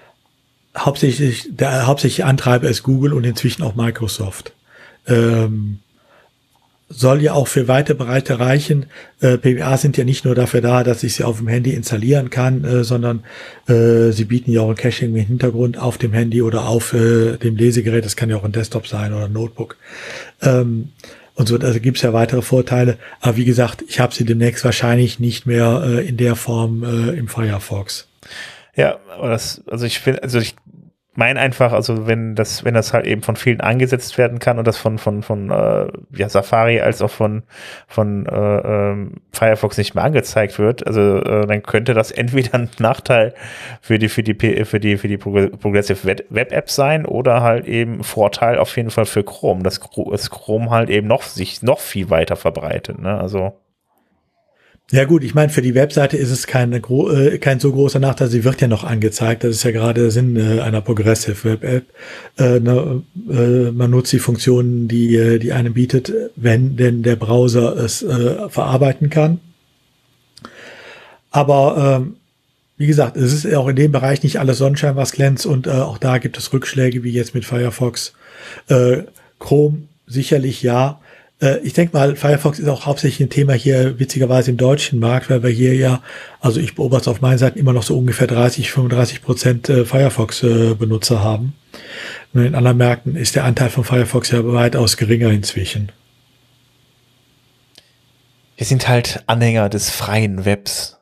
Der hauptsächliche Antreiber ist Google und inzwischen auch Microsoft. Soll ja auch für weite Bereiche reichen. PWA sind ja nicht nur dafür da, dass ich sie auf dem Handy installieren kann, sondern sie bieten ja auch ein Caching im Hintergrund auf dem Handy oder auf dem Lesegerät. Das kann ja auch ein Desktop sein oder ein Notebook. Und so, also gibt's ja weitere Vorteile. Aber wie gesagt, ich habe sie demnächst wahrscheinlich nicht mehr in der Form im Firefox. Ja, aber ich meine einfach, also wenn das halt eben von vielen eingesetzt werden kann und das von Safari als auch von Firefox nicht mehr angezeigt wird, also dann könnte das entweder ein Nachteil für die Progressive Web App sein oder halt eben Vorteil auf jeden Fall für Chrome, dass Chrome halt eben sich noch viel weiter verbreitet, ne? Also ja gut, ich meine, für die Webseite ist es kein so großer Nachteil, sie wird ja noch angezeigt, das ist ja gerade der Sinn einer Progressive Web App. Man nutzt die Funktionen, die einem bietet, wenn denn der Browser es verarbeiten kann. Aber wie gesagt, es ist auch in dem Bereich nicht alles Sonnenschein, was glänzt, und auch da gibt es Rückschläge, wie jetzt mit Firefox. Chrome sicherlich ja. Ich denke mal, Firefox ist auch hauptsächlich ein Thema hier witzigerweise im deutschen Markt, weil wir hier ja, also ich beobachte auf meinen Seiten immer noch so ungefähr 35% Firefox-Benutzer haben. Und in anderen Märkten ist der Anteil von Firefox ja weitaus geringer inzwischen. Wir sind halt Anhänger des freien Webs.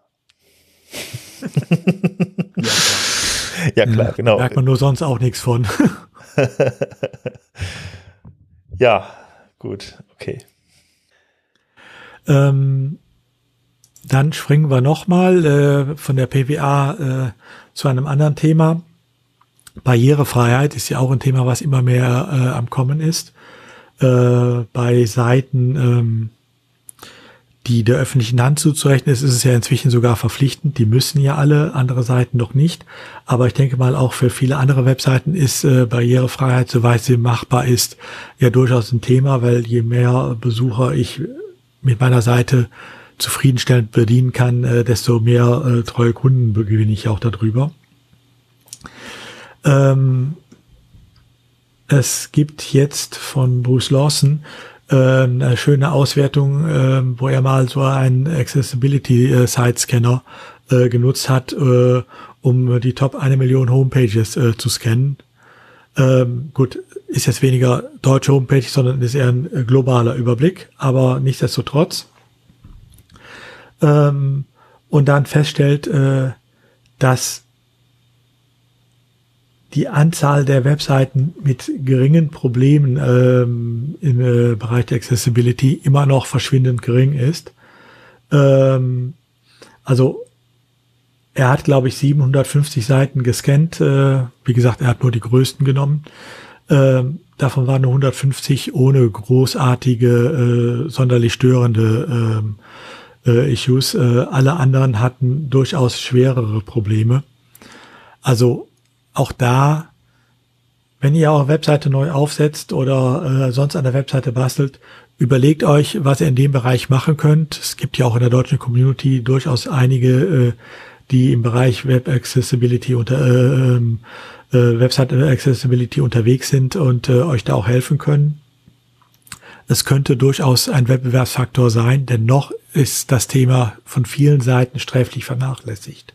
Ja, klar, genau. Merkt man nur sonst auch nichts von. Ja, gut, okay. Dann springen wir nochmal von der PWA zu einem anderen Thema. Barrierefreiheit ist ja auch ein Thema, was immer mehr am Kommen ist. Bei Seiten, die der öffentlichen Hand zuzurechnen ist es ja inzwischen sogar verpflichtend. Die müssen ja alle, andere Seiten noch nicht. Aber ich denke mal, auch für viele andere Webseiten ist Barrierefreiheit, soweit sie machbar ist, ja durchaus ein Thema, weil je mehr Besucher ich mit meiner Seite zufriedenstellend bedienen kann, desto mehr treue Kunden gewinne ich auch darüber. Es gibt jetzt von Bruce Lawson eine schöne Auswertung, wo er mal so einen Accessibility-Site-Scanner genutzt hat, um die Top 1 Million Homepages zu scannen. Gut, ist jetzt weniger deutsche Homepage, sondern ist eher ein globaler Überblick, aber nichtsdestotrotz. Und dann feststellt, dass die Anzahl der Webseiten mit geringen Problemen im Bereich der Accessibility immer noch verschwindend gering ist. Also er hat, glaube ich, 750 Seiten gescannt. Wie gesagt, er hat nur die größten genommen. Davon waren nur 150 ohne großartige, sonderlich störende Issues. Alle anderen hatten durchaus schwerere Probleme. Also auch da, wenn ihr eure Webseite neu aufsetzt oder sonst an der Webseite bastelt, überlegt euch, was ihr in dem Bereich machen könnt. Es gibt ja auch in der deutschen Community durchaus einige, die im Bereich Web Accessibility Website Accessibility unterwegs sind und euch da auch helfen können. Es könnte durchaus ein Wettbewerbsfaktor sein, denn noch ist das Thema von vielen Seiten sträflich vernachlässigt.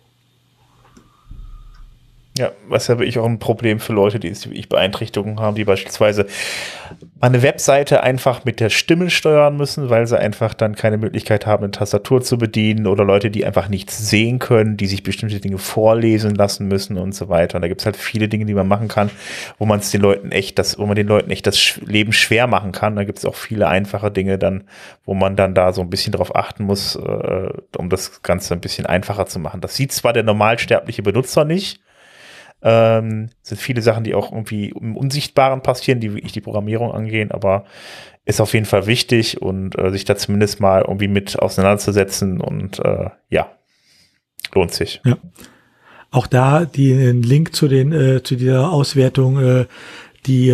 Ja, was ja wirklich auch ein Problem für Leute, die wirklich Beeinträchtigungen haben, die beispielsweise eine Webseite einfach mit der Stimme steuern müssen, weil sie einfach dann keine Möglichkeit haben, eine Tastatur zu bedienen, oder Leute, die einfach nichts sehen können, die sich bestimmte Dinge vorlesen lassen müssen und so weiter. Und da gibt es halt viele Dinge, die man machen kann, wo man den Leuten echt das Leben schwer machen kann. Da gibt es auch viele einfache Dinge dann, wo man dann da so ein bisschen drauf achten muss, um das Ganze ein bisschen einfacher zu machen. Das sieht zwar der normalsterbliche Benutzer nicht, sind viele Sachen, die auch irgendwie im Unsichtbaren passieren, die wirklich die Programmierung angehen, aber ist auf jeden Fall wichtig, und sich da zumindest mal irgendwie mit auseinanderzusetzen, und ja, lohnt sich. Ja. Auch da den Link zu dieser Auswertung, die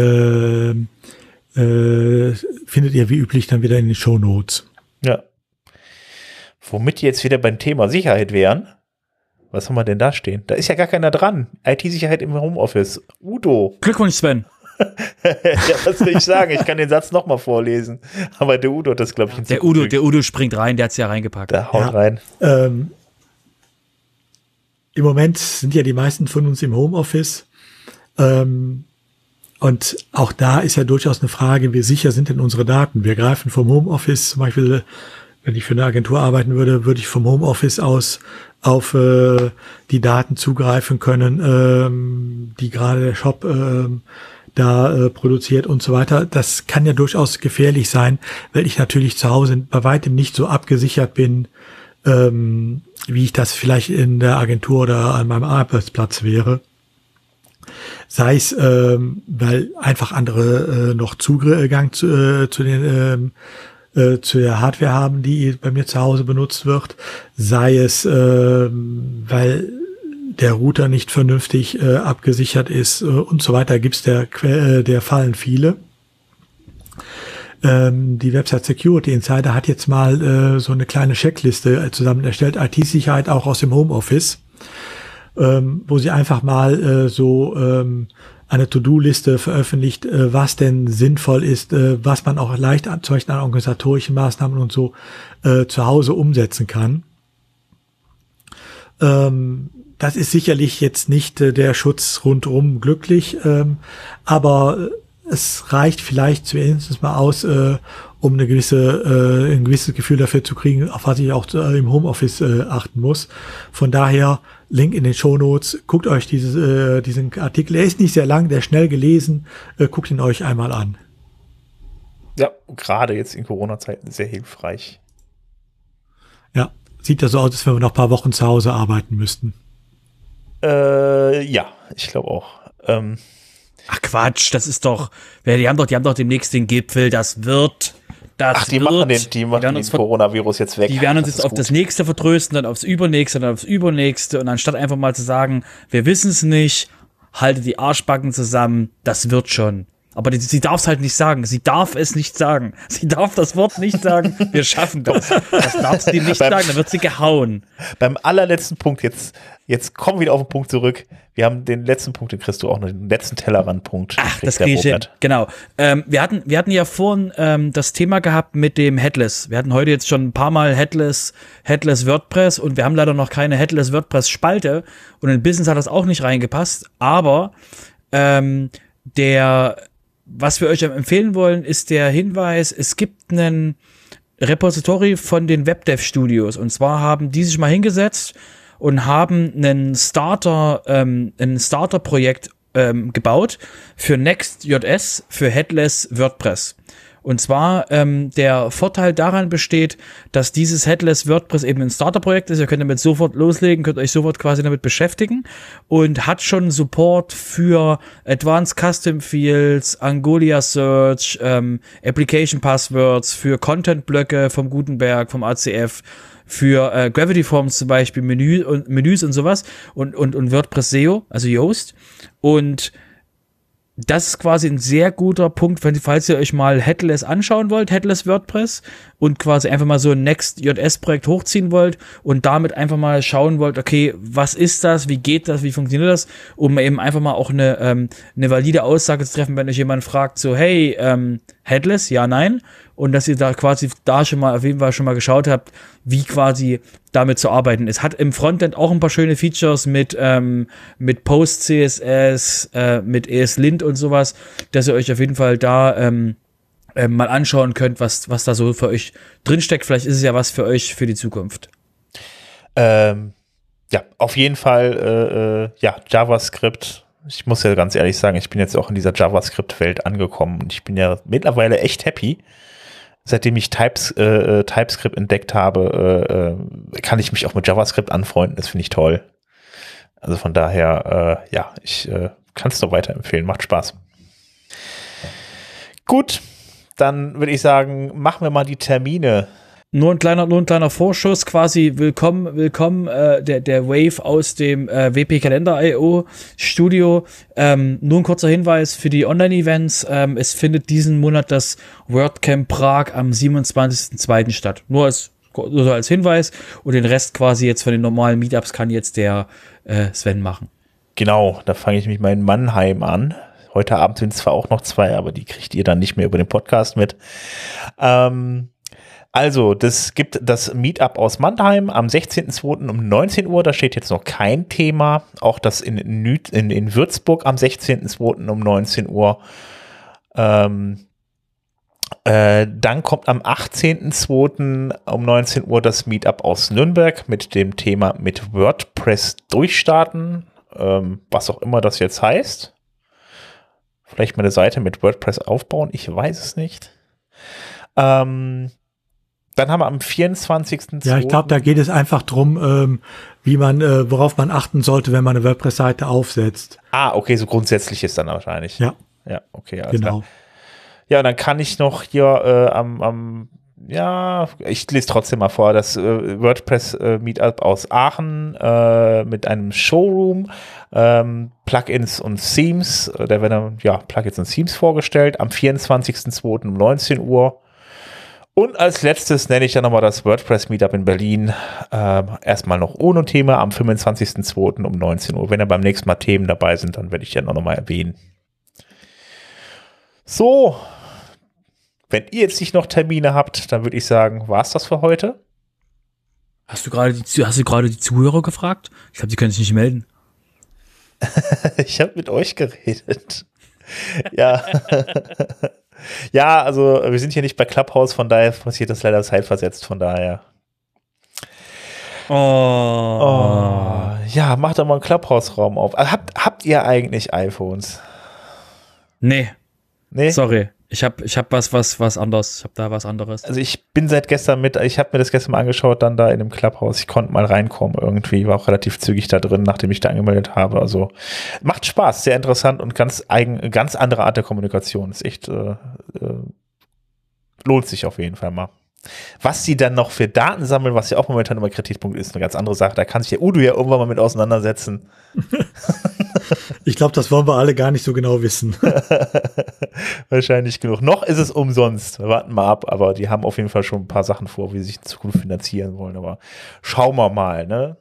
findet ihr wie üblich dann wieder in den Shownotes. Ja. Womit die jetzt wieder beim Thema Sicherheit wären. Was haben wir denn da stehen? Da ist ja gar keiner dran. IT-Sicherheit im Homeoffice. Udo. Glückwunsch, Sven. Ja, was will ich sagen? Ich kann den Satz nochmal vorlesen. Aber der Udo hat das, glaube ich, Der Udo springt rein, der hat es ja reingepackt. Der haut rein. Im Moment sind ja die meisten von uns im Homeoffice. Und auch da ist ja durchaus eine Frage, wie sicher sind denn unsere Daten? Wir greifen vom Homeoffice, zum Beispiel, wenn ich für eine Agentur arbeiten würde, würde ich vom Homeoffice aus auf die Daten zugreifen können, die gerade der Shop da produziert und so weiter. Das kann ja durchaus gefährlich sein, weil ich natürlich zu Hause bei weitem nicht so abgesichert bin, wie ich das vielleicht in der Agentur oder an meinem Arbeitsplatz wäre. Sei es, weil einfach andere noch Zugang zu der Hardware haben, die bei mir zu Hause benutzt wird, sei es, weil der Router nicht vernünftig abgesichert ist und so weiter, gibt's der Fallen viele. Die Website Security Insider hat jetzt mal so eine kleine Checkliste zusammen erstellt, IT-Sicherheit auch aus dem Homeoffice, wo sie einfach mal eine To-Do-Liste veröffentlicht, was denn sinnvoll ist, was man auch leicht an organisatorischen Maßnahmen und so zu Hause umsetzen kann. Das ist sicherlich jetzt nicht der Schutz rundum glücklich, aber es reicht vielleicht zumindest mal aus, um ein gewisses Gefühl dafür zu kriegen, auf was ich auch im Homeoffice achten muss. Von daher Link in den Shownotes. Guckt euch diesen Artikel. Er ist nicht sehr lang, der ist schnell gelesen. Guckt ihn euch einmal an. Ja, gerade jetzt in Corona-Zeiten sehr hilfreich. Ja, sieht ja so aus, als wenn wir noch ein paar Wochen zu Hause arbeiten müssten. Ja, ich glaube auch. Ach Quatsch, das ist doch, die haben doch demnächst den Gipfel, die machen den Coronavirus jetzt weg. Die werden uns jetzt auf das nächste vertrösten, dann aufs übernächste, dann aufs übernächste, und anstatt einfach mal zu sagen, wir wissen es nicht, haltet die Arschbacken zusammen, das wird schon. Aber sie darf es halt nicht sagen. Sie darf es nicht sagen. Sie darf das Wort nicht sagen. Wir schaffen das. Das darf sie nicht sagen. Dann wird sie gehauen. Beim allerletzten Punkt, jetzt kommen wir wieder auf den Punkt zurück. Wir haben den letzten Punkt, den kriegst du auch noch, den letzten Tellerrand-Punkt. Ach, das kriege ich hin. Genau. Wir hatten ja vorhin das Thema gehabt mit dem Headless. Wir hatten heute jetzt schon ein paar Mal Headless WordPress, und wir haben leider noch keine Headless WordPress Spalte, und in Business hat das auch nicht reingepasst. Aber was wir euch empfehlen wollen, ist der Hinweis, es gibt einen Repository von den WebDev-Studios. Und zwar haben die sich mal hingesetzt und haben ein Starter-Projekt gebaut für Next.js für Headless WordPress. Und zwar der Vorteil daran besteht, dass dieses Headless WordPress eben ein Starterprojekt ist. Ihr könnt damit sofort loslegen, könnt euch sofort quasi damit beschäftigen und hat schon Support für Advanced Custom Fields, Angolia Search, Application Passwords, für Content-Blöcke vom Gutenberg, vom ACF, für Gravity Forms zum Beispiel, Menüs und sowas und WordPress SEO, also Yoast. Und das ist quasi ein sehr guter Punkt, falls ihr euch mal Headless anschauen wollt, Headless WordPress, und quasi einfach mal so ein Next.js-Projekt hochziehen wollt und damit einfach mal schauen wollt, okay, was ist das, wie geht das, wie funktioniert das, um eben einfach mal auch eine valide Aussage zu treffen, wenn euch jemand fragt, so, hey, Headless, ja, nein, und dass ihr da quasi schon mal auf jeden Fall schon mal geschaut habt, wie quasi damit zu arbeiten ist. Hat im Frontend auch ein paar schöne Features mit Post-CSS, mit ESLint und sowas, dass ihr euch auf jeden Fall da mal anschauen könnt, was da so für euch drinsteckt. Vielleicht ist es ja was für euch für die Zukunft. Ja, auf jeden Fall, JavaScript. Ich muss ja ganz ehrlich sagen, ich bin jetzt auch in dieser JavaScript-Welt angekommen und ich bin ja mittlerweile echt happy. Seitdem ich TypeScript entdeckt habe, kann ich mich auch mit JavaScript anfreunden. Das finde ich toll. Also von daher, ich kann es doch weiterempfehlen. Macht Spaß. Gut, dann würde ich sagen, machen wir mal die Termine. Nur ein kleiner Vorschuss quasi. Willkommen, der Wave aus dem WP Kalender.io Studio. Nur ein kurzer Hinweis für die Online-Events. Es findet diesen Monat das WordCamp Prag am 27.02. statt. Nur als Hinweis. Und den Rest quasi jetzt von den normalen Meetups kann jetzt der Sven machen. Genau, da fange ich mich mal in Mannheim an. Heute Abend sind zwar auch noch 2, aber die kriegt ihr dann nicht mehr über den Podcast mit. Also, das gibt das Meetup aus Mannheim am 16.02. um 19 Uhr. Da steht jetzt noch kein Thema. Auch das in Würzburg am 16.02. um 19 Uhr. Dann kommt am 18.02. um 19 Uhr das Meetup aus Nürnberg mit dem Thema mit WordPress durchstarten. Was auch immer das jetzt heißt. Vielleicht mal eine Seite mit WordPress aufbauen. Ich weiß es nicht. Dann haben wir am 24.02. Ja, ich glaube, da geht es einfach drum, worauf man achten sollte, wenn man eine WordPress-Seite aufsetzt. Okay, so grundsätzlich ist dann wahrscheinlich. Ja. Ja, okay, alles genau. Klar. Ja, und dann kann ich noch hier ich lese trotzdem mal vor, das WordPress-Meetup aus Aachen mit einem Showroom, Plugins und Themes, da werden dann Plugins und Themes vorgestellt, am 24.02. um 19 Uhr. Und als letztes nenne ich dann nochmal das WordPress-Meetup in Berlin. Erstmal noch ohne Thema am 25.02. um 19 Uhr. Wenn da beim nächsten Mal Themen dabei sind, dann werde ich ja nochmal erwähnen. So, wenn ihr jetzt nicht noch Termine habt, dann würde ich sagen, war's das für heute? Hast du gerade die Zuhörer gefragt? Ich glaube, die können sich nicht melden. Ich habe mit euch geredet. Ja. Ja, also wir sind hier nicht bei Clubhouse, von daher passiert das leider zeitversetzt, von daher. Ja, macht doch mal einen Clubhouse-Raum auf. Habt ihr eigentlich iPhones? Nee? Sorry. Ich hab was anderes. Ich hab da was anderes. Also ich bin seit gestern ich habe mir das gestern mal angeschaut, dann da in dem Clubhouse. Ich konnte mal reinkommen irgendwie, war auch relativ zügig da drin, nachdem ich da angemeldet habe. Also macht Spaß, sehr interessant und ganz andere Art der Kommunikation. Ist echt, lohnt sich auf jeden Fall mal. Was sie dann noch für Daten sammeln, was ja auch momentan immer Kritikpunkt ist, eine ganz andere Sache. Da kann sich der Udo ja irgendwann mal mit auseinandersetzen. Ich glaube, das wollen wir alle gar nicht so genau wissen. Wahrscheinlich genug. Noch ist es umsonst. Wir warten mal ab, aber die haben auf jeden Fall schon ein paar Sachen vor, wie sie sich in Zukunft finanzieren wollen. Aber schauen wir mal, ne?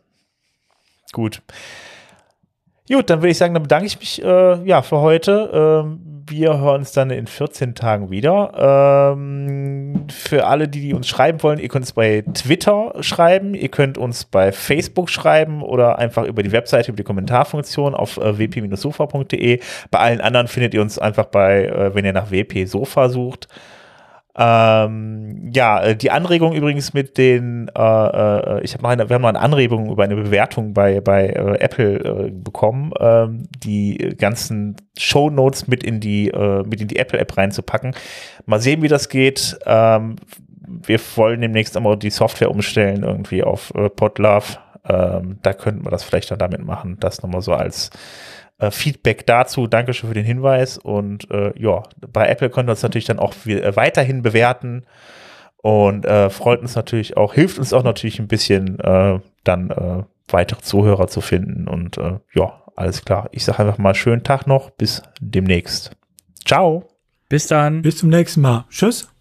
Gut, dann würde ich sagen, dann bedanke ich mich für heute. wir hören uns dann in 14 Tagen wieder. Für alle, die uns schreiben wollen, ihr könnt es bei Twitter schreiben, ihr könnt uns bei Facebook schreiben oder einfach über die Webseite, über die Kommentarfunktion auf wp-sofa.de. Bei allen anderen findet ihr uns einfach wenn ihr nach WP Sofa sucht. Die Anregung übrigens mit den, wir haben noch eine Anregung über eine Bewertung bei Apple bekommen, die ganzen Shownotes mit in die Apple-App reinzupacken. Mal sehen, wie das geht. Wir wollen demnächst einmal die Software umstellen, irgendwie auf Podlove. Da könnten wir das vielleicht dann damit machen. Das nochmal so als Feedback dazu. Dankeschön für den Hinweis. Und bei Apple könnt ihr uns natürlich dann auch weiterhin bewerten. Und freut uns natürlich auch, hilft uns auch natürlich ein bisschen, dann weitere Zuhörer zu finden. Und alles klar. Ich sage einfach mal schönen Tag noch. Bis demnächst. Ciao. Bis dann. Bis zum nächsten Mal. Tschüss.